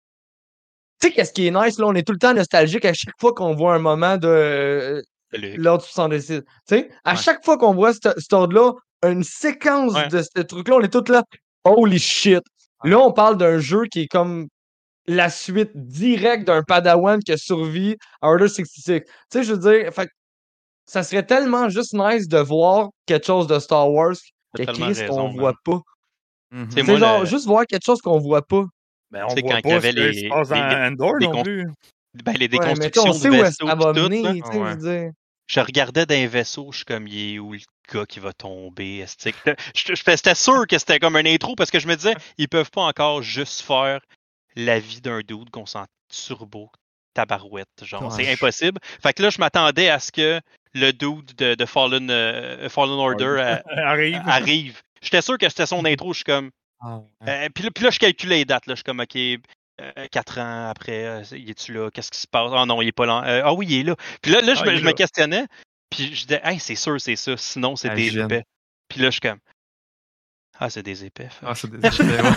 Tu sais, qu'est-ce qui est nice, là, on est tout le temps nostalgique à chaque fois qu'on voit un moment de l'ordre 66. Tu sais, à chaque fois qu'on voit cet ordre-là, une séquence de ce truc-là, on est tous là, holy shit. Là, on parle d'un jeu qui est comme la suite directe d'un Padawan qui a survécu à Order 66. Tu sais, je veux dire, fait, ça serait tellement juste nice de voir quelque chose de Star Wars que T'as tellement Chris qu'on raison, man. voit pas. Mhm. C'est C'est moi, genre, juste voir quelque chose qu'on voit pas. Ben, on Tu sais, voit quand pas il y avait ce qui se passe dans Andor les non plus. Ben, les Ouais, mais déconstructions on de sait où est-ce vaisseaux que ça va pis tout, mener, là. tu sais, je veux dire. Je regardais dans un vaisseau, je suis comme, il est où le gars qui va tomber? Esti? J'étais sûr que c'était comme un intro parce que je me disais, ils peuvent pas encore juste faire la vie d'un dude qu'on sent turbo tabarouette. Genre, c'est impossible. Fait que là, je m'attendais à ce que le dude de Fallen Order arrive. J'étais sûr que c'était son intro. Je suis comme. Puis là, je calculais les dates. Là. Je suis comme, OK, 4 ans après, il est-tu là? Qu'est-ce qui se passe? Ah non, il est pas là. Ah oui, il est là. Puis là, je me questionnais. Puis je disais, hey, c'est sûr, c'est ça. Sinon, c'est des épais. Puis là, je suis comme, ah, c'est des épais. Ah, c'est des épais, ouais.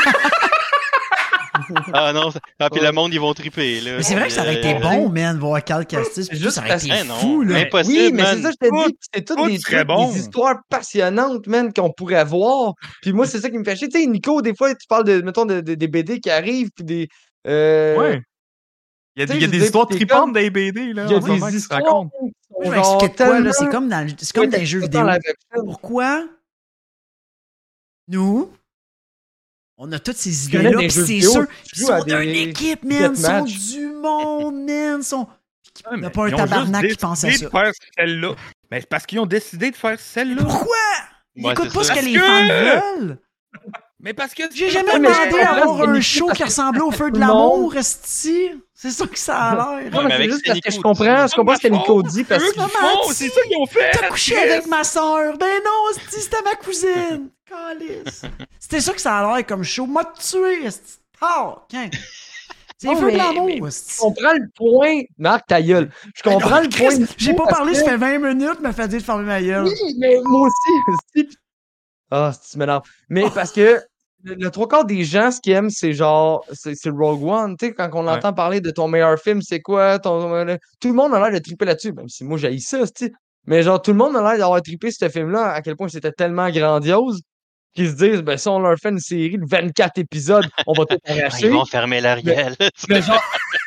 Ah non, puis le monde, ils vont triper. Là. Mais c'est vrai que ça aurait été bon, man, voir Cal Kestis. C'est juste Ça aurait été non, fou, là. impossible, Oui, mais man. c'est ça, je te dis, c'est toutes des serait trucs, bon. des histoires passionnantes, man, qu'on pourrait voir. Puis moi, c'est ça qui me fait chier. Tu sais, Nico, des fois, tu parles de, mettons, des BD qui arrivent, puis des. Ouais. Il y a, tu sais, il y a je des dis, histoires t'es tripantes comme- des BD, là, Il y a en ce moment, des qui se histoires racontent. qui sont Je vais genre expliquer de quoi, là. tellement- C'est comme dans les jeux vidéo. Dans la version. Pourquoi nous, on a toutes ces connais idées-là, des pis jeux c'est vidéo, sûr, tu ils joues à sont d'une des équipe, man, ils sont deathmatch. du monde, man, ils sont... Il n'y a pas un Ils ont juste tabarnak qui pense à décidé ça. de faire celle-là. Mais c'est parce qu'ils ont décidé de faire celle-là. Pourquoi? Ils Ouais, écoutent c'est pas ça. ce que Parce les que- fans veulent. Mais parce que J'ai jamais Ouais, mais demandé je à comprends avoir ce que un Nico- show qui ressemblait au feu de Non. l'amour, esti. C'est ça que ça a l'air. Non, mais mais c'est avec juste ce parce que que je Nico comprends, dit. je comprends ce que Nico dit, parce eux que. qui font, c'est ça qu'ils ont fait. T'as couché avec ma soeur. Ben non, esti, c'était ma cousine. Calice. C'était ça que ça a l'air comme show. M'a tué, esti. Ah, tiens. C'est Non, le feu de mais- l'amour, esti. Je comprends le point. Marc, ta gueule. Je comprends Ben non, le Chris, point. J'ai pas parce parlé, que- ça fait 20 minutes, m'a fait dire de fermer ma gueule. Oui, mais moi aussi. Ah, tu m'énerves. Mais parce que le trois quarts des gens, ce qu'ils aiment, c'est genre, c'est Rogue One. Tu sais, quand on entend parler de ton meilleur film, c'est quoi? Tout le monde a l'air de triper là-dessus, même si moi, j'haïs ça, tu sais. Mais genre, tout le monde a l'air d'avoir trippé ce film-là, à quel point c'était tellement grandiose, qu'ils se disent, ben, si on leur fait une série de 24 épisodes, on va tout Ils arracher. vont fermer l'Ariel. Mais genre,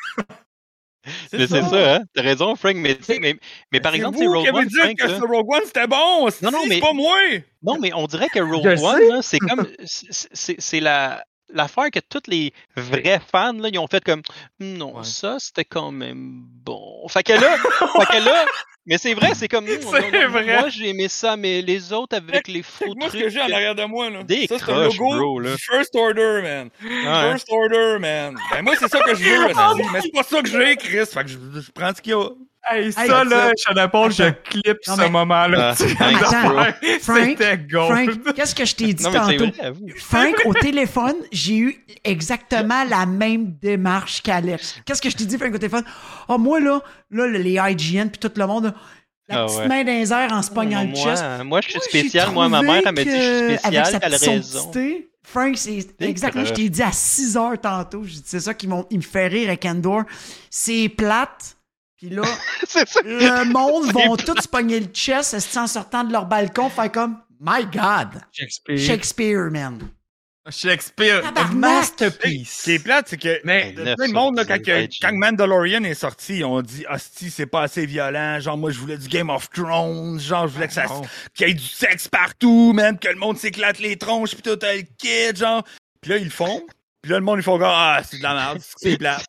Mais c'est ça, hein? T'as raison, Frank. Mais par C'est exemple, vous Rogue qui avez One, dit Frank, que là- ce Rogue One c'était bon. Non, non, c'est mais- pas moi. Non, mais on dirait que Rogue Je One, sais. là, c'est comme. C'est l'affaire que tous les vrais fans, là, ils ont fait comme. Non, Ouais. ça, c'était quand même bon. Fait que là. Mais c'est vrai, c'est comme. C'est non, vrai. Moi, j'ai aimé ça, mais les autres avec les faux Moi, ce trucs. que j'ai en arrière de moi, là, Des ça, c'est un croches, logo bro, là. du First Order, man. Ouais. First Order, man. Ben, moi, c'est ça que je veux, esti. Mais c'est pas ça que j'ai, Chris. Fait que je prends ce qu'il y a. Hey, ça, Hey, là, Sean Paul, je Attends. clip Non, ce mais- moment-là. Ah, Tu sais, thanks, dans- bro. C'était gold. Frank, qu'est-ce que je t'ai dit Non, mais c'est tantôt? vrai, avoue. Frank, au téléphone, j'ai eu exactement la même démarche qu'Alex. Qu'est-ce que je t'ai dit, Frank, au téléphone? Ah, moi, là, les IGN puis tout le monde, là, la Ah petite ouais. main dans les airs en se pognant le chest. Moi, je suis Moi, j'ai spécial. Moi, ma trouvé mère, elle m'a dit je suis que, avec spécial. sa Elle a petite raison. somptuosité, Frank, c'est exactement, je croches. t'ai dit à 6 heures tantôt. J'ai dit, c'est ça qui il me fait rire avec Andor. C'est plate. Puis là, C'est ça. le monde C'est vont plate. tous se pogner le chest en sortant de leur balcon, faire comme, My God, Shakespeare. Shakespeare, man. Shakespeare, Tabarnak. masterpiece. Ce qui est plate, c'est que Mais- plein de monde, là, quand, 9 sur 10, quand Mandalorian est sorti, on dit hostie, c'est pas assez violent. Genre, moi, je voulais du Game of Thrones. Genre, je voulais que ça Non. qu'il y ait du sexe partout, man, que le monde s'éclate les tronches, pis tout le kit, genre. Puis là, ils le font. Puis là, le monde, ils font comme, ah, c'est de la merde, c'est plate.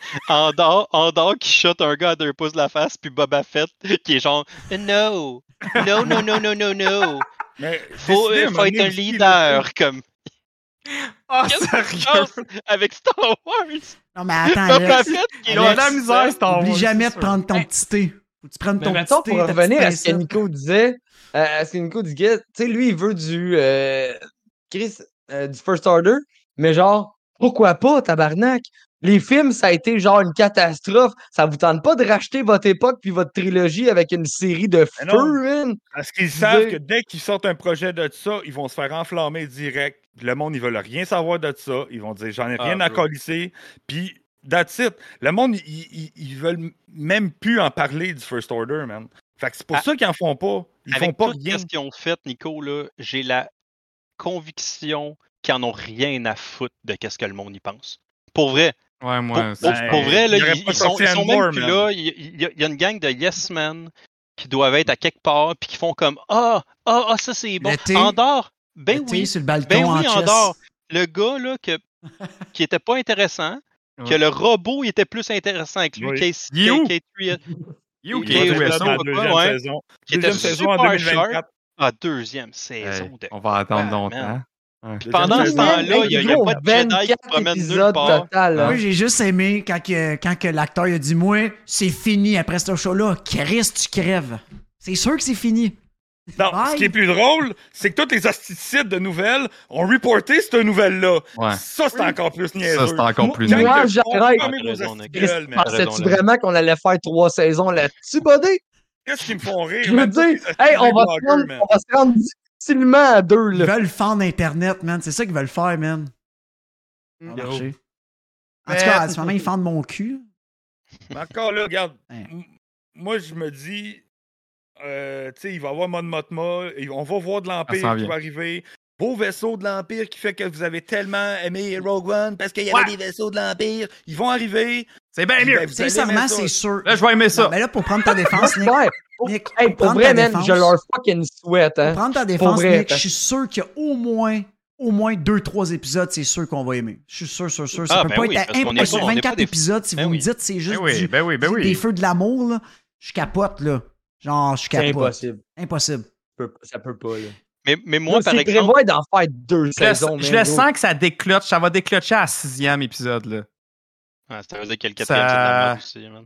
Andor qui shot un gars à 2 pouces de la face, puis Boba Fett qui est genre No, no, no, no, no, no, no. Mais Faut décidez, à être moment un donné, aussi, leader comme. Ah, Qu'est-ce qui se sérieux? passe avec Star Wars? Non, mais attends, Boba Alex. Fett qui est Ils ont de la là, misère, Star Wars. Oublie jamais c'est de sûr. prendre ton petit thé. Faut que tu prennes Mais ton mettons, petit pour thé. ta revenir petite à ce que pincette. Nico disait, à ce que Nico disait, tu sais, lui, il veut du First Order, mais genre, pourquoi pas, tabarnak? Les films, ça a été genre une catastrophe. Ça vous tente pas de racheter votre époque puis votre trilogie avec une série de Mais non. feux, man? Parce qu'ils savent Dis- que dès qu'ils sortent un projet de ça, ils vont se faire enflammer direct. Le monde, ils veulent rien savoir de ça. Ils vont dire, j'en ai rien à bro. colisser. Puis, that's it. Le monde, ils veulent même plus en parler du First Order, man. Fait que c'est pour Ah, ça qu'ils en font pas. Ils font Avec pas tout rien. ce qu'ils ont fait, Nico, là, j'ai la conviction qu'ils en ont rien à foutre de qu'est-ce que le monde y pense. Pour vrai. Ouais, Pour, moi, pour- c'est pour vrai, là, il aurait ils pas sont, sorti ils sont Andor, même plus man. là. Il y a une gang de yes men qui doivent être à quelque part puis qui font comme ça c'est bon. L'été. Andor, ben Le thé oui. sur le balcon Ben en oui, chess. Andor. Le gars là, qui était pas intéressant, que Ouais. le robot il était plus intéressant avec lui, Oui. Casey, Il est où? K3, Il est où il qui est est où, où, Là, ça? dans la quoi, deuxième ouais. saison. qui était Deuxième saison en super 2024. sharp. Ah, deuxième saison. Hey, de- on va attendre Ah, longtemps. man. Ouais. Deuxième Pendant ce saison. temps-là, il y a Gros, pas de Jedi qui se 24 promène nulle épisodes part. total, hein. Moi, j'ai juste aimé quand que l'acteur il a dit, moi, c'est fini après ce show-là. Chris, tu crèves. C'est sûr que c'est fini. Non, Bye. ce qui est plus drôle, c'est que tous les sites de nouvelles ont reporté cette nouvelle-là. Ouais. Ça, c'est encore plus niaiseux. Ça, c'est encore plus Quand niaiseux. Moi, ils j'arrête. font fermer nos T'as raison, hosties de Nick. gueule, man. Pensais-tu raison, là. vraiment qu'on allait faire 3 saisons là-dessus, buddy? Qu'est-ce qu'ils me font rire? Je veux man? dire, Tous les hey, on va bloggers, se rendre, man. on va se rendre difficilement à 2, Ils là. veulent fendre Internet, man. C'est ça qu'ils veulent faire, man. Ça va Yo. marcher. En Mais- tout cas, en ce moment, ils fendent mon cul. Mais encore là, regarde, Hein. moi, je me dis, tu sais, il va y avoir Mon Mothma, on va voir de Ça l'Empire s'en qui vient. va arriver. Beau vaisseau de l'Empire qui fait que vous avez tellement aimé Rogue One parce qu'il y avait des vaisseaux de l'Empire. Ils vont arriver. C'est bien Puis, mieux. ben, vous allez Sincèrement, aimer ça. c'est sûr. Là, je vais aimer ça. Non, mais là, pour prendre ta défense, Nick, Ouais. Nick, Hey, pour prendre vrai, ta man, défense, je leur fucking souhaite, pour hein. prendre ta Pour défense, vrai, Nick, je parce- suis sûr qu'il y a au moins 2-3 épisodes, c'est sûr qu'on va aimer. Je suis sûr. Ça Ah, peut ben pas oui, être parce qu'on est impossible. pas- on est 24 pas des- épisodes, si Ben vous me oui. dites c'est juste Ben oui, ben oui, ben oui. des feux de l'amour, là, je capote, là. Genre, je C'est capote. impossible. Impossible. Ça peut pas, là. Mais moi, par c'est exemple, prévoit d'en faire 2 Je saisons, le man, sens que ça décloche. Ça va déclocher à 6e épisode, là. ça veut dire que le quatrième, c'est de la merde aussi, man.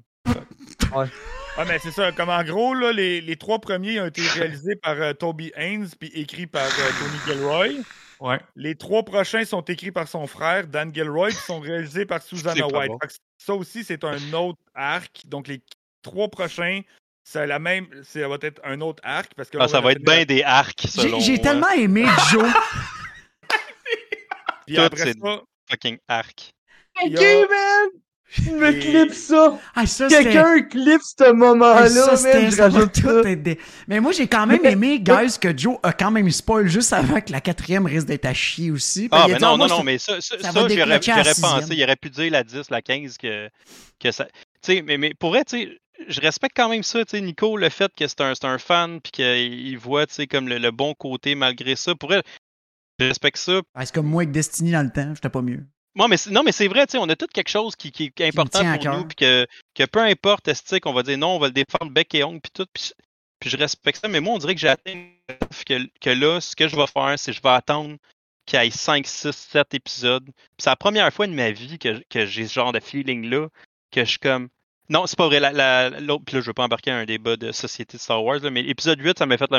Ah, mais c'est ça. Comme en gros, là, les 3 premiers ont été réalisés par Toby Haynes puis écrits par Tony Gilroy. Ouais. Les 3 prochains sont écrits par son frère, Dan Gilroy, qui sont réalisés par C'est Susanna pas White. bon. Fait que ça aussi, c'est un autre arc. Donc, les 3 prochains, ça va être un autre arc. Parce que là, Ça on va être bien des arcs, selon J'ai moi. tellement aimé Joe. Puis tout, après c'est- ça, Fucking arc. il y OK, a- man! Je me clip ça! Ah, ça, Quelqu'un clip ce moment-là, ça, man, je rajoute tout ça. Mais moi, j'ai quand même aimé, guys, que Joe a quand même spoil juste avant que la 4e risque d'être à chier aussi. Ah, Il a mais dit, non, moi, non, c'est- mais ça va j'aurais déclencher à la pensé. 6e. Il aurait pu dire la 10, la 15 que ça. Tu sais, mais pour vrai, tu sais, je respecte quand même ça, tu sais, Nico, le fait que c'est un fan puis qu'il voit, tu sais, comme le bon côté malgré ça. Pour vrai, je respecte ça. Ah, c'est comme moi avec Destiny dans le temps, j'étais pas mieux. Non, mais c'est vrai, tu sais, on a tout quelque chose qui est important tient à pour cœur. nous, puis que peu importe, on va dire non, on va le défendre bec et ongle, puis tout, puis je respecte ça, mais moi, on dirait que j'ai atteint que là, ce que je vais faire, c'est que je vais attendre qu'il y ait 5, 6, 7 épisodes. Puis c'est la première fois de ma vie que j'ai ce genre de feeling-là, que je suis comme... Non, c'est pas vrai, l'autre, puis là, je veux pas embarquer à un débat de société de Star Wars, là, mais l'épisode 8, ça m'a fait le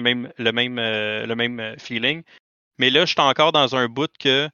même feeling. Mais là, je suis encore dans un bout que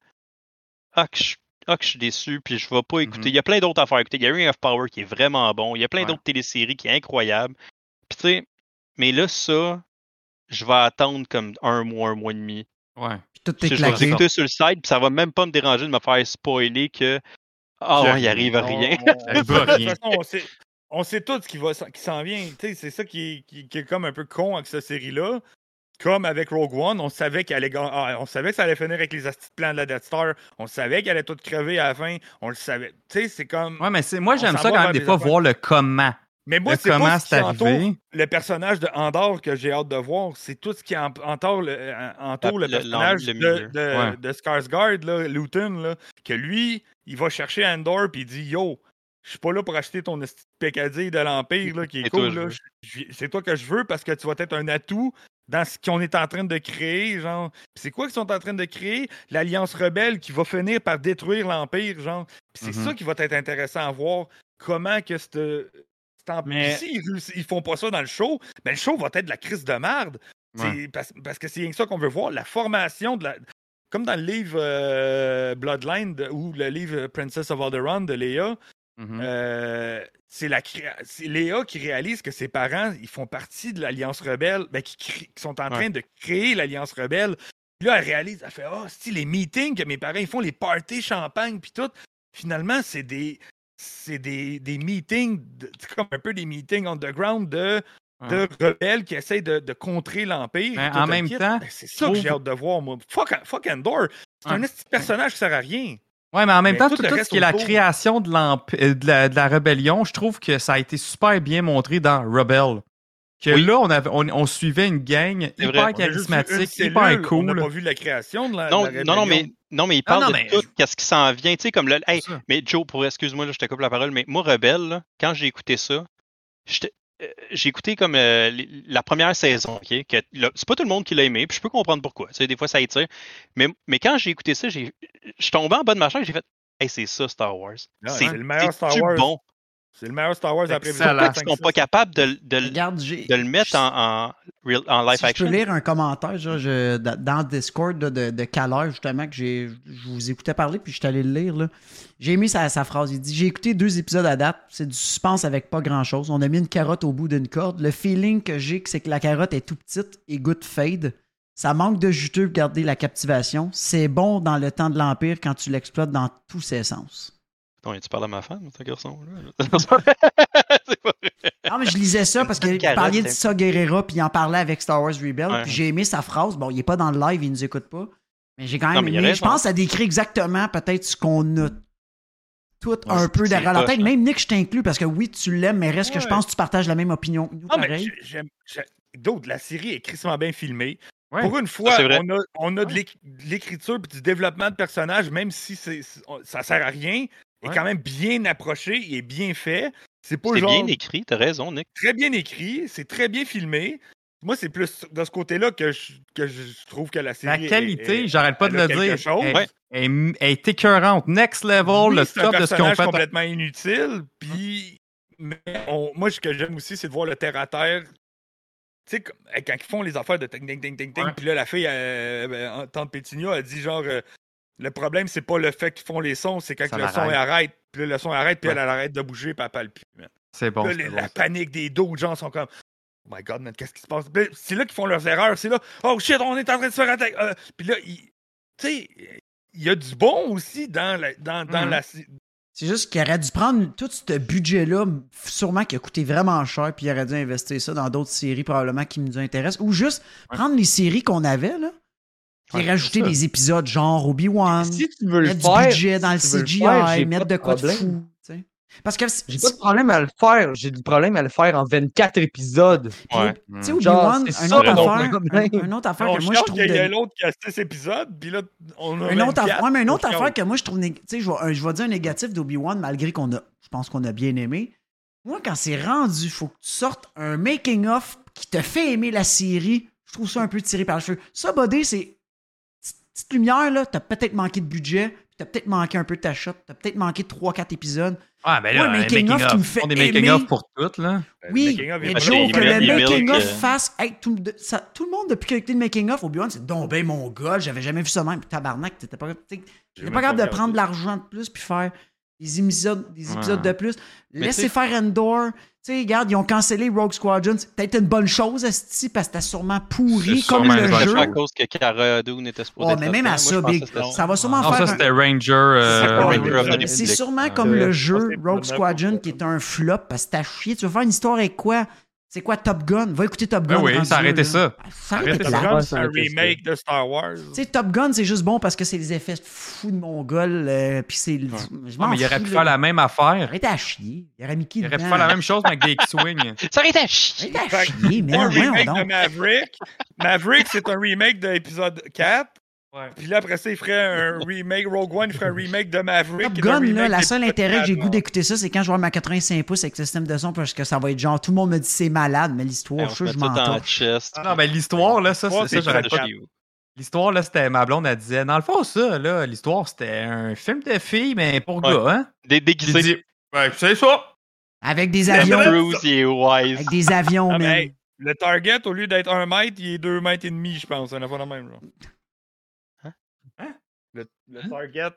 je suis déçu, puis je vais pas écouter. Il y a plein d'autres affaires à écouter. Il y a Ring of Power qui est vraiment bon. Il y a plein d'autres téléséries qui est incroyable. Puis tu sais, mais là, ça, je vais attendre comme un mois et demi. Ouais. Puis tout Je est vais claqué. écouter sur le site, puis ça va même pas me déranger de me faire spoiler que il arrive à rien. Elle va De rien. toute façon, on sait tout ce qui s'en vient. Tu sais, c'est ça qui est comme un peu con avec cette série-là. Comme avec Rogue One, on savait on savait que ça allait finir avec les astis de plans de la Death Star. On savait qu'elle allait tout crever à la fin. On le savait. Tu sais, c'est comme. Ouais, mais moi, j'aime s'en ça va quand même vers des des fois affaires. voir le comment. Mais moi, Le c'est comment pas ce qui c'est entoure arrivé. le personnage de Andor que j'ai hâte de voir. C'est tout ce qui entoure le personnage le milieu. de Skarsgård, là, Luton, là, que lui, il va chercher Andor puis il dit Yo, je suis pas là pour acheter ton esti de pécadille de l'Empire là, qui est C'est toi cool. que Là. je veux. C'est toi que je veux parce que tu vas être un atout dans ce qu'on est en train de créer. Genre. Puis c'est quoi qu'ils sont en train de créer? L'Alliance rebelle qui va finir par détruire l'Empire. Genre. Puis c'est ça qui va être intéressant à voir. Comment que Mais- si ils font pas ça dans le show, ben le show va être de la crise de merde. Ouais. Parce que c'est rien que ça qu'on veut voir. La formation de la. Comme dans le livre Bloodline ou le livre Princess of Alderaan de Leia, c'est Léa qui réalise que ses parents, ils font partie de l'Alliance rebelle, qui sont en train de créer l'Alliance rebelle. Puis là, elle réalise, elle fait si les meetings que mes parents ils font, les parties champagne, puis tout, finalement, c'est des meetings, c'est comme un peu des meetings underground de rebelles qui essayent de contrer l'Empire. Mais tout en le même kit. temps, C'est ça que j'ai hâte de voir, moi. Fuck Endor. C'est un petit personnage qui sert à rien. Ouais, mais en même Mais temps, tout tout le ce reste qui est la autour. création de la rébellion, je trouve que ça a été super bien montré dans Rebel. Que là, on suivait une gang C'est hyper vrai. charismatique, On hyper n'a cool. pas vu la création de la Non, rébellion. mais il parle non, de mais- tout, qu'est-ce qui s'en vient, tu sais, comme là, hey, ça. mais Joe, excuse-moi, là, je te coupe la parole, mais moi, Rebelle, là, quand j'ai écouté ça, j'ai écouté comme la première saison, ok, que c'est pas tout le monde qui l'a aimé, puis je peux comprendre pourquoi, tu sais, des fois ça étire, mais quand j'ai écouté ça, je suis tombé en bas de ma chaise, j'ai fait, hey, c'est ça Star Wars, Non, c'est le meilleur Star c'est-tu Wars. bon, C'est le meilleur Star Wars après Excellent. pourquoi ils sont pas capables de Regarde, le mettre en live si je action? peux lire un commentaire genre, dans le Discord là, de Caleur, justement, que je vous écoutais parler, puis je suis allé le lire. Là. J'ai aimé sa phrase. Il dit J'ai écouté 2 épisodes à date. C'est du suspense avec pas grand-chose. On a mis une carotte au bout d'une corde. Le feeling que j'ai, c'est que la carotte est tout petite et goûte fade. Ça manque de juteux pour garder la captivation. C'est bon dans le temps de l'Empire quand tu l'exploites dans tous ses sens. Non, tu parles à ma femme, ce garçon là. C'est pas vrai. Non, mais je lisais ça parce qu'il Carotte, parlait de hein. Tissa Guerrera, puis il en parlait avec Star Wars Rebel, Ouais. puis j'ai aimé sa phrase. Bon, il est pas dans le live, il nous écoute pas. Mais j'ai quand Non, même mais il a aimé. raison. Je pense que ça décrit exactement peut-être ce qu'on a tout un peu c'est derrière la poche, tête. hein. Même Nick, je t'inclus parce que oui, tu l'aimes, mais reste que je Ouais. pense que tu partages la même opinion que nous, Non, mais pareil. d'autres, la série est crissement bien filmée. Ouais. Pour une fois, c'est vrai. on a de l'écriture et du développement de personnages, même si ça sert à rien, est Ouais. quand même bien approché, il est bien fait. C'est pas C'est genre bien écrit, t'as raison, Nick. très bien écrit, c'est très bien filmé. Moi, c'est plus de ce côté-là que je trouve que la La série qualité, j'arrête pas de elle a le quelque dire, chose. Ouais. elle est écœurante. Next level, Oui, le c'est un top de ce qu'on personnage fait. complètement inutile. Puis, moi, ce que j'aime aussi, c'est de voir le terre-à-terre. Tu sais, quand ils font les affaires de ting, ting, ting, ting, ting, Ouais. puis là, la fille, Tante Pétunia, a dit genre, le problème, c'est pas le fait qu'ils font les sons, c'est quand Ça le son l'arrête. arrête. Puis là, le son arrête, puis Ouais. elle arrête de bouger, puis elle parle plus. Man. C'est bon. Là, c'est bon, la ça. panique des dos, gens sont comme, oh my god, man, qu'est-ce qui se passe? Puis là, c'est là qu'ils font leurs erreurs. C'est là, oh shit, on est en train de se faire attaquer. Puis là, tu sais, il y a du bon aussi dans la C'est juste qu'il aurait dû prendre tout ce budget-là, sûrement qui a coûté vraiment cher, puis il aurait dû investir ça dans d'autres séries probablement qui nous intéressent. Ou juste prendre les séries qu'on avait, là, puis rajouter des épisodes genre Obi-Wan, Si tu veux le mettre faire, du budget dans le si tu veux le CGI, faire, j'ai mettre pas de quoi de problème. fou. T'sais. Parce que J'ai pas de problème à le faire. J'ai du problème à le faire en 24 épisodes. Ouais. Tu sais, Genre, Obi-Wan, c'est une ça, autre mon affaire, problème. une autre affaire On que moi je cherche trouve qu'il y a de... l'autre qui a 6 épisodes, puis là, on a Une autre 24, affaire, ouais, mais une autre on affaire chiale. que moi je trouve, tu sais, je vais dire un négatif d'Obi-Wan, malgré je pense qu'on a bien aimé. Moi, quand c'est rendu, faut que tu sortes un making-of qui te fait aimer la série. Je trouve ça un peu tiré par le cheveu. Ça, Bodé, c'est petite lumière, là, t'as peut-être manqué de budget, t'as peut-être manqué un peu de ta shot, t'as peut-être manqué de 3-4 épisodes. Ah, ben là, Ouais, les making-of qui me fait Ils font des making-of aimer. pour toutes, là. Oui, making-of, il mais est pas Joe, des que le milk, making-of euh. fasse... Hey, tout le monde, depuis qu'il a écouté le making-of, Obi-Wan, c'est donc ben mon gars, j'avais jamais vu ça même. Tabarnak, t'étais pas capable de prendre de l'argent de plus puis faire des épisodes de plus. Laissez faire Endor. Tu sais, regarde, ils ont cancellé Rogue Squadron. C'est peut-être une bonne chose, esti, parce que c'était sûrement pourri C'est comme sûrement le une bonne jeu. C'est pas à cause que Cara Dune était supposé Oh, être mais même là-dedans. à ça, Moi, je pensais Big, que c'était ça va sûrement Non, faire ça, un- c'était Ranger. Ranger of the Ranger. C'est Republic. sûrement Ah, comme ouais. le Ah, jeu c'est Rogue pas Squadron neuf, qui est un flop parce que t'as chié. Tu veux faire une histoire avec quoi? C'est quoi Top Gun? Va écouter Top Gun. Ben oui, rendu ça a là, arrêté là. ça. Ça arrête Arrêtez de ça. plate. Ouais, C'est ça un a été remake de Star Wars. Tu sais, Top Gun, c'est juste bon parce que c'est des effets fous de mongol. Puis c'est. Je Non, m'en mais il aurait fous, pu là. faire la même affaire. Arrête à chier. Il aurait mis qui Il aurait pu dedans? faire la même chose, mais avec des X-Wing. Ça aurait été à chier. Arrête à Fait que chier, mais un voyons remake de donc. Maverick. Maverick, c'est un remake de l'épisode 4. Puis là, après ça, il ferait un remake. Rogue One, il ferait un remake de Maverick. Top qui est un Gun, remake là, la d'épisode seule intérêt que j'ai 4. goût d'écouter ça, c'est quand je vois ma 85 pouces avec le système de son parce que ça va être genre, tout le monde me dit c'est malade, mais l'histoire, On je se suis met je tout m'en en torche. chest. Non, mais l'histoire, là, ça, Ouais, c'est ça, c'est j'arrête pas. ça. L'histoire, là, c'était ma blonde, elle disait, dans le fond, ça, là, l'histoire, c'était un film de filles, mais pour Ouais. gars, hein? J'ai Déguisé. dit, ouais, c'est ça. Avec des Tom avions. Cruise, il est wise. Avec des avions, Ah, mais man. hey, le target, au lieu d'être 1 mètre, il est 2 mètres et demi, je pense. C'est une fois la même. Genre. Hein? Le target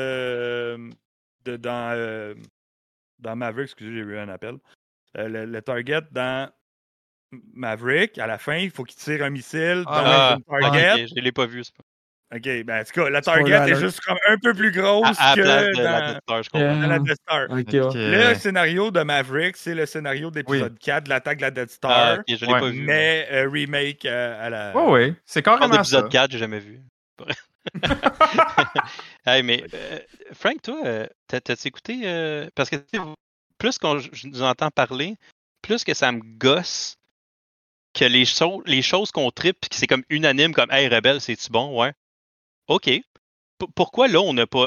dans Maverick, excusez, j'ai eu un appel. Le target dans Maverick, à la fin, il faut qu'il tire un missile dans Ah, une target. ok, je l'ai pas vu. C'est pas... OK, ben en tout cas, la Spoiler target est alert. juste comme un peu plus grosse À la que place de la dans, Death Star, je comprends. dans la Death Star. Ok, Ok. ouais. Le scénario de Maverick, c'est le scénario d'épisode 4 de l'attaque de la Death Star, Ah, ok, je l'ai Ouais. pas vu. mais remake à la... Ouais, ouais, c'est Encore carrément ça. d'épisode 4, j'ai jamais vu. Hey, mais Frank, toi, t'as-tu écouté parce que tu sais, plus qu'on je nous entends parler, plus que ça me gosse que les choses qu'on trippe, puis que c'est comme unanime, comme Hey Rebelle, c'est-tu bon? Ouais. OK. Pourquoi là, on n'a pas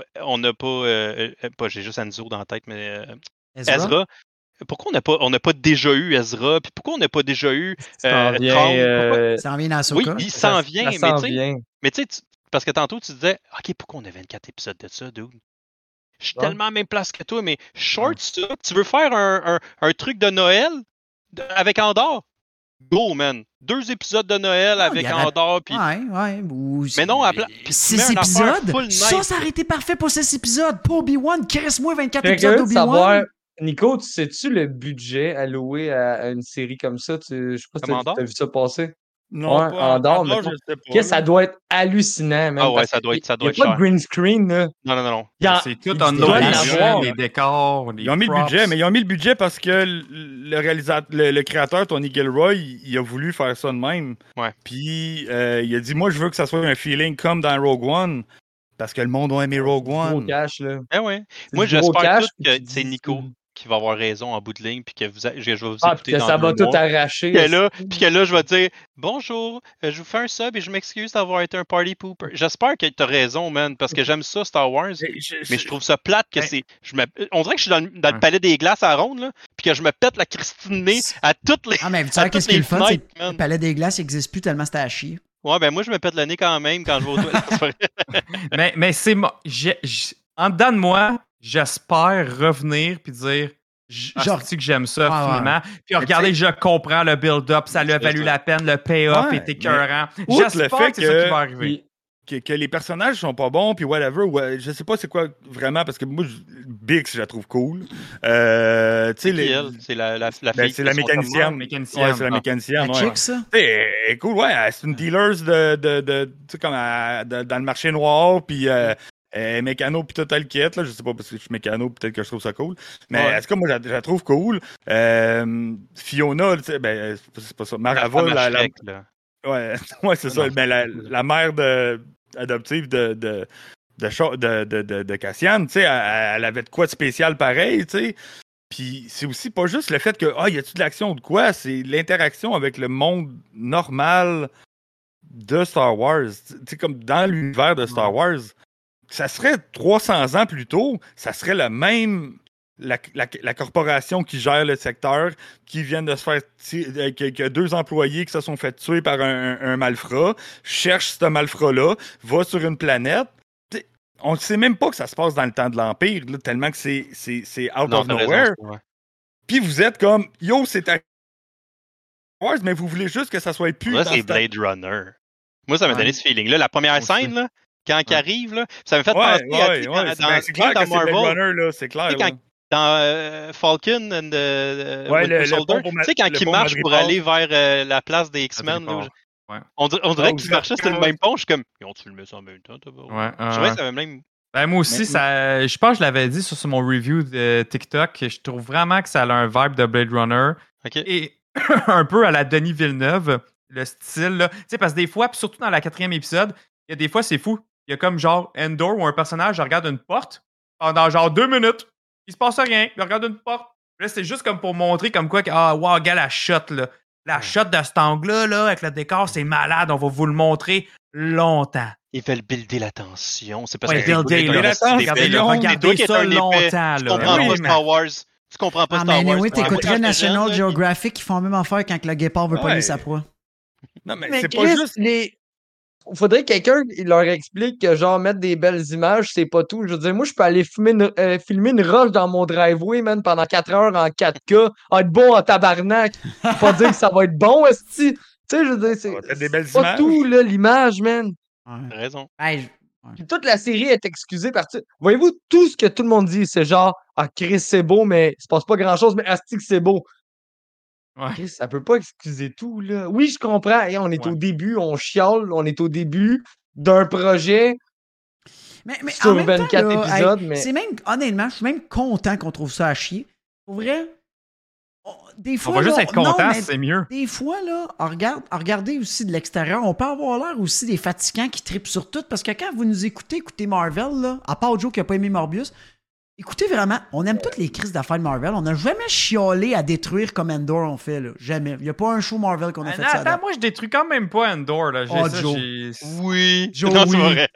j'ai juste Anzo dans la tête, mais Ezra. Pourquoi on n'a pas déjà eu Ezra? Puis pourquoi on n'a pas déjà eu Ça en vient. Thrawn? Ça en vient dans Oui, Ahsoka. il s'en vient, Ça s'en mais tu sais, vient. parce que tantôt, tu disais, OK, pourquoi on a 24 épisodes de ça, dude? Je suis Ouais. tellement à la même place que toi, mais short ça. Tu veux faire un truc de Noël avec Andorre? Go, man. 2 épisodes de Noël avec il y aurait- Andorre, puis... Ouais. Mais non, à plat... 6 épisodes? Ça aurait été parfait pour 6 épisodes. Pas Obi-Wan. Crisse-moi 24 Très épisodes curieux de savoir, d'Obi-Wan. Nico, sais-tu le budget alloué à une série comme ça? Je sais pas si Comme Andorre? t'as vu ça passer. Non, Ouais, pas Andorre, Andorre, mettons. je sais pas. Qu'est-ce que ça doit être hallucinant, man. Ah ouais, parce ça doit que être- ça y doit a être pas cher. de green screen, là. Non. Il y a- C'est tout il en doit note, en avoir. les décors, les Ils ont mis le props. budget, mais ils ont mis le budget parce que le réalisateur, le créateur, Tony Gilroy, il a voulu faire ça de même. Ouais. Puis il a dit, moi, je veux que ça soit un feeling comme dans Rogue One, parce que le monde a aimé Rogue Gros One. cash, là. Eh ouais. C'est Moi, du gros j'espère cash, tout puis que tu c'est dis- Nico qui va avoir raison en bout de ligne, puis que je vais vous Ah, écouter puis que dans ça 2 va tout mois. arracher. Puis que là, je vais dire bonjour, je vous fais un sub et je m'excuse d'avoir été un party pooper. J'espère que t'as raison, man, parce que j'aime ça, Star Wars, mais je trouve ça plate que c'est. On dirait que je suis dans le palais des glaces à ronde, là, puis que je me pète la Christine nez à toutes les. Ah, mais tu à sais, qu'est-ce toutes qui est les le fun? C'est fenêtres, que le man. palais des glaces n'existe plus tellement c'était à chier. Ouais, ben moi, je me pète le nez quand même quand je vais aux toilettes. C'est pas vrai. Mais c'est en dedans de moi, j'espère revenir puis dire genre que j'aime ça Ah, finalement. Puis regardez, je comprends le build-up, ça lui a C'est valu ça. la peine, le payoff Ouais, était écœurant. outre le J'espère fait que c'est ça qui va arriver. Que les personnages sont pas bons, puis whatever, ouais, je sais pas c'est quoi vraiment, parce que moi, Bix, je la trouve cool. Tu sais, Qui, elle? C'est la ben, fille. c'est la qui est son mécanicienne. mécanicienne. Ouais, c'est la Ah. mécanicienne, La ouais. chick, ça? Elle est cool, ouais. C'est une dealer de tu sais, comme dans le marché noir, puis mécano pis tout le kit, là. Je sais pas parce que je suis mécano, peut-être que je trouve ça cool. Mais Ouais. en tout cas, moi, je la trouve cool. Fiona, tu sais, ben, c'est pas ça. Marava, femme à la- Shrek, là. Ouais, ouais, c'est ça. Non. Ben, la mère adoptive de Cassian, tu sais, elle avait de quoi de spécial pareil, tu sais. Puis c'est aussi pas juste le fait que, y a-tu de l'action ou de quoi, c'est l'interaction avec le monde normal de Star Wars. Tu sais, comme dans l'univers de Star Wars, ça serait 300 ans plus tôt, ça serait le même. La corporation qui gère le secteur, qui vient de se faire qui a 2 employés qui se sont fait tuer par un malfrat, cherche ce malfrat-là, va sur une planète. T'sais, on ne sait même pas que ça se passe dans le temps de l'Empire, là, tellement que c'est out Non, of t'as raison, nowhere. ouais. Puis vous êtes comme, yo, c'est Star Wars, mais vous voulez juste que ça soit plus Là, dans c'est ce temps- Blade Runner. Moi, ça m'a donné ce feeling-là. La première Aussi. scène, là, quand il arrive, là, ça m'a fait Ouais, penser à ouais, tu sais, ouais. dans C'est clair dans que c'est Blade Marvel. Runner, là, c'est clair. Tu sais, là. dans Falcon and the Ouais, Winter le Soldier, pont pour tu sais, quand le il pont marche pour Madripoor. aller vers la place des X-Men, là, Madripoor. Ouais. on dirait Ah, qu'ils vous marchaient sur le êtes- même pont. Je suis comme, ils ont filmé ça en même temps? Ouais, Je trouvais que ça avait même. Ben, moi aussi, Mais- je pense que je l'avais dit sur mon review de TikTok. Je trouve vraiment que ça a un vibe de Blade Runner. OK. Et un peu à la Denis Villeneuve, le style. Là. Tu sais, parce que des fois, puis surtout dans la 4e épisode, il y a des fois, c'est fou. Il y a comme genre Endor où un personnage regarde une porte pendant genre 2 minutes. Il se passe rien. Il regarde une porte. Là, c'est juste comme pour montrer comme quoi, wow, gars, la shot, là. La shot de cet angle-là, là, avec le décor, c'est malade. On va vous le montrer longtemps. Ils veulent builder la tension. C'est parce Ouais, que builder, c'est là. un esti Regardez, d'épais, là, là. regardez Toi qui es ça un épais, longtemps, tu là. comprends Oui, pas mais- Star Wars. Tu comprends pas Ah, Star mais Wars. anyway, tu comprends t'écouterais pas National Jean, là, Geographic, ils font la même affaire quand le guépard veut Ouais. pogner sa proie. Non, mais Mais c'est pas Chris, juste. faudrait que quelqu'un il leur explique que genre mettre des belles images, c'est pas tout. Je veux dire, moi, je peux aller filmer une roche dans mon driveway, man, pendant 4 heures en 4K, être bon en tabarnak. Pas dire que ça va être bon, esti. Tu sais, je veux dire, Ça va être des belles c'est pas images. tout, là, l'image, man. T'as Ouais. raison. Hey, Puis toute la série est excusée par ça. Voyez-vous, tout ce que tout le monde dit, c'est genre, ah, Chris, c'est beau, mais il se passe pas grand-chose, mais asti que c'est beau. Ouais. Chris, ça peut pas excuser tout, là. Oui, je comprends. Hey, on est Ouais. au début, on chiale, on est au début d'un projet mais sur en même 24 temps, là, épisodes, hey, mais c'est même, honnêtement, je suis même content qu'on trouve ça à chier. Pour vrai, des On fois. va juste là, être non, content, mais c'est mieux. des fois, là, à regarder aussi de l'extérieur, on peut avoir l'air aussi des fatigants qui tripent sur tout, parce que quand vous nous écoutez Marvel, là, à part Joe qui a pas aimé Morbius, écoutez vraiment, on aime toutes les crises d'affaires de Marvel. On n'a jamais chiolé à détruire comme Endor on fait, là. Jamais. Il n'y a pas un show Marvel qu'on a fait Non, ça. attends, moi, je détruis quand même pas Endor. Là. Oh, Ça, Joe. Oui. Joe, non, c'est oui. vrai.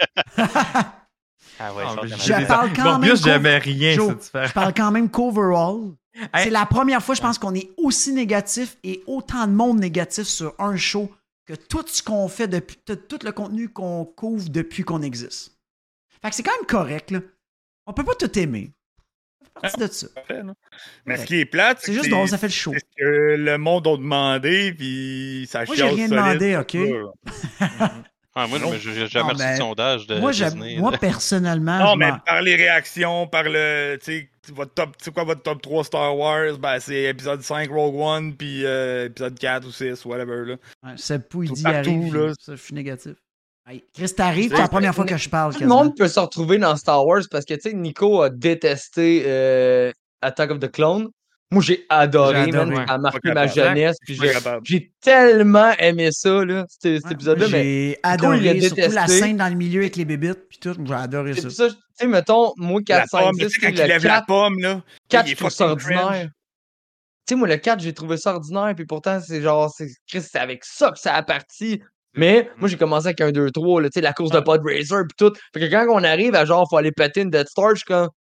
Ah ouais, Ah, ça, mais ça Je m'a- j'ai- parle quand Morbius, même j'aimais rien, Joe, c'est différent. je parle quand même qu'overall. Hey. C'est la première fois, je pense, qu'on est aussi négatif et autant de monde négatif sur un show que tout ce qu'on fait depuis, tout le contenu qu'on couvre depuis qu'on existe. Fait que c'est quand même correct, là. On peut pas tout aimer. Ça fait partie de ça. Fait, là. Mais ce qui est plate, C'est juste drôle, ça fait le show. c'est ce que le monde a demandé, puis ça Moi, j'ai chiale rien solide, demandé, ça, OK? là. Ah, moi, Non. j'ai jamais Non, reçu mais de sondage de Moi, Disney. moi là. personnellement, Non, je mais m'en- par les réactions, par le. Tu sais, c'est quoi votre top 3 Star Wars? Ben, c'est épisode 5 Rogue One, puis épisode 4 ou 6, whatever, là. Ouais, Seppo, il Tout dit partout, arrive, là. ça, je suis négatif. Hey, Chris, t'arrives, c'est la première fois que je parle. tout le quasiment. monde peut se retrouver dans Star Wars parce que, tu sais, Nico a détesté Attack of the Clone. Moi, j'ai adoré, J'ai man. adoré. Ça a marqué Pas ma capable. jeunesse. Puis Je suis pas capable. j'ai tellement aimé ça, là, cet Ouais, épisode-là. moi, Mais j'ai il a adoré, surtout la détesté. scène dans le milieu avec les bébites, puis tout, j'ai adoré c'est ça. pour ça, tu sais, mettons, moi, La 4, 5, pomme, 10, tu sais, quand il le lève la 4, pomme, là. 4, il je est trouve ça fucking cringe. ordinaire. Tu sais, moi, le 4, j'ai trouvé ça ordinaire, puis pourtant, c'est genre, Chris, c'est avec ça que ça a parti. Mais moi, j'ai commencé avec un 2-3, là, tu sais, la course de Pod Racer, puis tout. Fait que quand on arrive à genre, faut aller péter une Death Star, je suis comme.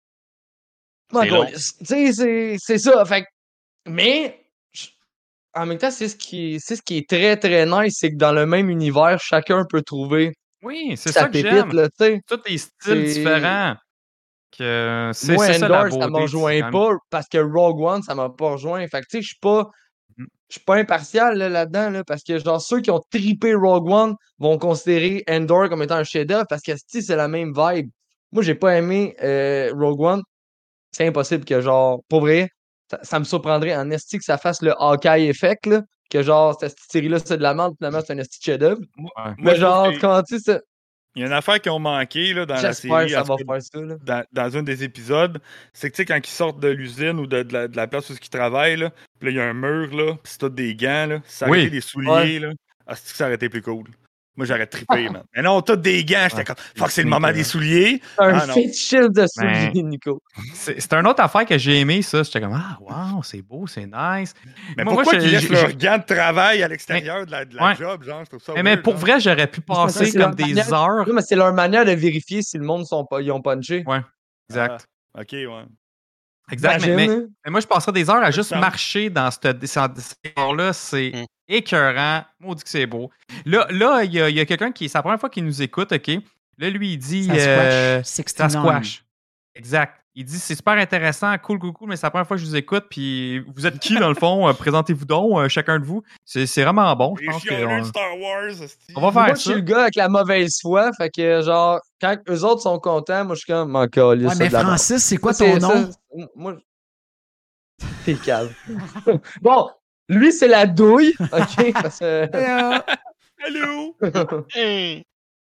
C'est long. Tu sais, c'est ça. Fait que- mais, en même temps, c'est ce qui est très, très nice, c'est que dans le même univers, chacun peut trouver Oui, c'est sa ça que pépite, j'aime. là, tu sais. Tous les styles C'est- différents. Que c'est Moi, ça la Endor, beauté. ça m'a c'est rejoint quand même- pas parce que Rogue One, ça m'a pas rejoint. Fait que, tu sais, je suis pas impartial là, là-dedans, là, parce que, genre, ceux qui ont trippé Rogue One vont considérer Endor comme étant un chef-d'œuvre parce que, si c'est la même vibe. Moi, j'ai pas aimé Rogue One. C'est impossible que, genre, pour vrai, ça me surprendrait en esti que ça fasse le Hawkeye effect, là. Que, genre, cette série-là, c'est de la merde, finalement, c'est un esti de chef-d'œuvre. Ouais. Moi, Mais, je genre, trouve que comment tu sais, Il y a une affaire qu'ils ont manqué là, dans la J'espère série. que ça en tout va cas, faire ça, là. dans un des épisodes, c'est que tu sais, quand ils sortent de l'usine ou de la place où ils travaillent, là, puis là, il y a un mur, là, puis c'est tout des gants, là. Si ça aurait été des souliers, là, c'est que ça aurait été plus cool. Moi, j'aurais trippé, man. Mais non, tous des gants, j'étais comme, fuck, c'est le moment des souliers. Un non. fétichiste de souliers, Nico. C'est une autre affaire que j'ai aimé, ça. J'étais comme, ah, wow, c'est beau, c'est nice. Mais Moi, pourquoi je- ils laissent je- leurs gants de travail à l'extérieur de la Ouais. job, genre, je trouve ça Mais weird, pour genre. vrai, j'aurais pu passer c'est comme leur des manière- heures. Non, mais c'est leur manière de vérifier si le monde ils ont punché. Ouais, exact. Ah, ok, ouais. Exact. Mais Imagine, hein? moi, je passerais des heures à juste Ça. marcher dans ce décor-là. C'est Mm. écœurant. Maudit que c'est beau. Là, il y a quelqu'un qui. C'est la première fois qu'il nous écoute, OK? Là, lui, il dit. Sasquatch 69. Sasquatch. Exact. Il dit c'est super intéressant, cool, mais c'est la première fois que je vous écoute. Puis vous êtes qui, dans le fond? Présentez-vous donc, chacun de vous. C'est vraiment bon. Je Les pense chialeux de qu'on Star Wars, hostie. on va Moi, faire je suis ça. le gars avec la mauvaise foi, fait que genre, quand eux autres sont contents, moi, je suis comme, m'en calisse, Ouais, c'est mais de la merde. Francis, c'est quoi Ça, ton c'est- nom? ça, moi, t'es calme. Bon, lui, c'est la douille, OK? Parce que... Allô? Hein.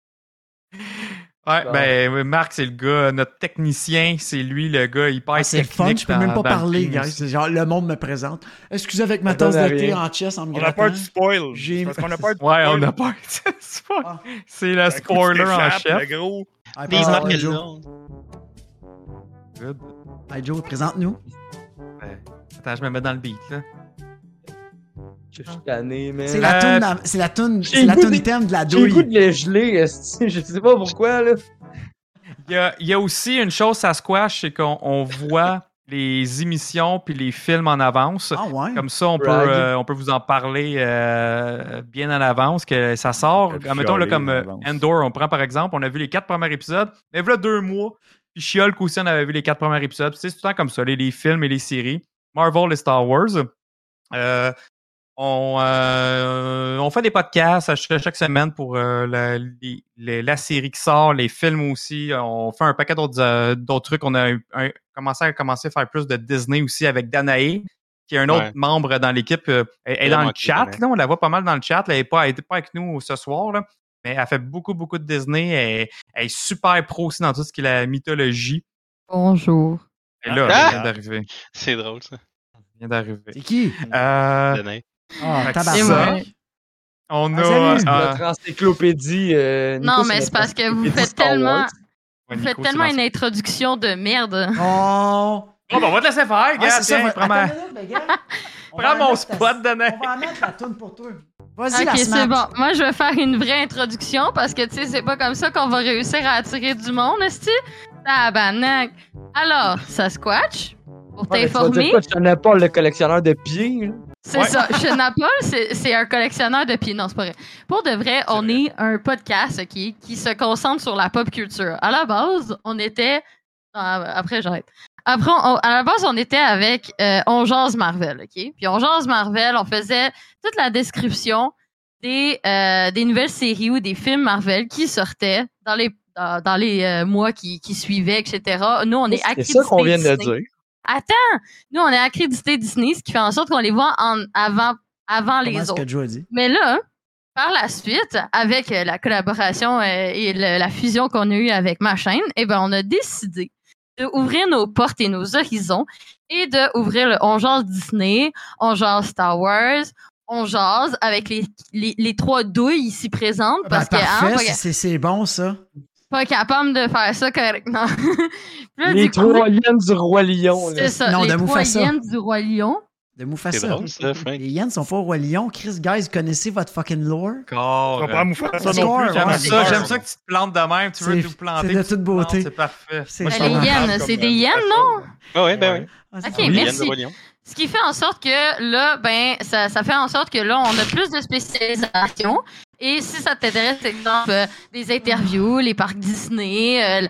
Ouais, Bon. ben, Marc, c'est le gars, notre technicien, c'est lui, le gars hyper Ah, c'est le fun, technique je peux même pas dans le parler, film guys. aussi. C'est genre, le monde me présente. Excusez avec ma Ça tasse donne de thé rien. en chess en me On a grattant. peur du spoil. J'ai- C'est parce qu'on a peur du Ouais, spoil. on a peur. Ah. C'est le Un coup, tu spoiler en t'échappes, chef. le gros. Ah, Des présente-nous, marques Joe. là. Good. Hey, Joe, présente-nous. Attends, je me mets dans le beat, là. Je suis tanné, man. C'est la toune, c'est la toune, J'ai c'est la le goût toune de- thème de la J'ai le goût douille. de les geler, esti. Je sais pas pourquoi, là. Il y a aussi une chose Sasquatch, c'est qu'on voit les émissions puis les films en avance. Ah ouais. Comme ça, on Brag. peut vous en parler bien en avance que ça sort. Mettons, là, comme Endor, on prend par exemple, on a vu les 4 premiers épisodes, mais voilà 2 mois. Puis She-Hulk aussi, on avait vu les 4 premiers épisodes. Puis, c'est tout le temps comme ça, les films et les séries. Marvel et Star Wars. On fait des podcasts chaque semaine pour la série qui sort, les films aussi. On fait un paquet d'autres trucs. On a commencé à faire plus de Disney aussi avec Danae, qui est un autre Ouais. membre dans l'équipe. Elle est dans Vraiment le chat. cool, Là, on la voit pas mal dans le chat. Elle n'est pas avec nous ce soir, là, mais elle fait beaucoup de Disney. Elle est super pro aussi dans tout ce qui est la mythologie. Bonjour. Et là, Ah! elle vient d'arriver. C'est drôle, ça. Elle vient d'arriver. C'est qui? Danae. Ah, Fait que C'est tabarnak. moi. On Ah, salut, a... Notre encyclopédie. Nico, Non, mais notre c'est parce que vous encyclopédie faites Star tellement, Wars. Ouais, vous Nico, faites c'est tellement dans- une introduction de merde. Oh! Bon, ben, on va te laisser faire, Ah, gars. c'est ça, Tiens, prends, attends une minute, ben, gars. On va prends en mon mettre ta- spot, Danae. On va en mettre la toune pour toi. Vas-y, la Ok, snap. c'est bon. Moi, je vais faire une vraie introduction parce que, tu sais, c'est pas comme ça qu'on va réussir à attirer du monde, est-ce Tabarnak. Alors, Sasquatch, pour Ouais, mais tu vas t'informer, dire quoi, tu connais pas le collectionneur de pieds, là? c'est Ouais. ça. Chenapol, c'est un collectionneur de pieds. Non, c'est pas vrai. Pour de vrai, on est un podcast qui se concentre sur la pop culture. À la base, on était... Après, j'arrête. Après, à la base, on était avec On Jase Marvel, OK? Puis On Jase Marvel, on faisait toute la description des nouvelles séries ou des films Marvel qui sortaient dans les mois qui suivaient, etc. Nous, on est C'est accrédité ça qu'on vient de Disney. dire. Attends! Nous, on est accrédité Disney, ce qui fait en sorte qu'on les voit avant Comment les est-ce autres. que Joe a dit? Mais là, par la suite, avec la collaboration et la fusion qu'on a eue avec ma chaîne, eh ben, on a décidé d'ouvrir nos portes et nos horizons et d'ouvrir le On Jase Disney, On Jase Star Wars, On Jase avec les 3 douilles ici présentes parce Ben, que parfait, hein, c'est bon, ça. pas capable de faire ça correctement. Puis là, Les du coup, 3 hyènes du Roi Lion, là. c'est ça, Non, les de 3 Mufasa. hyènes du Roi Lion. De C'est Mufasa. drôle, ça, Frank. Les hyènes sont pas au Roi Lion. Chris, guys, connaissez votre fucking lore? Encore. Tu vas pas m'ouvrir ça C'est non plus. gore, j'en ai ouais. peur. J'aime ça que tu te plantes de même. Tu veux C'est- tout planter. c'est de tu te toute beauté. plantes, C'est parfait. C'est Moi, je Les suis en hyènes, train c'est comme, des hyènes, non? Ah ouais, ben oui. Ah, c'est Ok, ça. Les hyènes merci. de Roi Lion. Ce qui fait en sorte que là, ben, ça fait en sorte que là, on a plus de spécialisation. Et si ça t'intéresse, exemple, des interviews, les parcs Disney,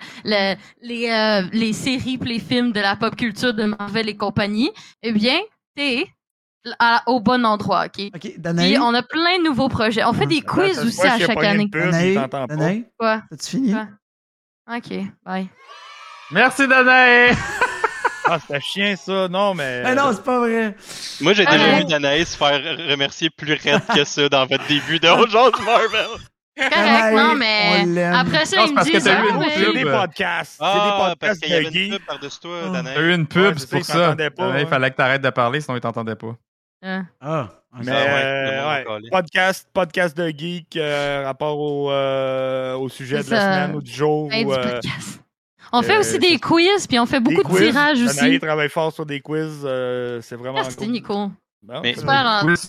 les séries pis les films de la pop culture de Marvel et compagnie, eh bien, t'es au bon endroit, OK? OK, Puis Danae. on a plein de nouveaux projets. On fait des quiz Ça se aussi voit à qu'il y a chaque pogné une année. puce, il Danae, t'entend pas. Danae, Quoi? as-tu fini? Quoi? OK, bye. Merci, Danae. Ah, c'était chien, ça. Non, mais. Ah non, c'est pas vrai. Moi, j'ai déjà Ouais. vu Danae se faire remercier plus raide que ça dans votre début de On Jase Marvel. C'est correct, non, on mais l'aime. après ça, Non, ils c'est me parce que disent t'as eu une C'est pub. des podcasts. Ah, c'est des parce podcasts qu'il y avait de une geeks. pub par-dessus toi, Ah. Danae. T'as eu une pub, Ouais, je c'est sais, pour ils ça. t'entendaient pas, Il hein. fallait que t'arrêtes de parler, sinon ils t'entendaient pas. Ah, Mais Ah ouais, tout le monde va caler. podcast de geek, rapport au sujet C'est de la ça. semaine ou du jour. Fin ou, du podcast. On fait aussi des c'est- quiz, puis on fait beaucoup des de quiz. tirages Danae aussi. travaille fort sur des quiz. C'est vraiment Merci, cool. Nico. Bon, Mais- ça- Super. Quiz.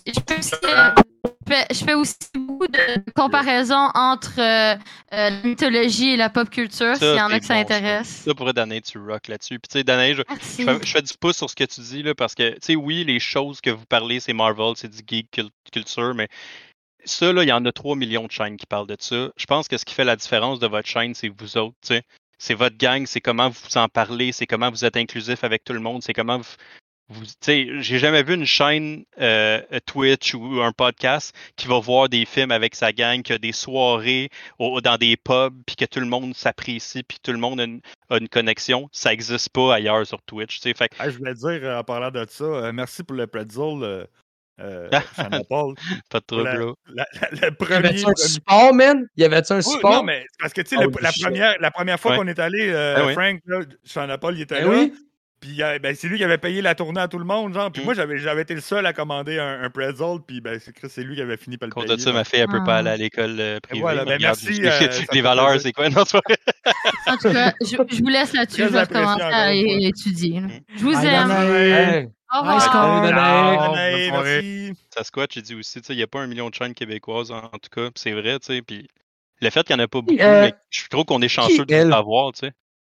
Je fais aussi beaucoup de comparaisons entre la mythologie et la pop culture, s'il y en a c'est que ça bon, intéresse. Ça pourrait Danae, tu rock là-dessus. Puis tu sais, Danae, Merci. je fais du pouce sur ce que tu dis, là, parce que, tu sais, oui, les choses que vous parlez, c'est Marvel, c'est du geek culture, mais ça, là, il y en a 3 millions de chaînes qui parlent de ça. Je pense que ce qui fait la différence de votre chaîne, c'est vous autres, tu sais. C'est votre gang, c'est comment vous en parlez, c'est comment vous êtes inclusif avec tout le monde, c'est comment tu sais, j'ai jamais vu une chaîne Twitch ou un podcast qui va voir des films avec sa gang, qui a des soirées dans des pubs, puis que tout le monde s'apprécie, puis tout le monde a une connexion. Ça n'existe pas ailleurs sur Twitch. Tu sais, fait que- Ah, je voulais dire, en parlant de ça, merci pour le pretzel, Shanna Paul. pas de Pour trouble, là. le Y premier. avait-tu un support, man? Y avait-tu un Oui, support? non, mais c'est parce que, tu sais, Holy shit. la première fois Ouais. qu'on est allé, oui. Frank, là, Shanna Paul, il était Ben là. oui. Puis c'est lui qui avait payé la tournée à tout le monde, genre. Puis Mm. moi, j'avais été le seul à commander un pretzel, puis c'est lui qui avait fini par le À cause payer. de ça, là. ma fille, elle peut pas Ah. aller à l'école privée. voilà, mais ben regarde, merci, les ça les fait valeurs, plaisir. c'est quoi? Non, c'est pas vrai. En tout cas, je vous laisse là-dessus. Très Je vais apprécié commencer à encore une fois. étudier. là. Je vous Bye, aime. Danae. Hey. Au Bye, revoir. Scott. Salut, Danae. Ciao. Danae, Bonne soirée. merci. Sasquatch, j'ai dit aussi, tu sais, il n'y a pas 1 million de chaînes québécoises, en tout cas. Puis c'est vrai, tu sais. Puis le fait qu'il n'y en a pas beaucoup, mais je trouve qu'on est chanceux de elle? le savoir, tu sais.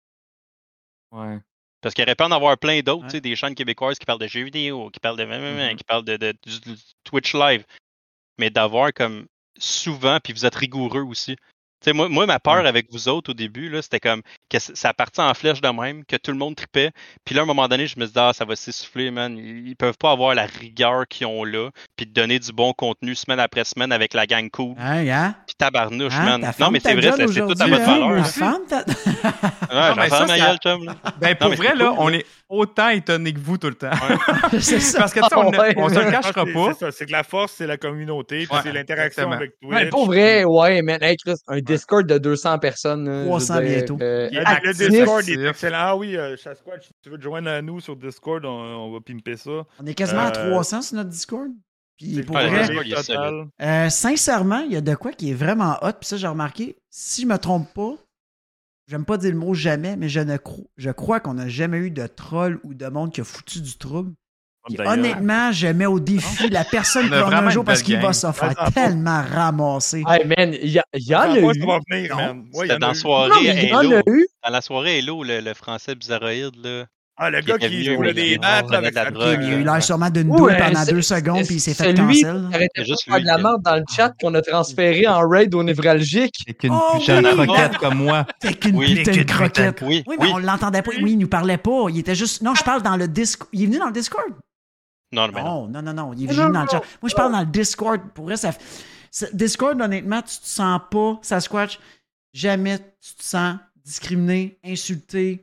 Ouais. Parce qu'il aurait pu en avoir plein d'autres, tu sais, des chaînes québécoises qui parlent de jeux vidéo, qui parlent de qui parlent du Twitch Live. Mais d'avoir comme souvent, puis vous êtes rigoureux aussi. Tu sais, moi, ma peur avec vous autres au début, là, c'était comme que ça partait en flèche de même, que tout le monde tripait. Puis là, à un moment donné, je me disais, ça va s'essouffler, man. Ils peuvent pas avoir la rigueur qu'ils ont là, puis de donner du bon contenu semaine après semaine avec la gang cool. Hein? Puis tabarnouche, Hein? man. Ta Non, femme mais ta c'est vrai, job c'est tout à aujourd'hui, votre hein? valeur. Ta là. femme ta- Ouais, mais j'en ça, fais ma gueule, chum. Là. Ben, pour mais vrai, c'est là, cool, on est autant étonnés que vous tout le temps. C'est ça. Parce que, tu sais, on Ouais. se le cachera C'est pas. ça, c'est que la force, c'est la communauté, puis Ouais, c'est l'interaction exactement. avec Twitch. Mais pour vrai, ouais, man. Hey, Chris, un Discord de 200 personnes. là, 300 je veux dire, bientôt. Le actif. Discord est excellent. Ah oui, Sasquatch, si tu veux te joindre à nous sur Discord, on va pimper ça. On est quasiment à Euh, 300 sur notre Discord. Puis C'est pour Ouais, le vrai, Discord, il est total. sincèrement, il y a de quoi qui est vraiment hot. Puis ça, j'ai remarqué, si je me trompe pas, j'aime pas dire le mot jamais, mais je crois qu'on n'a jamais eu de troll ou de monde qui a foutu du trouble. Puis D'ailleurs. honnêtement, je mets au défi la personne On qui a va venir vraiment un jour une parce belle qu'il va gang. se faire Ouais, ça tellement ramasser. Hey, man, il y en Je a pense pas eu. que ça va venir, Non. man. Ouais, il y C'était en a dans eu. soirée Non, mais il y en Hello. a eu. Dans la soirée Hello, le français bizarroïde, là. Ah, le gars était qui venu, jouait oui, des qui maths prenait avec de la sa drogue. Il a eu l'air sûrement d'une Ouais, douille pendant c'est- 2 secondes, puis il s'est fait C'est lui qui cancel. arrêtait C'est pas juste de faire lui de la qui- merde dans le chat qu'on a transféré en raid au névralgique. C'est qu'une Oh, putain de oui! croquette comme moi. T'es qu'une Oui. putain de croquette. Oui, Oui, mais oui. on l'entendait pas. Oui, il nous parlait pas. Il était juste. Non, je parle dans le Discord. Il est venu dans le Discord? Non, mais non. Non. Il est venu dans le chat. Moi, je parle dans le Discord. Pour vrai, Discord, honnêtement, tu te sens pas, Sasquatch, jamais tu te sens discriminé, insulté.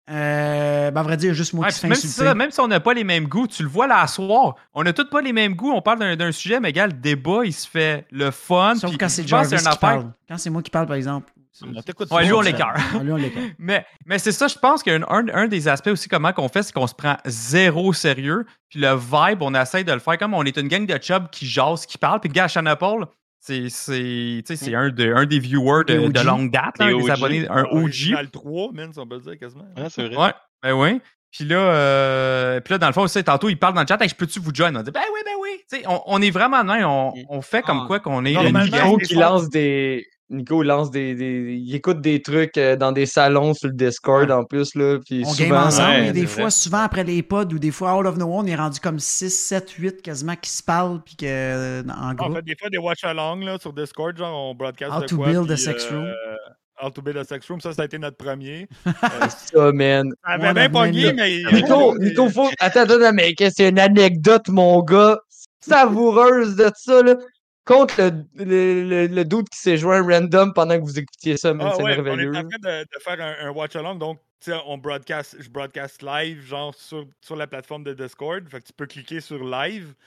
À vrai dire, juste moi Ouais, qui se puis fais même, insulter. même si on n'a pas les mêmes goûts, tu le vois là à soir. On n'a tous pas les mêmes goûts. On parle d'un sujet, mais gars, le débat, il se fait le fun. Sauf puis quand c'est je pense que Jarvis une qui affaire- parle. Quand c'est moi qui parle, par exemple. On t'écoute Ouais, ça, lui, on ça. l'écœure. Lui, on l'écoute. Mais c'est ça, je pense qu'un des aspects aussi, comment qu'on fait, c'est qu'on se prend zéro sérieux. Puis le vibe, on essaie de le faire comme on est une gang de chubs qui jase, qui parle. Puis le gars, Shanna Paul, c'est un des viewers Des OG. de longue date, là, Des des OG. abonnés, un OG. Original 3, man, si on peut le dire quasiment. Ouais, c'est vrai. Ouais, ben oui. Puis là, dans le fond, aussi, tantôt, il parle dans le chat, hey, je peux-tu vous join? On dit, ben oui. Tu sais, on est vraiment de même, on fait comme quoi qu'on est une Normalement, gang. Nico c'est qui fort. lance des. Nico lance il écoute des trucs dans des salons sur le Discord Ouais. en plus. Là, puis On game souvent, ensemble. ouais, Il y a des c'est fois, vrai. souvent après les pods ou des fois out of nowhere, on est rendu comme 6, 7, 8 quasiment qui se parlent puis que en On groupe. fait des fois des watch-along là, sur Discord, genre on broadcast How de to quoi. build puis, a sex room. How to build a sex room, ça a été notre premier. ça, man. Ça Ouais, avait bien la pogné, même, mais... Nico, faut. Attends, mais c'est une anecdote, mon gars, savoureuse de ça, là. Contre le doute qui s'est joint random pendant que vous écoutiez ça, man. Ah C'est ouais, on est merveilleux. en train de faire un watch-along, donc tu sais, je broadcast live, genre sur la plateforme de Discord, fait que tu peux cliquer sur live,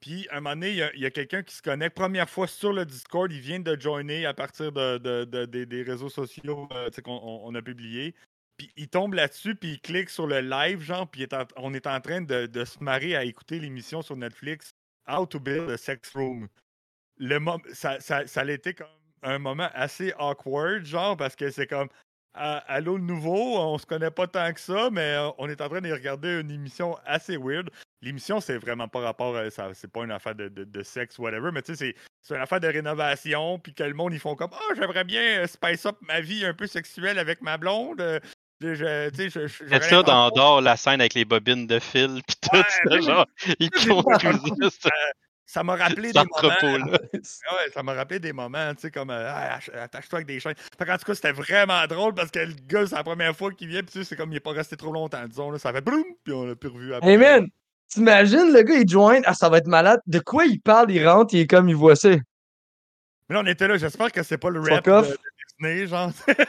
Puis, un moment donné, il y a quelqu'un qui se connecte. Première fois sur le Discord, il vient de joiner à partir des réseaux sociaux qu'on a publiés. Puis, il tombe là-dessus, puis il clique sur le live, genre, puis on est en train de se marrer à écouter l'émission sur Netflix, How to Build a Sex Room. Ça a été comme un moment assez awkward, genre, parce que c'est comme... Allô, le nouveau, on se connaît pas tant que ça, mais on est en train de regarder une émission assez weird. L'émission, c'est vraiment pas rapport à ça, c'est pas une affaire de sexe, whatever, mais tu sais, c'est une affaire de rénovation, puis que le monde, ils font comme j'aimerais bien spice up ma vie un peu sexuelle avec ma blonde. C'est ça dans la scène avec les bobines de fil, puis tout ça, genre, ils font tout ça. Ça m'a rappelé des moments. Ouais, ça m'a rappelé des moments, tu sais, comme attache-toi avec des chaînes. Fait en tout cas, c'était vraiment drôle parce que le gars, c'est la première fois qu'il vient, puis tu sais, c'est comme il est pas resté trop longtemps, disons, là, ça fait broum, puis on l'a plus revu après. Hey man, t'imagines, le gars, il joint, ça va être malade. De quoi il parle, il rentre, il est comme, il voit ça. Mais là, on était là, j'espère que c'est pas le rap de Disney, genre.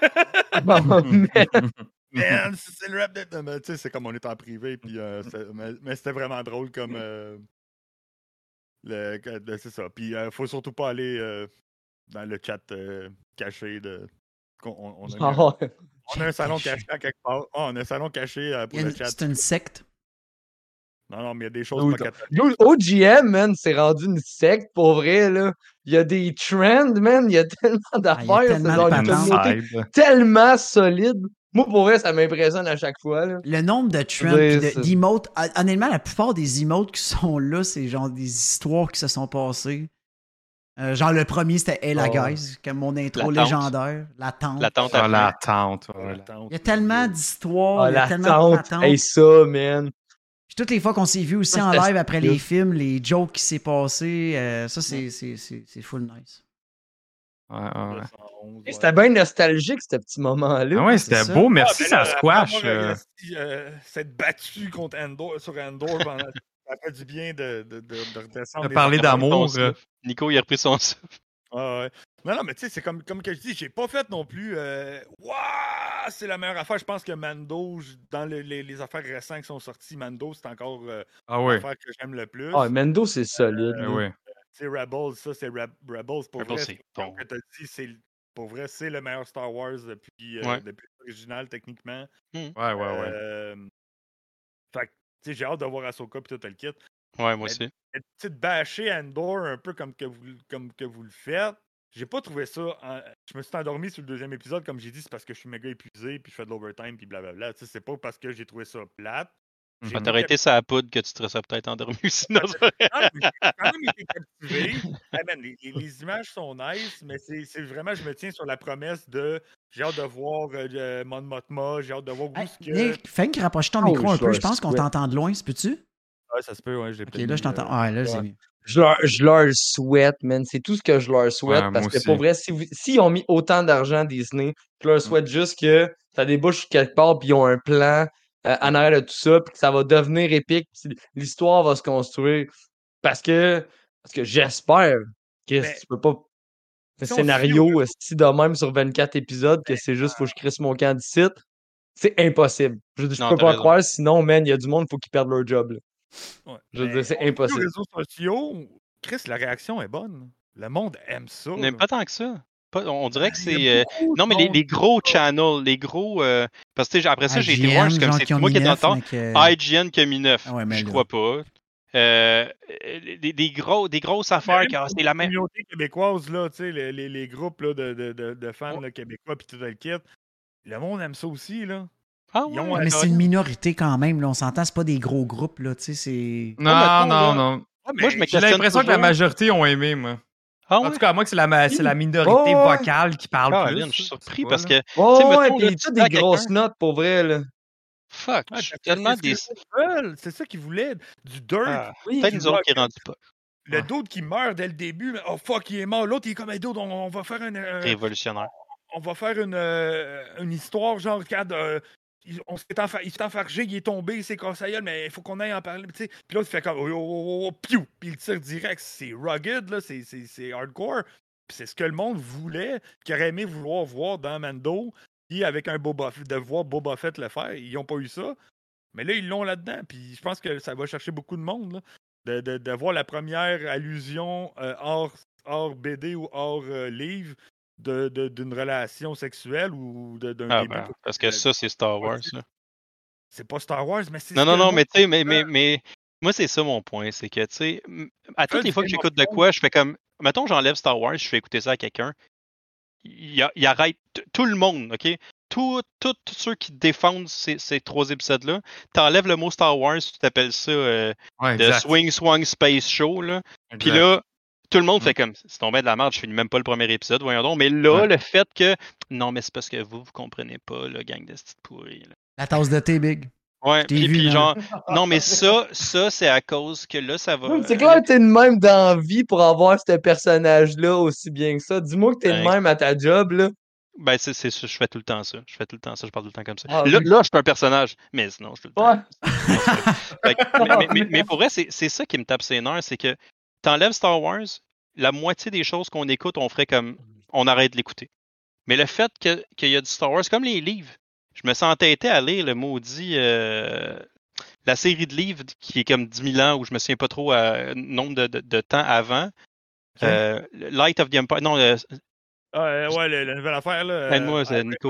Man, c'est le rap de. Tu sais, c'est comme on est en privé, puis mais c'était vraiment drôle comme. C'est ça. Puis, faut surtout pas aller dans le chat caché de. On a un salon caché à quelque part. On a un salon caché pour le chat. C'est une secte. Non, mais il y a des choses pas catholiques. OGM, man, c'est rendu une secte, pour vrai, là. Il y a des trends, man. Il y a tellement d'affaires. C'est genre une communauté tellement solide. Moi, pour vrai, ça m'impressionne à chaque fois. Là. Le nombre de trends d'emotes, honnêtement, la plupart des emotes qui sont là, c'est genre des histoires qui se sont passées. Genre, le premier, c'était Hey la guys, comme mon intro légendaire. La tante. La tante. La tante. Il y a tellement d'histoires. La tante. Hey, ça, man. Puis toutes les fois qu'on s'est vu aussi en live après les films, les jokes qui s'est passé, ça, c'est full nice. Ouais. C'était bien nostalgique, ce petit moment-là. Ah ouais, c'était beau. Merci, ça squash. S'être battu contre Andor, sur Andor, ça fait du bien de redescendre. De parler d'amour. Nico, il a repris son souffle. Ouais. Non, mais tu sais, c'est comme que je dis, j'ai pas fait non plus. Waouh, c'est la meilleure affaire. Je pense que Mando, dans les affaires récentes qui sont sorties, Mando, c'est encore l'affaire que j'aime le plus. Ah, Mando, c'est solide. Oui. C'est Rebels, ça, c'est Rebels. Pour Rebels, vrai, c'est bon. Comme tu as dit, pour vrai, c'est le meilleur Star Wars depuis l'original, techniquement. Ouais. Fait que, tu sais, j'ai hâte de voir Ahsoka puis tout le kit. Ouais, moi aussi. Tu sais, de bâcher Andor un peu comme que vous le faites, j'ai pas trouvé ça. Je me suis endormi sur le deuxième épisode, comme j'ai dit, c'est parce que je suis méga épuisé puis je fais de l'overtime puis blablabla. Tu sais, c'est pas parce que j'ai trouvé ça plate. T'aurais été sur la poudre que tu te serais peut-être endormi sinon. J'ai quand même été captivé. Les images sont nice, mais c'est vraiment, je me tiens sur la promesse de j'ai hâte de voir Mon Mothma, j'ai hâte de voir où est-ce que. Nick, Fink, rapproche ton micro un peu. Je pense qu'on t'entend de loin, c'est peux-tu? Ouais, ça se peut, ouais. Ok, là, je t'entends. Ah, là, c'est mieux. Je leur souhaite, man. C'est tout ce que je leur souhaite. Parce que pour vrai, s'ils ont mis autant d'argent Disney, je leur souhaite juste que ça débouche quelque part puis ils ont un plan en arrière de tout ça, puis que ça va devenir épique, puis l'histoire va se construire. Parce que j'espère que tu peux pas. Un scénario de même sur 24 épisodes, que c'est juste faut que je crisse mon camp d'ici. C'est impossible. Je peux pas croire, sinon, man, il y a du monde, il faut qu'ils perdent leur job. Là. Ouais. Je veux dire, c'est impossible. Les réseaux sociaux, Chris, la réaction est bonne. Le monde aime ça. On n'aime pas tant que ça. On dirait que c'est. Non, mais les gros channels, les gros. Parce que après ça, j'ai été voir, c'est comme c'est moi qui est dans le temps. IGN qui a mis 9. Je crois pas. Des grosses affaires, c'est la même. La communauté québécoise, là, tu sais, les groupes là, de fans là, québécois, puis tout le kit. Le monde aime ça aussi, là. Ah ouais, mais c'est une minorité quand même, là. On s'entend, c'est pas des gros groupes, là, tu sais, c'est. Non. Moi, j'ai l'impression que la majorité ont aimé, moi. Ah ouais? En tout cas, moi, que c'est la minorité vocale qui parle plus. Je suis surpris parce que. Puis tu des grosses notes, pour vrai, là. Fuck, tellement des. C'est ça qu'ils voulaient, du dirt. Peut-être nous autres qui rendent pas. Le dude qui meurt dès le début, mais oh fuck, il est mort. L'autre, il est comme un dude, on va faire révolutionnaire. On va faire une histoire, genre, il s'est enfargé, il est tombé, c'est comme ça, mais il faut qu'on aille en parler. Puis l'autre, il fait comme piou, puis il tire direct. C'est rugged, là, c'est hardcore. Puis c'est ce que le monde voulait, qu'il aurait aimé vouloir voir dans Mando. Puis avec un Boba Fett, de voir Boba Fett le faire, ils n'ont pas eu ça. Mais là, ils l'ont là-dedans. Puis je pense que ça va chercher beaucoup de monde. Là. de voir la première allusion hors BD ou hors livre d'une relation sexuelle ou d'un Ah, début. ben, parce que ça, c'est Star Wars. Là. C'est pas Star Wars, mais c'est. Non, mais tu sais, mais moi, c'est ça mon point. C'est que, tu sais, à toutes les fois que j'écoute de quoi, je fais comme. Mettons, j'enlève Star Wars, je fais écouter ça à quelqu'un. Il arrête tout le monde, OK? Tous ceux qui défendent ces 3 épisodes-là, t'enlèves le mot Star Wars, tu t'appelles ça The Swing Swang Space Show, là. Puis là, tout le monde fait comme, c'est tombé de la merde, je finis même pas le premier épisode, voyons donc. Mais là, le fait que, non, mais c'est parce que vous comprenez pas, le gang de petites pourries. Là. La tasse de thé, Big. Ouais, puis genre, non, mais ça, c'est à cause que là, ça va. C'est clair que t'es de même dans la vie pour avoir ce personnage-là aussi bien que ça. Dis-moi que t'es de même à ta job, là. Ben, c'est ça, je fais tout le temps ça. Je parle tout le temps comme ça. Ah, là, oui. je suis un personnage, mais sinon, je suis tout le temps. Mais pour vrai, c'est ça qui me tape ses nerfs, c'est que t'enlèves Star Wars, la moitié des choses qu'on écoute, on ferait comme, on arrête de l'écouter. Mais le fait qu'il y a du Star Wars, comme les livres, je me sens entêté à lire le maudit, la série de livres qui est comme 10 000 ans, où je me souviens pas trop nombre de temps avant. Light of the Empire, non, la nouvelle affaire, là. Aide-moi, c'est Nico.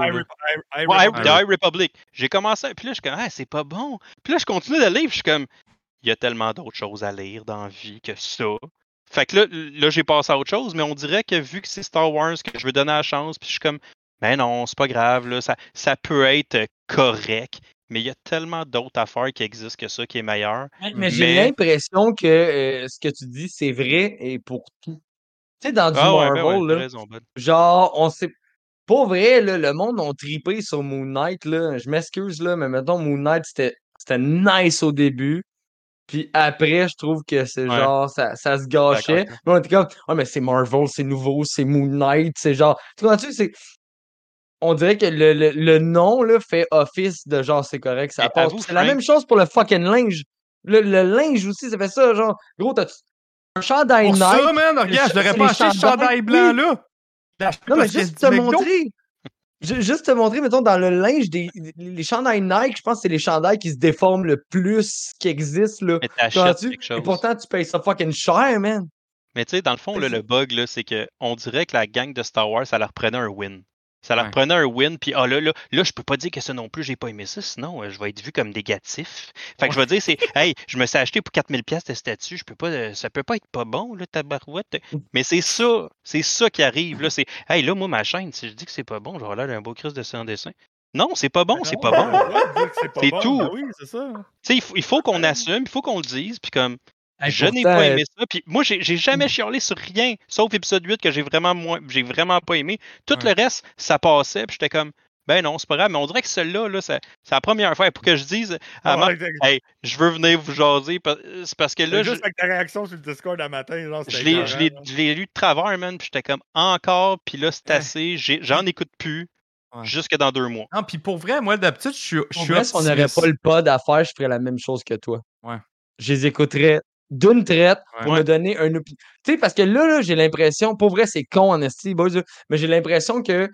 The High Republic. J'ai commencé, puis là, je suis comme, c'est pas bon. Puis là, je continue de lire, puis je suis comme, il y a tellement d'autres choses à lire dans la vie que ça. Fait que là, j'ai passé à autre chose, mais on dirait que vu que c'est Star Wars, que je veux donner la chance, puis je suis comme, ben non, c'est pas grave, là, ça peut être correct, mais il y a tellement d'autres affaires qui existent que ça, qui est meilleur. Mais j'ai l'impression que ce que tu dis, c'est vrai et pour tout. Tu sais, dans du Marvel, là, genre, on sait. Pas vrai, là, le monde ont tripé sur Moon Knight, là. Je m'excuse, là, mais mettons, Moon Knight, c'était nice au début. Puis après, je trouve que c'est genre, ça se gâchait. Mais on était comme, mais c'est Marvel, c'est nouveau, c'est Moon Knight, c'est genre. Tu comprends-tu? On dirait que le nom, là, fait office de genre, c'est correct, ça passe. C'est la même chose pour le fucking linge. Le linge aussi, ça fait ça, genre, gros, t'as un chandail Nike. Pour ça, man, regarde, je devrais pas acheter ce chandail blanc-là. Non, mais juste te montrer. Juste te montrer, mettons, dans le linge, les chandails Nike, je pense que c'est les chandails qui se déforment le plus qui existent, là. Mais t'achètes quelque chose. Et pourtant, tu payes ça fucking cher, man. Mais tu sais, dans le fond, là, le bug, là, c'est que on dirait que la gang de Star Wars, ça leur prenait un win. Ça leur prenait un win, puis là, je peux pas dire que ça non plus, j'ai pas aimé ça, sinon je vais être vu comme négatif. Fait que je vais dire, hey, je me suis acheté pour 4000$ de statut, ça peut pas être pas bon, là, ta barouette. Mais c'est ça qui arrive, là, hey, là, moi, ma chaîne, si je dis que c'est pas bon, je vais avoir l'air d'un beau Christ de sans dessin. Non, c'est pas bon, c'est pas bon. C'est tout. Ben oui, c'est ça. Tu sais, il faut qu'on assume, il faut qu'on le dise, puis comme, je n'ai pas aimé ça. Puis moi, j'ai jamais chialé sur rien, sauf épisode 8 que j'ai vraiment pas aimé. Tout le reste, ça passait, puis j'étais comme, ben non, c'est pas grave. Mais on dirait que celle-là, là, c'est la première fois pour que je dise à Marc, hey, je veux venir vous jaser. C'est parce que là. Juste avec ta réaction sur le Discord un matin, genre, je l'ai lu de travers, man, puis j'étais comme, encore, puis là, c'est assez, j'en écoute plus. Jusque dans 2 mois. Non, puis pour vrai, moi, d'habitude, je suis si on n'aurait pas le pod à faire, je ferais la même chose que toi. Ouais. Je les écouterais d'une traite pour me donner un opinion. Tu sais, parce que là, j'ai l'impression, pour vrai, c'est con en esti, boys, mais j'ai l'impression que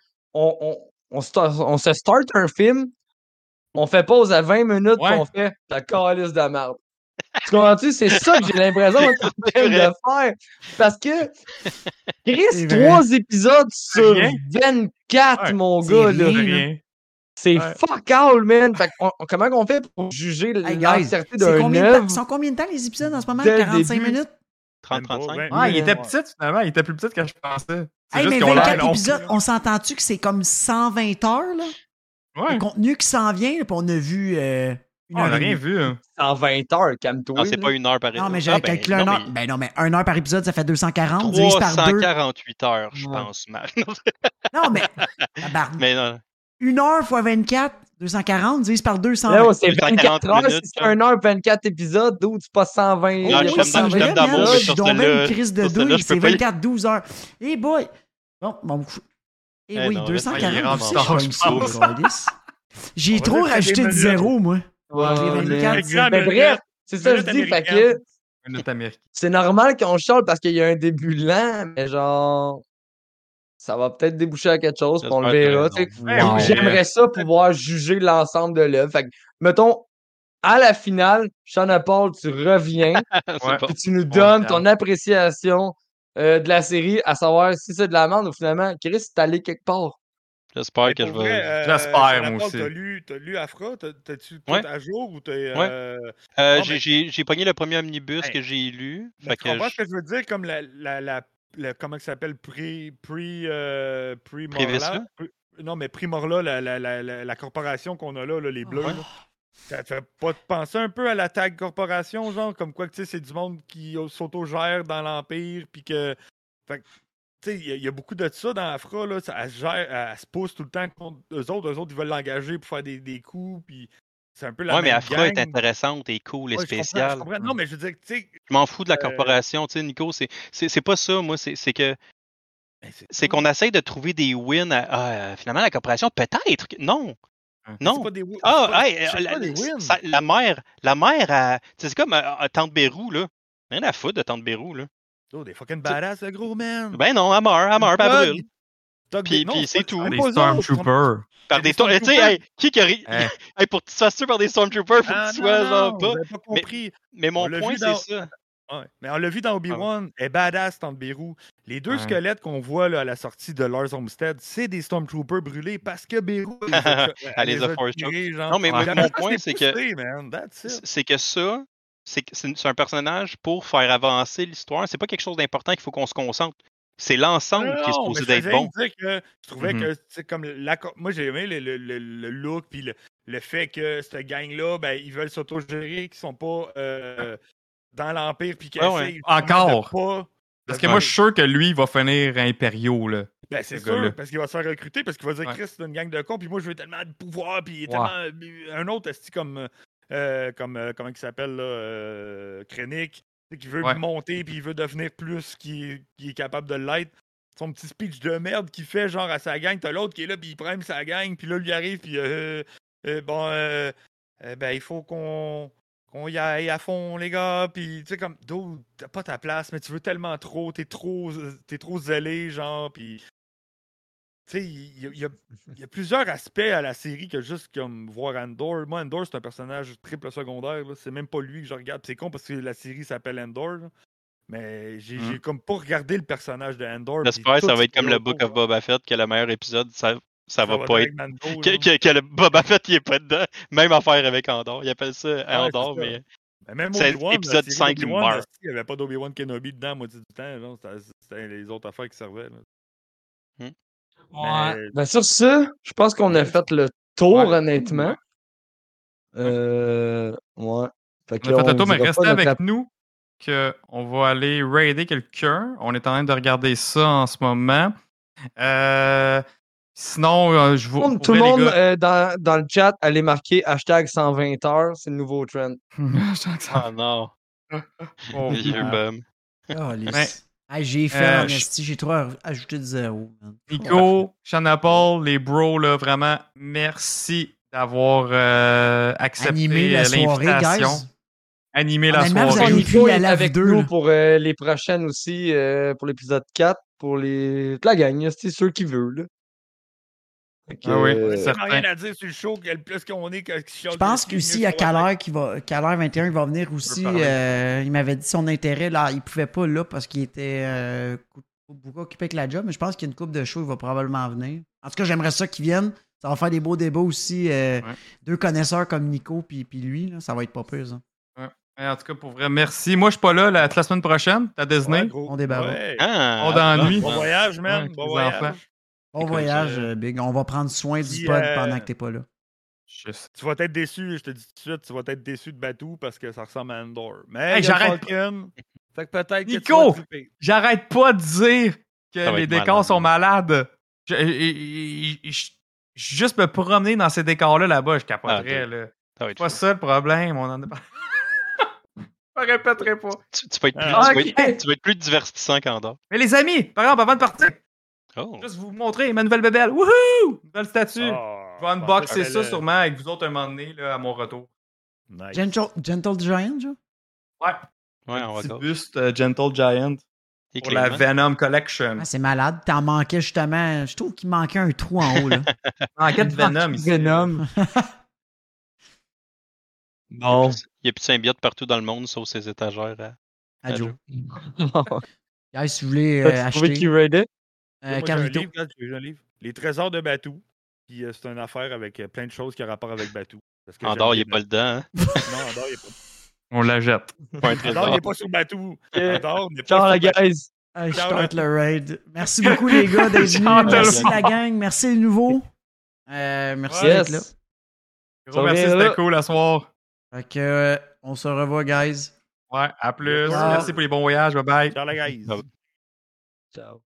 on se start un film, on fait pause à 20 minutes, puis on fait ta calice de merde. Tu comprends-tu? C'est ça que j'ai l'impression qu'on est en train de faire. Parce que, Chris, 3 épisodes sur 24, mon gars, là. C'est fuck all, man! Fait comment on fait pour juger l'entièreté d'un œuvre? Ils sont combien de temps les épisodes en ce moment? 45 minutes? 30-35? Il était petit, finalement. Il était plus petit que je pensais. Hey, mais 24 épisodes, on s'entend-tu que c'est comme 120 heures, là? Ouais. Le contenu qui s'en vient, puis on a vu... on n'a rien vu. 120 heures, calme-toi. Non, c'est pas 1 heure par épisode. Non, mais j'avais calculé 1 heure. Ben non, mais 1 heure par épisode, ça fait 240. 348 heures, je pense, mal. Non, mais... Mais non. 1 heure fois 24, 240, divise par 200. Non, c'est 24 heures, c'est 1 heure 24 épisodes, d'où c'est pas 120. Non, je t'aime d'amour, je suis tombé une crise de douille, c'est 24-12 heures. Eh boy! Bon, eh oui, 240 aussi, j'ai trop rajouté de 0, moi. Mais bref, c'est ça que je dis, fait que... C'est normal qu'on chiale parce qu'il y a un début lent, mais genre... Ça va peut-être déboucher à quelque chose, puis on le verra. J'aimerais ça pouvoir juger l'ensemble de l'œuvre. Fait que, mettons, à la finale, Shana Paul, tu reviens C'est Ouais. bon. puis tu nous donnes Ouais, ton appréciation de la série, à savoir si c'est de la merde ou finalement, Chris, c'est allé quelque part. J'espère Mais que je pour vais. vrai, J'espère, Shana moi Paul, aussi. t'as lu Afra? T'as-tu tout Ouais. à jour ou t'es. Ouais. Bon, J'ai pogné le premier omnibus Hey. que j'ai lu. Mais Fait tu que comprends ce que je veux dire? Comme comment ça s'appelle? Prévis, Morla? là? Non, mais Primorla, la corporation qu'on a là, les bleus. Ouais. Là. Ça te fait pas te penser un peu à la Tag Corporation, genre? Comme quoi, tu sais, c'est du monde qui s'autogère dans l'Empire, puis que... Fait que, tu sais, il y a beaucoup de ça dans Afra, là. Elle se gère, elle se pousse tout le temps contre eux autres. Eux autres, ils veulent l'engager pour faire des coups, puis c'est un peu la Ouais, mais même Afra est gang. intéressante et cool et Ouais, je spéciale. comprends. Non, mais je veux dire, tu sais... Je m'en fous de la Euh, corporation, tu sais, Nico. C'est pas ça, moi. C'est que. C'est qu'on essaye de trouver des wins. Finalement, la corporation, peut-être. Non. Non. C'est pas des wins. Ah, hey, c'est pas des wins. la mère, c'est comme Tante Bérou, là. Rien à foutre de Tante Bérou, là. Oh, des fucking badass, le gros man. Ben non, elle meurt, puis elle brûle. Puis c'est tout. Des Stormtroopers. Par des des tu sais, Stormtroopers. hey, qui a ri- Hein. hey, pour que tu te fasses tuer par des Stormtroopers, faut Ah, que tu sois genre pas. vous avez pas compris. Mais On mon l'a point, vu c'est dans- ça. Ouais. Mais on l'a vu dans Obi-Wan, elle est badass, Tante Bérou. Les deux Ouais. squelettes qu'on voit là, à la sortie de Lars Homestead, c'est des Stormtroopers brûlés parce que Bérou Elle les a force tirés, genre. Non, mais Ouais. mon point, c'est que poussé, man. That's it. c'est que ça, c'est un personnage pour faire avancer l'histoire. C'est pas quelque chose d'important qu'il faut qu'on se concentre. C'est l'ensemble qui est Non, mais supposé je d'être faisais bon. dire que je trouvais Mhm. que c'est comme moi j'ai aimé le look puis le fait que cette gang là ben ils veulent s'autogérer, qu'ils sont pas dans l'Empire puis qu'ils Ouais, ouais. essayent Encore. de pas Parce que moi, je suis sûr que lui, il va finir impériaux, là. ben, c'est ce sûr, gars-là. parce qu'il va se faire recruter, parce qu'il va dire Ouais. Chris, c'est une gang de cons, puis moi, je veux tellement de pouvoir, puis il est Ouais. tellement. Un autre, c'est comme comment il s'appelle, là, Krennic, qui veut Ouais. monter, puis il veut devenir plus qu'il est capable de l'être. Son petit speech de merde qu'il fait, genre, à sa gang, t'as l'autre qui est là, puis il prime sa gang, puis là, lui arrive, puis ben, il faut qu'on y aille à fond, les gars, puis tu sais, comme, dude, t'as pas ta place, mais tu veux tellement trop, t'es trop zélé, genre, puis tu sais, il y a plusieurs aspects à la série que juste comme voir Andor. Moi, Andor, c'est un personnage triple secondaire, là. C'est même pas lui que je regarde. C'est con parce que la série s'appelle Andor, là. Mais j'ai comme pas regardé le personnage de Andor. J'espère que ça va être comme le Book of Boba Fett, que le meilleur épisode, ça va pas être. Que le Boba Fett, il est pas dedans. Même affaire avec Andor. Il appelle ça Andor, c'est ça. mais. Même C'est Obi-Wan, épisode la série 5, il d'Obi-Wan, meurt. il n'y avait pas d'Obi-Wan Kenobi dedans, moitié du temps. Genre, c'était les autres affaires qui servaient. Là. Ouais. Mais- Ben sur ça, je pense qu'on a fait le tour, Ouais. honnêtement. Ouais. Fait que On a fait on le tour, mais dira restez pas notre avec nous qu'on va aller raider quelqu'un. On est en train de regarder ça en ce moment. Sinon, je vous. Tout le monde dans le chat, allez marquer hashtag 120 heures, c'est le nouveau trend. Ah non. Oh, Vieux bum. Oh, les... Mais- Hey, j'ai fait en esti, j'ai trop ajouté de zéro. man. Nico, Shana Paul, les bros, là, vraiment, merci d'avoir accepté Animé la soirée, l'invitation. guys. Animer la Honnêtement, vous soirée. auriez Nico pu y est aller à avec vous deux, nous là. pour les prochaines aussi, pour l'épisode 4, pour toute la gang, c'est ceux qui veulent. Là. Fait que, Ah oui, Il n'y a certain. rien à dire sur le show, le plus qu'on est. Je pense qu'aussi, il y a Kaler Kaler 21 qui va venir aussi. Il m'avait dit son intérêt. Là, il pouvait pas là parce qu'il était beaucoup occupé avec la job, mais je pense qu'il y a une couple de shows, il va probablement venir. En tout cas, j'aimerais ça qu'il vienne. Ça va faire des beaux débats aussi. Deux connaisseurs comme Nico puis lui, là, ça va être pas pire. Ça. Ouais, en tout cas, pour vrai, merci. Moi, je suis pas là la semaine prochaine. T'as Disney. On débat. Ouais. Ah, On dans la nuit. Bon voyage, man. Ouais, avec Bon les voyage. enfants. Bon Écoute, voyage, Big. On va prendre soin du Puis, pod pendant que t'es pas là. Je sais. Tu vas être déçu, je te dis tout de suite, tu vas être déçu de Batou parce que ça ressemble à Andor. Mais Hey, il y a j'arrête Falcon, fait que peut-être que tu Nico! vas triper. J'arrête pas de dire que Ça va les être décors malade. sont malades. Juste me promener dans ces décors-là, là-bas, je capoterais. Ah, ok. Là. Ça va être C'est pas fou. ça le problème. On en a pas. Je répéterai pas. Tu vas être plus, Ah, tu vas être plus divertissant qu'Andor. Mais les amis, par exemple, avant de partir, Oh. juste vous montrer ma nouvelle bébelle. Wouhou! Nouvelle statue. Ah, Je vais unboxer je ça pensais que sûrement avec vous autres un moment donné là, à mon retour. Nice. Gentle Giant, genre? Ouais. Ouais, on va Petit voir. buste Gentle Giant Et pour la Venom Collection. Ah, c'est malade. T'en manquais justement. Je trouve qu'il manquait un trou en haut. Là. Enquête Venom ici. Venom. Bon. Il n'y a plus de symbiote partout dans le monde, sauf ces étagères à Joe. Joe. Guys, si vous voulez T'as trouvé acheter. qui raidait? Moi, j'ai un Carlito. livre, regarde, j'ai un livre. Les trésors de Batou. Puis c'est une affaire avec plein de choses qui ont rapport avec Batou. Parce que Andorre, il j'aime n'est pas bien dedans. Hein? Batou. Non, Andorre, il est pas. On la jette. Pas un Andorre, il trésor. n'est pas sur Batou. Andorre n'est pas Ciao, sur les Batou. guys! Je Ciao, starte le raid. Merci beaucoup, les gars, d'être venus. Ciao, Merci, tout le la gang. Merci, les nouveaux. Merci Yes! d'être là. Gros merci, revient là. c'était cool à soir. Fait que, on se revoit, guys. Ouais, à plus. Ciao. Merci pour les bons voyages. Bye bye. Ciao, les guys. Ciao.